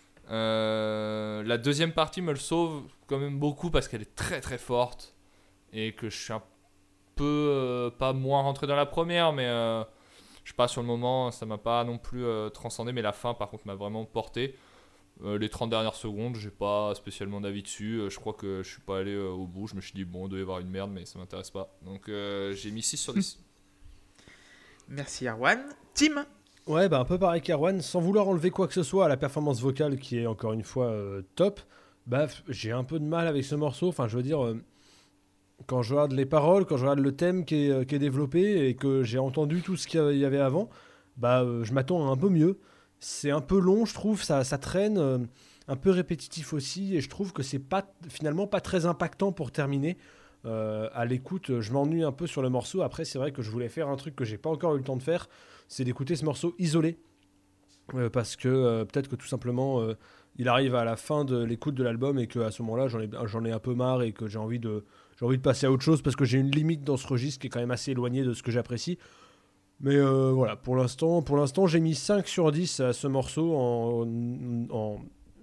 La deuxième partie me le sauve quand même beaucoup parce qu'elle est très très forte et que je suis un peu pas moins rentré dans la première, mais je sais pas, sur le moment ça m'a pas non plus transcendé, mais la fin par contre m'a vraiment porté. Les 30 dernières secondes, j'ai pas spécialement d'avis dessus. Je crois que je suis pas allé au bout. Je me suis dit, bon, il doit y avoir une merde, mais ça m'intéresse pas. Donc j'ai mis 6 sur 10.
Merci Erwan. Tim.
Ouais, bah un peu pareil qu'Erwan, sans vouloir enlever quoi que ce soit à la performance vocale qui est encore une fois top, bah j'ai un peu de mal avec ce morceau. Enfin, je veux dire, quand je regarde les paroles, quand je regarde le thème qui est développé et que j'ai entendu tout ce qu'il y avait avant, bah je m'attends à un peu mieux. C'est un peu long, je trouve, ça traîne, un peu répétitif aussi, et je trouve que c'est finalement pas très impactant pour terminer. À l'écoute, je m'ennuie un peu sur le morceau. Après, c'est vrai que je voulais faire un truc que j'ai pas encore eu le temps de faire, c'est d'écouter ce morceau isolé, parce que peut-être que tout simplement il arrive à la fin de l'écoute de l'album et qu'à ce moment-là j'en ai un peu marre et que j'ai envie de passer à autre chose parce que j'ai une limite dans ce registre qui est quand même assez éloignée de ce que j'apprécie. Mais voilà, pour l'instant j'ai mis 5 sur 10 à ce morceau en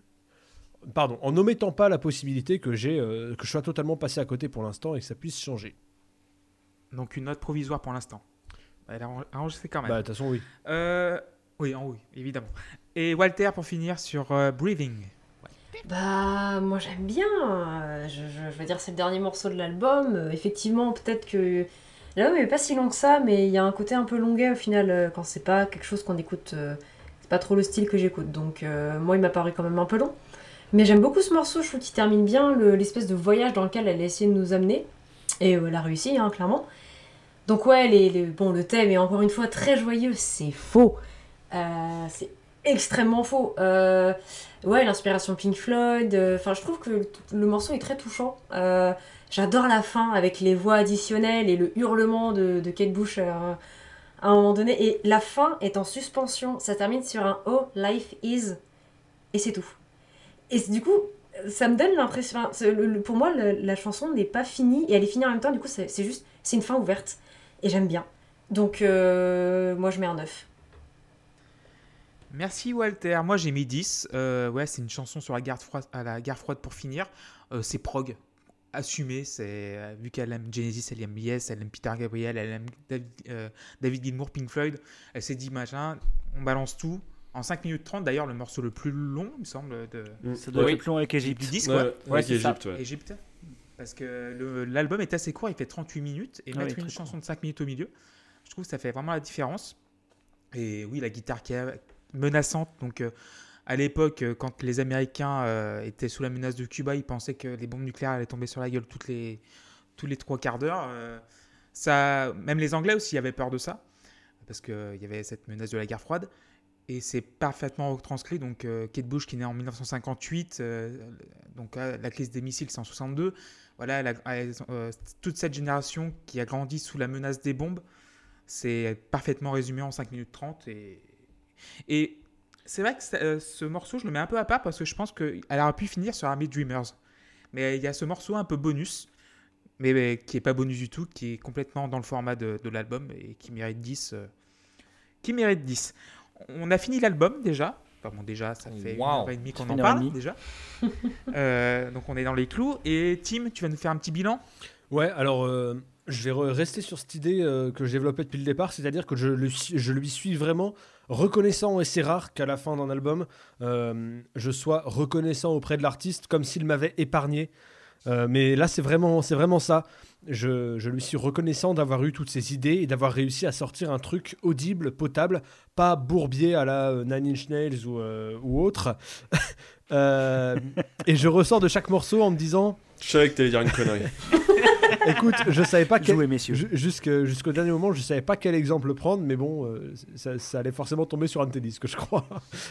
n'omettant pas la possibilité que je sois totalement passé à côté pour l'instant et que ça puisse changer.
Donc une note provisoire pour l'instant. Elle a enregistré quand même.
Bah de toute façon oui.
Oui, évidemment. Et Walter pour finir sur Breathing.
Bah, moi j'aime bien. Je veux dire, c'est le dernier morceau de l'album. Effectivement, peut-être que l'album est pas si long que ça, mais il y a un côté un peu longuet au final quand c'est pas quelque chose qu'on écoute. C'est pas trop le style que j'écoute. Donc, moi il m'a paru quand même un peu long. Mais j'aime beaucoup ce morceau. Je trouve qu'il termine bien l'espèce de voyage dans lequel elle a essayé de nous amener. Et elle a réussi, hein, clairement. Donc, ouais, le thème est encore une fois très joyeux. C'est faux. C'est extrêmement faux. Ouais, l'inspiration Pink Floyd. Enfin, je trouve que le morceau est très touchant. J'adore la fin avec les voix additionnelles et le hurlement de Kate Bush à un moment donné. Et la fin est en suspension. Ça termine sur un Oh, life is. Et c'est tout. Et du coup, ça me donne l'impression. Pour moi, la chanson n'est pas finie et elle est finie en même temps. Du coup, c'est une fin ouverte. Et j'aime bien. Donc, moi, je mets un 9.
Merci Walter. Moi j'ai mis 10. Ouais, c'est une chanson sur la guerre froide pour finir. C'est prog. Assumé. Vu qu'elle aime Genesis, elle aime Yes, elle aime Peter Gabriel, elle aime David Gilmour, Pink Floyd. Elle s'est dit machin, on balance tout. En 5 minutes 30, d'ailleurs, le morceau le plus long, il me semble.
Ça doit être le plus long avec Egypte.
Du disque, quoi.
Ouais, c'est Egypte, ouais.
Egypte. Parce que l'album est assez court, il fait 38 minutes. Et mettre une chanson de 5 minutes au milieu, je trouve que ça fait vraiment la différence. Et oui, la guitare qui est menaçante. Donc, à l'époque, quand les Américains étaient sous la menace de Cuba, ils pensaient que les bombes nucléaires allaient tomber sur la gueule tous les 3 quarts d'heure. Même les Anglais aussi avaient peur de ça, parce qu'il y avait cette menace de la guerre froide. Et c'est parfaitement retranscrit. Donc, Kate Bush, qui est née en 1958, donc la crise des missiles, c'est en 62. Voilà, toute cette génération qui a grandi sous la menace des bombes, c'est parfaitement résumé en 5 minutes 30. Et c'est vrai que ce morceau, je le mets un peu à part parce que je pense qu'elle aurait pu finir sur Army Dreamers. Mais il y a ce morceau un peu bonus, mais qui n'est pas bonus du tout, qui est complètement dans le format de l'album et qui mérite 10. On a fini l'album déjà. Enfin bon, déjà, ça fait une heure et demie qu'on en parle déjà. Donc on est dans les clous. Et Tim, tu vas nous faire un petit bilan ?
Ouais, alors je vais rester sur cette idée que je développais depuis le départ, c'est-à-dire que je lui suis vraiment reconnaissant, et c'est rare qu'à la fin d'un album, je sois reconnaissant auprès de l'artiste comme s'il m'avait épargné. Mais là, c'est vraiment ça. Je lui suis reconnaissant d'avoir eu toutes ces idées et d'avoir réussi à sortir un truc audible, potable, pas bourbier à la Nine Inch Nails ou autre. Et je ressors de chaque morceau en me disant...
Je savais que t'allais dire une connerie.
Écoute, je savais pas
Jouez, messieurs.
jusqu'au dernier moment, je savais pas quel exemple prendre, mais bon, ça allait forcément tomber sur un de tes disques, je crois.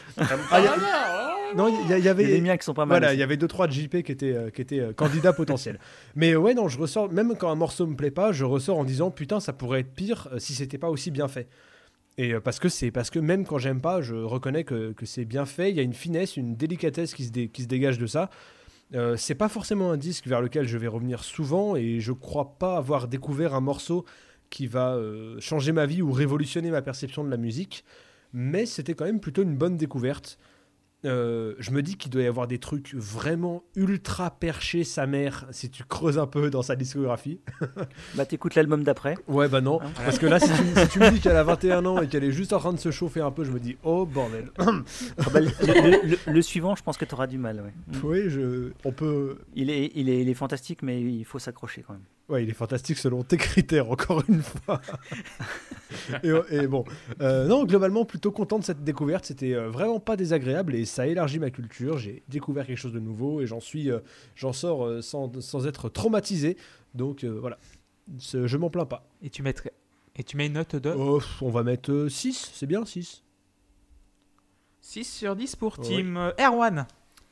Non, il y avait
Il y a des miens qui sont pas mal.
Voilà,
aussi.
il y avait 2-3 JP qui étaient candidats potentiels. Mais ouais, non, je ressors, même quand un morceau me plaît pas, je ressors en disant putain, ça pourrait être pire si c'était pas aussi bien fait. Et parce que même quand j'aime pas, je reconnais que c'est bien fait. Il y a une finesse, une délicatesse qui se dégage de ça. C'est pas forcément un disque vers lequel je vais revenir souvent, et je crois pas avoir découvert un morceau qui va changer ma vie ou révolutionner ma perception de la musique, mais c'était quand même plutôt une bonne découverte. Je me dis qu'il doit y avoir des trucs vraiment ultra perchés, sa mère, si tu creuses un peu dans sa discographie.
Bah t'écoutes l'album d'après.
Ouais, bah non, parce que là, si tu me dis qu'elle a 21 ans et qu'elle est juste en train de se chauffer un peu, je me dis, oh bordel.
Ah bah, le suivant, je pense que t'auras du mal. Ouais.
Oui, on peut...
Il est fantastique, mais il faut s'accrocher quand même.
Ouais, il est fantastique selon tes critères, encore une fois. et bon, non, globalement, plutôt content de cette découverte. C'était vraiment pas désagréable et ça élargit ma culture. J'ai découvert quelque chose de nouveau et j'en sors sans être traumatisé. Donc voilà, je m'en plains pas.
Et tu mets une note de
Oh, on va mettre 6, c'est bien 6.
6 sur 10 pour
Ouais.
Team Erwan.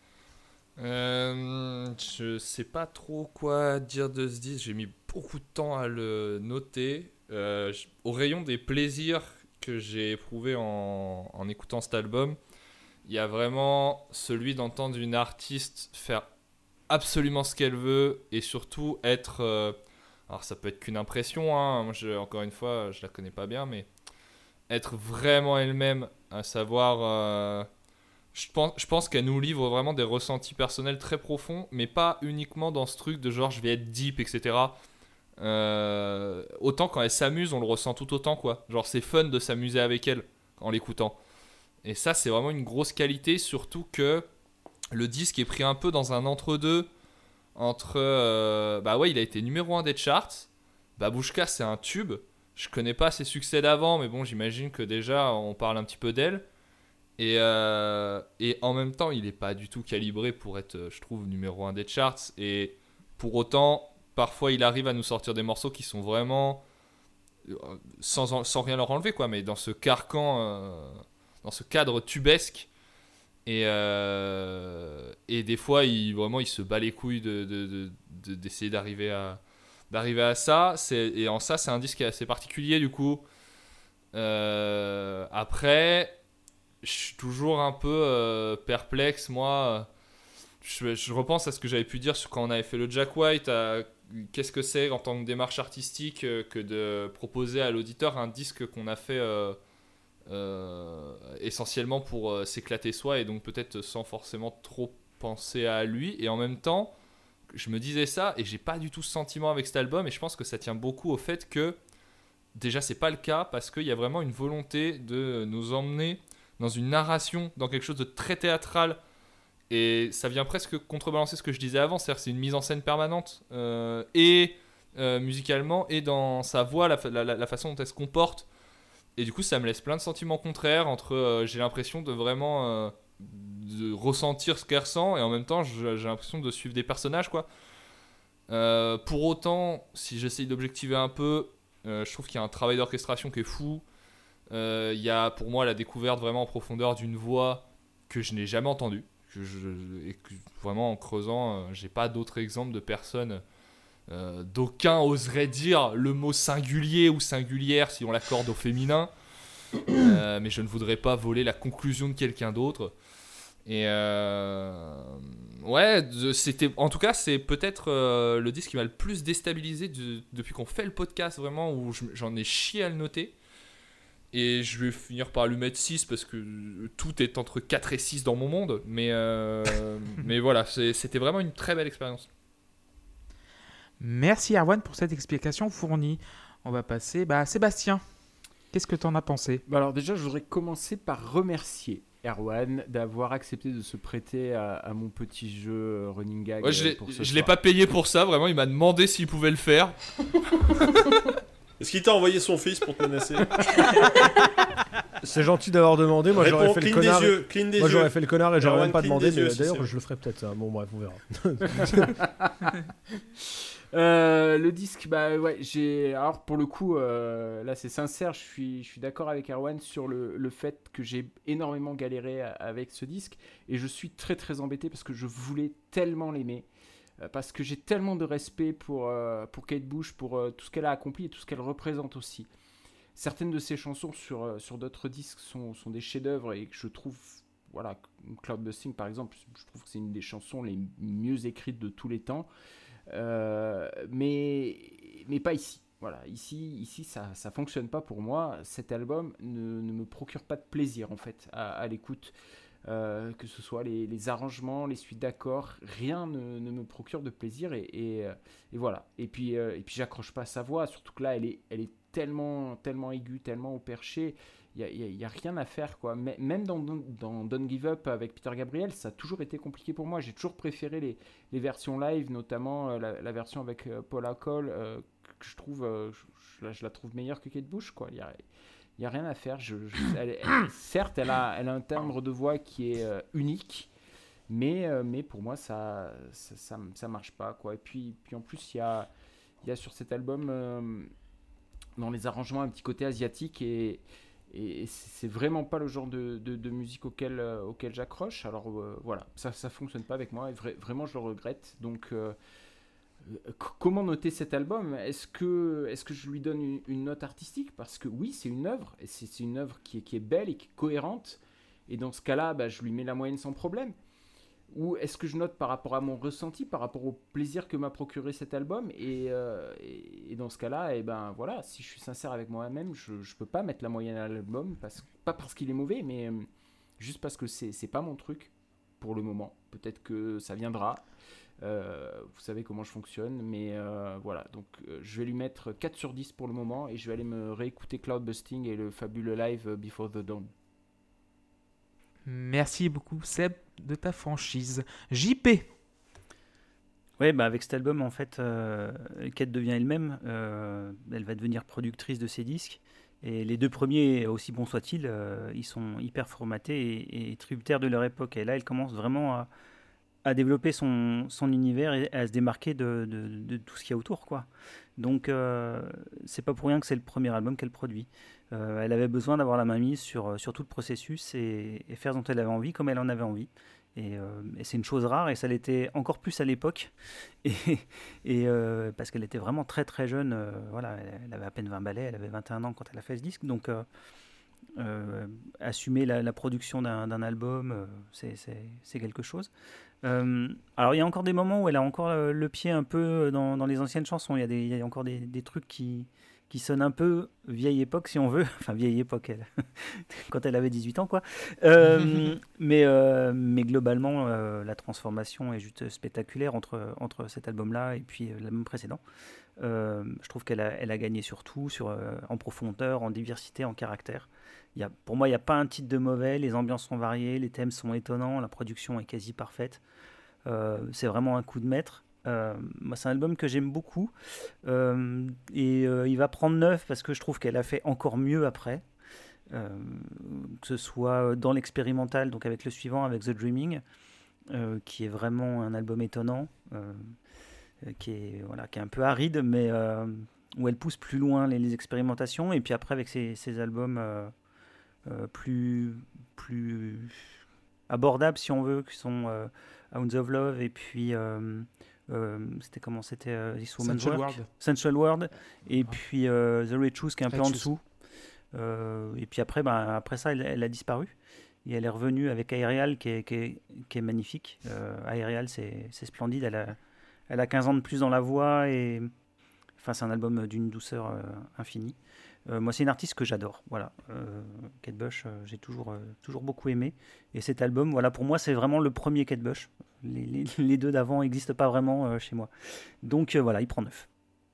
Je sais pas trop quoi dire de ce disque. J'ai mis beaucoup de temps à le noter. Au rayon des plaisirs que j'ai éprouvés en écoutant cet album, il y a vraiment celui d'entendre une artiste faire absolument ce qu'elle veut et surtout être... alors ça peut être qu'une impression, hein. Moi, encore une fois, je la connais pas bien, mais être vraiment elle-même, à savoir... Je pense qu'elle nous livre vraiment des ressentis personnels très profonds, mais pas uniquement dans ce truc de genre je vais être deep, etc. Autant quand elle s'amuse, on le ressent tout autant, quoi. Genre c'est fun de s'amuser avec elle en l'écoutant. Et ça, c'est vraiment une grosse qualité, surtout que le disque est pris un peu dans un entre-deux. Bah ouais, il a été numéro 1 des charts. Babushka, c'est un tube. Je connais pas ses succès d'avant, mais bon, j'imagine que déjà on parle un petit peu d'elle. Et en même temps, il n'est pas du tout calibré pour être, je trouve, numéro 1 des charts. Et pour autant, parfois, il arrive à nous sortir des morceaux qui sont vraiment sans rien leur enlever, quoi. Mais dans ce carcan, dans ce cadre tubesque. Et des fois, il se bat les couilles d'essayer d'arriver à ça. Et en ça, c'est un disque assez particulier, du coup. Après... Je suis toujours un peu perplexe, moi. Je repense à ce que j'avais pu dire quand on avait fait le Jack White. Qu'est-ce que c'est en tant que démarche artistique que de proposer à l'auditeur un disque qu'on a fait essentiellement pour s'éclater soi et donc peut-être sans forcément trop penser à lui. Et en même temps, je me disais ça et j'ai pas du tout ce sentiment avec cet album. Et je pense que ça tient beaucoup au fait que déjà c'est pas le cas parce qu'il y a vraiment une volonté de nous emmener dans une narration, dans quelque chose de très théâtral, et ça vient presque contrebalancer ce que je disais avant, c'est-à-dire que c'est une mise en scène permanente, et musicalement, et dans sa voix, la façon dont elle se comporte, et du coup ça me laisse plein de sentiments contraires, entre j'ai l'impression de vraiment de ressentir ce qu'elle ressent, et en même temps j'ai l'impression de suivre des personnages, quoi. Pour autant, si j'essaye d'objectiver un peu, je trouve qu'il y a un travail d'orchestration qui est fou. Il y a pour moi la découverte vraiment en profondeur d'une voix que je n'ai jamais entendue. Et que vraiment en creusant, j'ai pas d'autres exemples de personnes. D'aucuns oseraient dire le mot singulier ou singulière si on l'accorde au féminin. Mais je ne voudrais pas voler la conclusion de quelqu'un d'autre. Et ouais, en tout cas, c'est peut-être le disque qui m'a le plus déstabilisé depuis qu'on fait le podcast, vraiment, où j'en ai chié à le noter. Et je vais finir par lui mettre 6 parce que tout est entre 4 et 6 dans mon monde. Mais voilà, c'était vraiment une très belle expérience.
Merci Erwan pour cette explication fournie. On va passer à Sébastien. Qu'est-ce que tu en as pensé ?
Alors déjà, je voudrais commencer par remercier Erwan d'avoir accepté de se prêter à mon petit jeu Running Gag.
Ouais, je l'ai pas payé pour ça, vraiment. Il m'a demandé s'il pouvait le faire.
Est-ce qu'il t'a envoyé son fils pour te menacer?
C'est gentil d'avoir demandé. Moi, j'aurais fait le connard. Moi, j'aurais fait le connard et j'aurais même pas demandé. Mais d'ailleurs, je le ferai peut-être. Bon, bref, on verra.
Le disque, alors pour le coup, là c'est sincère, je suis d'accord avec Erwan sur le fait que j'ai énormément galéré avec ce disque et je suis très très embêté parce que je voulais tellement l'aimer, parce que j'ai tellement de respect pour Kate Bush, pour tout ce qu'elle a accompli et tout ce qu'elle représente aussi. Certaines de ses chansons sur d'autres disques sont des chefs-d'œuvre et que je trouve, voilà, Cloudbusting par exemple, je trouve que c'est une des chansons les mieux écrites de tous les temps. Mais pas ici. Voilà, ici ça fonctionne pas pour moi. Cet album ne me procure pas de plaisir en fait à l'écoute. Que ce soit les arrangements, les suites d'accords, rien ne me procure de plaisir et voilà. Et puis j'accroche pas à sa voix, surtout que là elle est tellement aiguë, tellement au perché. Il y a rien à faire quoi. Même dans Don't Give Up avec Peter Gabriel, ça a toujours été compliqué pour moi. J'ai toujours préféré les versions live, notamment la version avec Paula Cole, que je trouve, je la trouve meilleure que Kate Bush quoi. Il y a rien à faire. Certes, elle a un timbre de voix qui est unique, mais pour moi ça marche pas quoi. Et puis en plus il y a sur cet album dans les arrangements un petit côté asiatique et c'est vraiment pas le genre de musique auquel j'accroche. Alors voilà, ça fonctionne pas avec moi et vraiment je le regrette. Donc comment noter cet album ? Est-ce que je lui donne une note artistique ? Parce que oui, c'est une œuvre et c'est une œuvre qui est belle et qui est cohérente. Et dans ce cas-là, je lui mets la moyenne sans problème. Ou est-ce que je note par rapport à mon ressenti, par rapport au plaisir que m'a procuré cet album et dans ce cas-là, voilà, si je suis sincère avec moi-même, je ne peux pas mettre la moyenne à l'album, pas parce qu'il est mauvais, mais juste parce que c'est pas mon truc pour le moment. Peut-être que ça viendra. Vous savez comment je fonctionne, mais voilà. Donc je vais lui mettre 4 sur 10 pour le moment et je vais aller me réécouter Cloudbusting et le fabuleux live Before the Dawn.
Merci beaucoup Seb de ta franchise. JP.
Ouais, avec cet album en fait, Kate devient elle-même. Elle va devenir productrice de ses disques. Et les deux premiers, aussi bons soient-ils, ils sont hyper formatés et tributaires de leur époque. Et là, elle commence vraiment à développer son univers et à se démarquer de tout ce qu'il y a autour, quoi. Donc, c'est pas pour rien que c'est le premier album qu'elle produit. Elle avait besoin d'avoir la main mise sur tout le processus et faire dont elle avait envie, comme elle en avait envie. Et c'est une chose rare, et ça l'était encore plus à l'époque. Et parce qu'elle était vraiment très très jeune. Voilà, elle avait à peine 20 ballets, elle avait 21 ans quand elle a fait ce disque. Donc, assumer la production d'un album, c'est quelque chose. Alors il y a encore des moments où elle a encore le pied un peu dans les anciennes chansons. Il y a encore des trucs qui sonnent un peu vieille époque, si on veut. Enfin, vieille époque, quand elle avait 18 ans, quoi. Mais globalement, la transformation est juste spectaculaire entre cet album-là et puis l'album précédent. Je trouve qu'elle a gagné sur tout, en profondeur, en diversité, en caractère. Pour moi, il n'y a pas un titre de mauvais. Les ambiances sont variées, les thèmes sont étonnants, la production est quasi parfaite. C'est vraiment un coup de maître. Moi, c'est un album que j'aime beaucoup. Il va prendre 9 parce que je trouve qu'elle a fait encore mieux après. Que ce soit dans l'expérimental, donc avec le suivant, avec The Dreaming, qui est vraiment un album étonnant. Qui est un peu aride, mais où elle pousse plus loin les expérimentations, et puis après avec ses albums plus abordables, si on veut, qui sont Hounds of Love, et puis c'était This Woman's
Sensual
Work,
World.
Sensual World, et puis The Red Shoes qui est un peu en
Red
dessous. Et puis après, après ça, elle a disparu. Et elle est revenue avec Aerial qui est magnifique. Aerial, c'est splendide. Elle a 15 ans de plus dans la voix. Et enfin, c'est un album d'une douceur infinie. Moi, c'est une artiste que j'adore. Voilà. Kate Bush, j'ai toujours beaucoup aimé. Et cet album, voilà, pour moi, c'est vraiment le premier Kate Bush. Les deux d'avant n'existent pas vraiment chez moi. Donc voilà, il prend 9.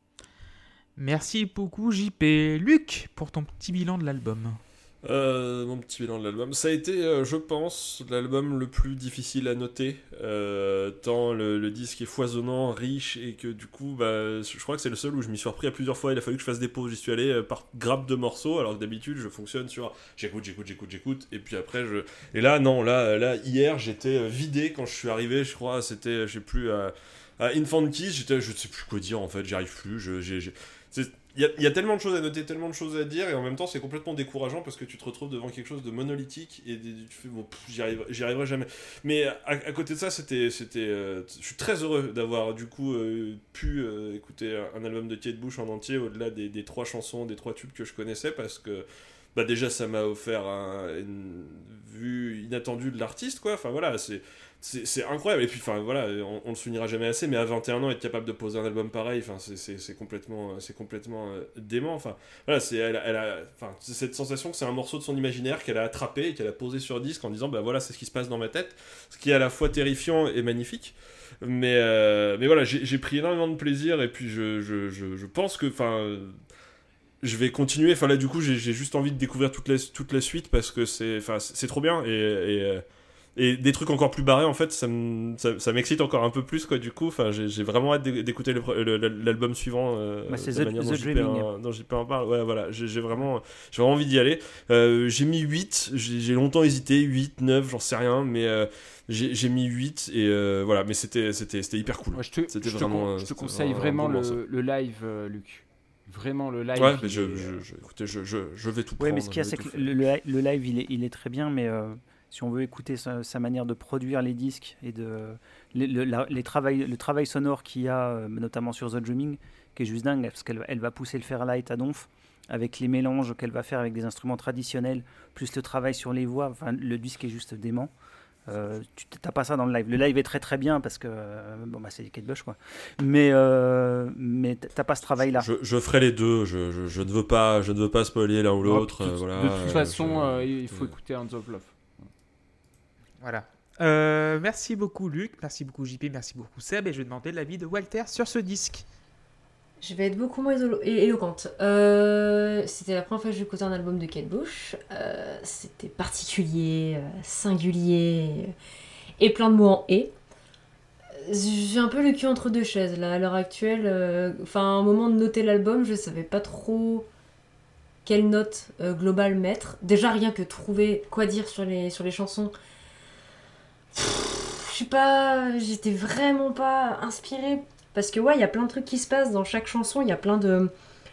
Merci beaucoup JP. Luc, pour ton petit bilan de l'album.
Mon petit bilan de l'album, ça a été, je pense, l'album le plus difficile à noter, tant le disque est foisonnant, riche, et que du coup, je crois que c'est le seul où je m'y suis repris à plusieurs fois. Il a fallu que je fasse des pauses. J'y suis allé par grappe de morceaux, alors que d'habitude je fonctionne sur j'écoute, et puis après et là non, là hier j'étais vidé quand je suis arrivé. Je crois c'était, je sais plus, à Infant Keys, je sais plus quoi dire en fait, j'y arrive plus. Il y a tellement de choses à noter, tellement de choses à dire, et en même temps c'est complètement décourageant parce que tu te retrouves devant quelque chose de monolithique et tu fais bon, j'y arriverai jamais. Mais à côté de ça, je suis très heureux d'avoir du coup pu écouter un album de Kate Bush en entier au-delà des 3 chansons, des 3 tubes que je connaissais, parce que déjà ça m'a offert une vue inattendue de l'artiste, quoi. Enfin voilà, c'est incroyable. Et puis enfin voilà, on le soulignera jamais assez, mais à 21 ans être capable de poser un album pareil, enfin c'est complètement dément. Enfin voilà, elle a cette sensation que c'est un morceau de son imaginaire qu'elle a attrapé et qu'elle a posé sur disque en disant voilà, c'est ce qui se passe dans ma tête, ce qui est à la fois terrifiant et magnifique. Mais voilà, j'ai pris énormément de plaisir, et puis je pense que je vais continuer. Enfin là du coup j'ai juste envie de découvrir toute la suite, parce que c'est trop bien, et des trucs encore plus barrés en fait, ça m'excite encore un peu plus, quoi. Du coup enfin j'ai vraiment hâte d'écouter l'album suivant,
c'est
de la manière
The Dreaming.
dont JP en parle. Ouais voilà, j'ai vraiment envie d'y aller. J'ai mis 8, j'ai longtemps hésité, 8, 9, j'en sais rien, mais j'ai mis 8, et voilà, mais c'était hyper cool.
Ouais,
je
te conseille vraiment le live, Luc. Vraiment le live.
Ouais, mais écoutez, je vais tout prendre.
Oui, mais ce qu'il y a, c'est que le live, il est très bien, mais si on veut écouter sa manière de produire les disques et le travail sonore qu'il y a, notamment sur The Dreaming, qui est juste dingue, parce qu'elle va pousser le Fairlight à donf, avec les mélanges qu'elle va faire avec des instruments traditionnels, plus le travail sur les voix. Enfin, le disque est juste dément. Tu n'as pas ça dans le live. Le live est très très bien parce que c'est Kate Bush, quoi. Mais t'as pas ce travail là.
Je ferai les deux. Je ne veux pas spoiler l'un ou l'autre. Voilà.
De toute façon, il faut écouter Hands of Love.
Voilà. Merci beaucoup Luc, merci beaucoup JP, merci beaucoup Seb, et je vais demander l'avis de Walter sur ce disque.
Je vais être beaucoup moins éloquente. C'était la première fois que j'écoutais un album de Kate Bush. C'était particulier, singulier, et plein de mots en « et ». J'ai un peu le cul entre deux chaises là, à l'heure actuelle. À un moment de noter l'album, je savais pas trop quelle note globale mettre. Déjà rien que trouver quoi dire sur les chansons. Je sais pas, j'étais vraiment pas inspirée. Parce que il y a plein de trucs qui se passent dans chaque chanson, il y a plein de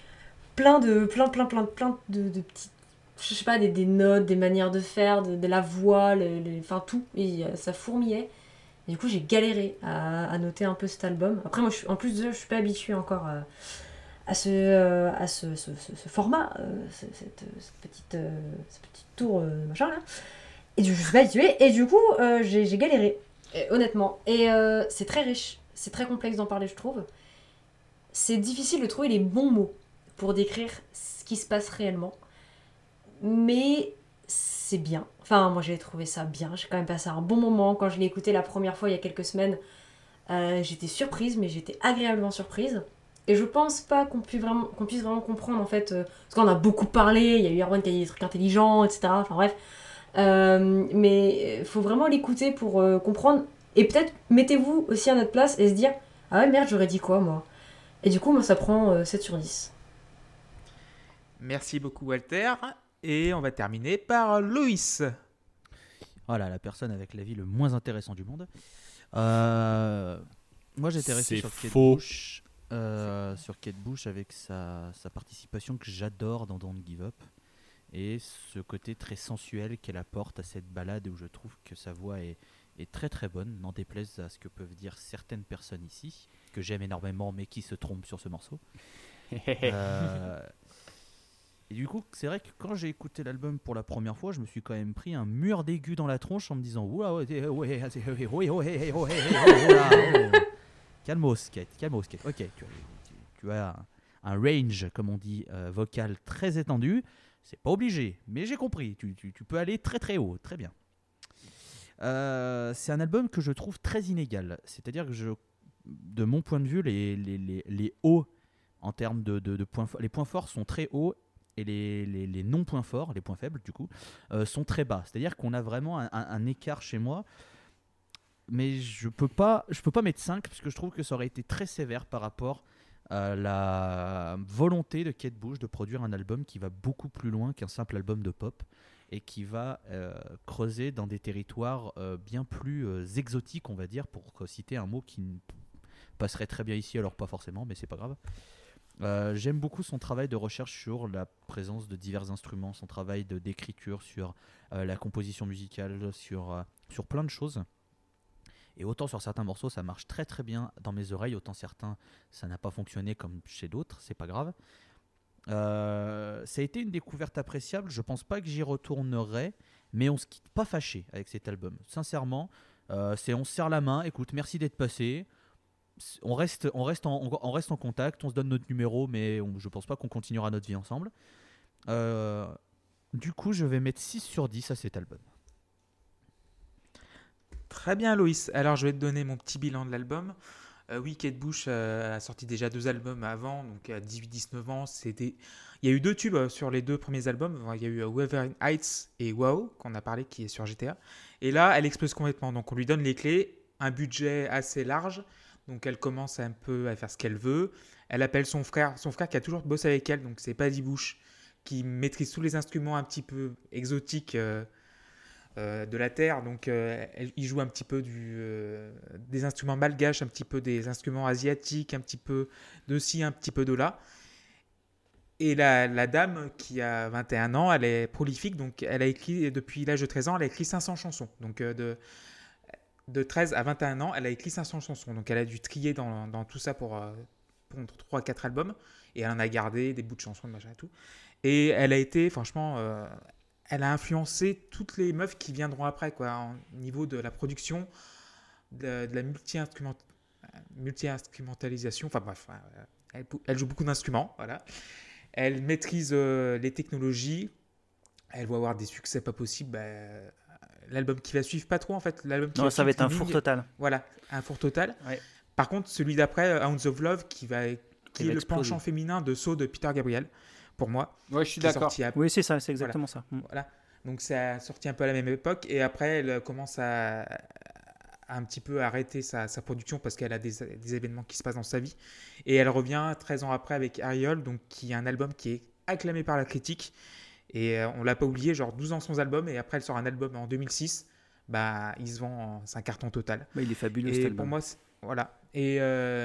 petites, je sais pas, des notes, des manières de faire, de la voix, enfin tout, et ça fourmillait. Et du coup j'ai galéré à noter un peu cet album. Après moi en plus je suis pas habituée encore à ce format, cette petite tour machin là. Et je suis pas habituée, et du coup j'ai galéré, honnêtement. Et c'est très riche. C'est très complexe d'en parler, je trouve. C'est difficile de trouver les bons mots pour décrire ce qui se passe réellement. Mais c'est bien. Enfin, moi, j'ai trouvé ça bien. J'ai quand même passé un bon moment. Quand je l'ai écouté la première fois, il y a quelques semaines, j'étais surprise, mais j'étais agréablement surprise. Et je pense pas qu'on puisse vraiment comprendre, en fait. Parce qu'on a beaucoup parlé, il y a eu Erwan qui a dit des trucs intelligents, etc. Enfin, bref. Mais il faut vraiment l'écouter pour comprendre. Et peut-être, mettez-vous aussi à notre place et se dire « Ah ouais, merde, j'aurais dit quoi, moi ?» Et du coup, moi, ça prend 7 sur 10.
Merci beaucoup, Walter. Et on va terminer par Loïs.
Voilà, la personne avec l'avis le moins intéressant du monde. Moi, j'étais resté sur Kate Bush. sur Kate Bush avec sa participation que j'adore dans Don't Give Up et ce côté très sensuel qu'elle apporte à cette ballade où je trouve que sa voix est très très bonne, n'en déplaise à ce que peuvent dire certaines personnes ici, que j'aime énormément mais qui se trompent sur ce morceau. Et du coup, c'est vrai que quand j'ai écouté l'album pour la première fois, je me suis quand même pris un mur d'aigus dans la tronche en me disant oula, calmos, Kate. Ok, tu as un range, comme on dit, vocal très étendu. C'est pas obligé, mais j'ai compris. Tu peux aller très très haut, très bien. C'est un album que je trouve très inégal. C'est-à-dire que de mon point de vue, les hauts en termes de points, les points forts sont très hauts et les non-points forts, les points faibles du coup, sont très bas. C'est-à-dire qu'on a vraiment un écart chez moi. Mais je peux pas mettre 5 parce que je trouve que ça aurait été très sévère par rapport à la volonté de Kate Bush de produire un album qui va beaucoup plus loin qu'un simple album de pop et qui va creuser dans des territoires bien plus exotiques, on va dire, pour citer un mot qui passerait très bien ici, alors pas forcément, mais c'est pas grave. J'aime beaucoup son travail de recherche sur la présence de divers instruments, son travail d'écriture sur la composition musicale, sur plein de choses. Et autant sur certains morceaux ça marche très très bien dans mes oreilles, autant certains ça n'a pas fonctionné comme chez d'autres, c'est pas grave. Ça a été une découverte appréciable, je pense pas que j'y retournerai, mais on se quitte pas fâché avec cet album. Sincèrement, on se serre la main, écoute, merci d'être passé. On reste en contact, on se donne notre numéro, mais je pense pas qu'on continuera notre vie ensemble. Du coup, je vais mettre 6 sur 10 à cet album.
Très bien, Loïs. Alors, je vais te donner mon petit bilan de l'album. Oui, Kate Bush a sorti déjà 2 albums avant, donc à 18-19 ans. Il y a eu 2 tubes sur les 2 premiers albums. Il y a eu Wuthering Heights et Wow, qu'on a parlé, qui est sur GTA. Et là, elle explose complètement. Donc, on lui donne les clés, un budget assez large. Donc, elle commence un peu à faire ce qu'elle veut. Elle appelle son frère qui a toujours bossé avec elle. Donc, c'est Paddy Bush, qui maîtrise tous les instruments un petit peu exotiques de la terre, donc il joue un petit peu des instruments malgaches, un petit peu des instruments asiatiques, un petit peu de ci, un petit peu de là. Et la dame qui a 21 ans, elle est prolifique, donc elle a écrit, depuis l'âge de 13 ans, elle a écrit 500 chansons. Donc de 13 à 21 ans, elle a écrit 500 chansons. Donc elle a dû trier dans tout ça pour 3-4 albums, et elle en a gardé des bouts de chansons, machin et tout. Et elle a été, franchement... elle a influencé toutes les meufs qui viendront après, quoi, au niveau de la production, de la multi-instrumentalisation. Enfin bref, elle joue beaucoup d'instruments, voilà. Elle maîtrise les technologies. Elle va avoir des succès pas possibles. L'album qui va suivre, pas trop en fait.
Non, ça va être un four total.
Voilà, un four total.
Ouais.
Par contre, celui d'après, Hounds of Love, qui est le penchant féminin de Saw de Peter Gabriel. Pour moi.
Ouais, je suis d'accord.
Oui, c'est ça, c'est exactement ça.
Voilà. Donc ça a sorti un peu à la même époque et après elle commence à un petit peu arrêter sa production parce qu'elle a des événements qui se passent dans sa vie et elle revient 13 ans après avec Ariel, donc qui est un album qui est acclamé par la critique et on l'a pas oublié, genre 12 ans sans album et après elle sort un album en 2006, il se vend, c'est un carton total.
Il est fabuleux
et
cet album.
Pour moi, voilà. Et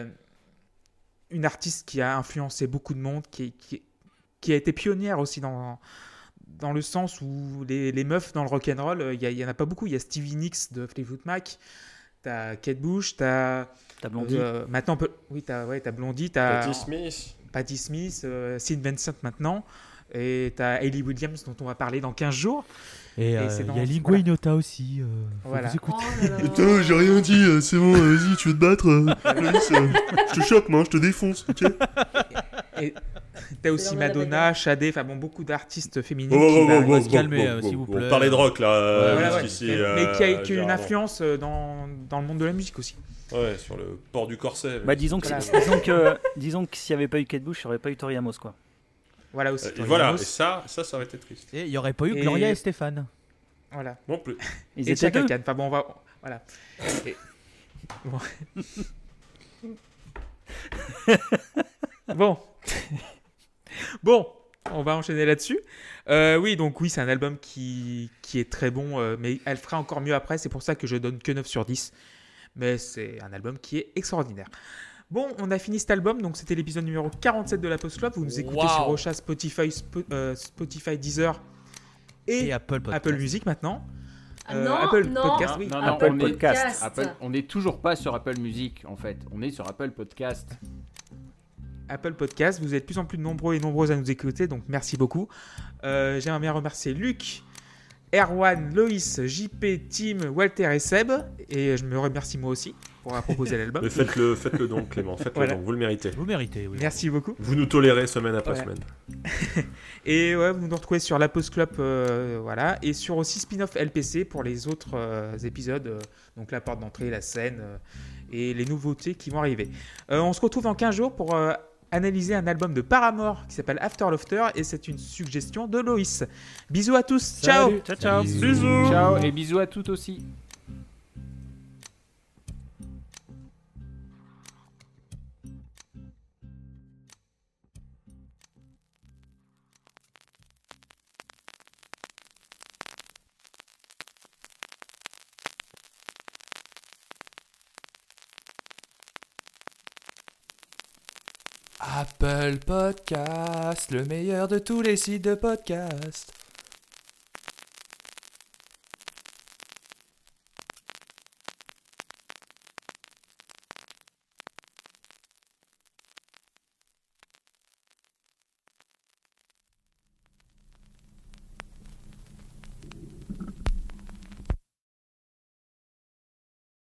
une artiste qui a influencé beaucoup de monde, qui a été pionnière aussi dans le sens où les meufs dans le rock'n'roll, il y en a pas beaucoup. Il y a Stevie Nicks de Fleetwood Mac, t'as Kate Bush, t'as
Blondie.
maintenant t'as Blondie, t'as Patti Smith, Sid Vincent maintenant, et t'as Hayley Williams dont on va parler dans 15 jours.
Et il y a Lingua Ignota aussi.
Voilà.
Vous écoutez.
Putain, j'ai rien dit, c'est bon, vas-y, tu veux te battre Loïs, je te chope, moi, je te défonce, ok.
Et t'as aussi Madonna, Sade, enfin bon, beaucoup d'artistes féminines qui
vont se calmer, s'il vous plaît.
On parlait de rock là,
voilà,
ici,
mais qui a une influence dans le monde de la musique aussi.
Ouais, sur le port du corset.
Disons que s'il n'y avait pas eu Kate Bush, il n'y aurait pas eu Tori Amos, quoi.
Voilà aussi.
Et voilà, et ça aurait été triste.
Et il n'y aurait pas eu Gloria et Stéphane.
Voilà.
Non plus.
Ils
et
étaient deux.
Chaka Khan. Enfin bon, voilà. Bon. Bon, on va enchaîner là-dessus. Oui, c'est un album qui est très bon, mais elle fera encore mieux après. C'est pour ça que je donne que 9 sur 10. Mais c'est un album qui est extraordinaire. Bon, on a fini cet album, donc c'était l'épisode numéro 47 de la Post Club. Vous nous écoutez
Wow.
sur Ocha, Spotify, Deezer et
Apple Podcast.
Apple Music maintenant.
Non,
Apple
non.
Podcast,
Non,
oui.
non,
Apple
on est-
Podcast.
on n'est toujours pas sur Apple Music en fait. On est sur Apple Podcast.
Apple Podcast. Vous êtes de plus en plus nombreux et nombreuses à nous écouter, donc merci beaucoup. J'aimerais bien remercier Luc, Erwan, Loïs, JP, Tim, Walter et Seb. Et je me remercie moi aussi pour avoir proposé l'album.
Mais faites-le donc, Clément, faites-le
Voilà.
donc, vous le méritez.
Vous méritez, oui.
Merci beaucoup.
Vous nous tolérez semaine après
Ouais.
semaine.
Et ouais, vous nous retrouvez sur la Post Club, voilà, et sur aussi Spin-off LPC pour les autres épisodes, donc la porte d'entrée, la scène et les nouveautés qui vont arriver. On se retrouve dans 15 jours pour analyser un album de Paramore qui s'appelle After Laughter et c'est une suggestion de Loïs. Bisous à tous, ciao.
Salut.
Ciao, ciao.
Bisous.
Ciao et bisous à toutes aussi.
Apple Podcast, le meilleur de tous les sites de podcast.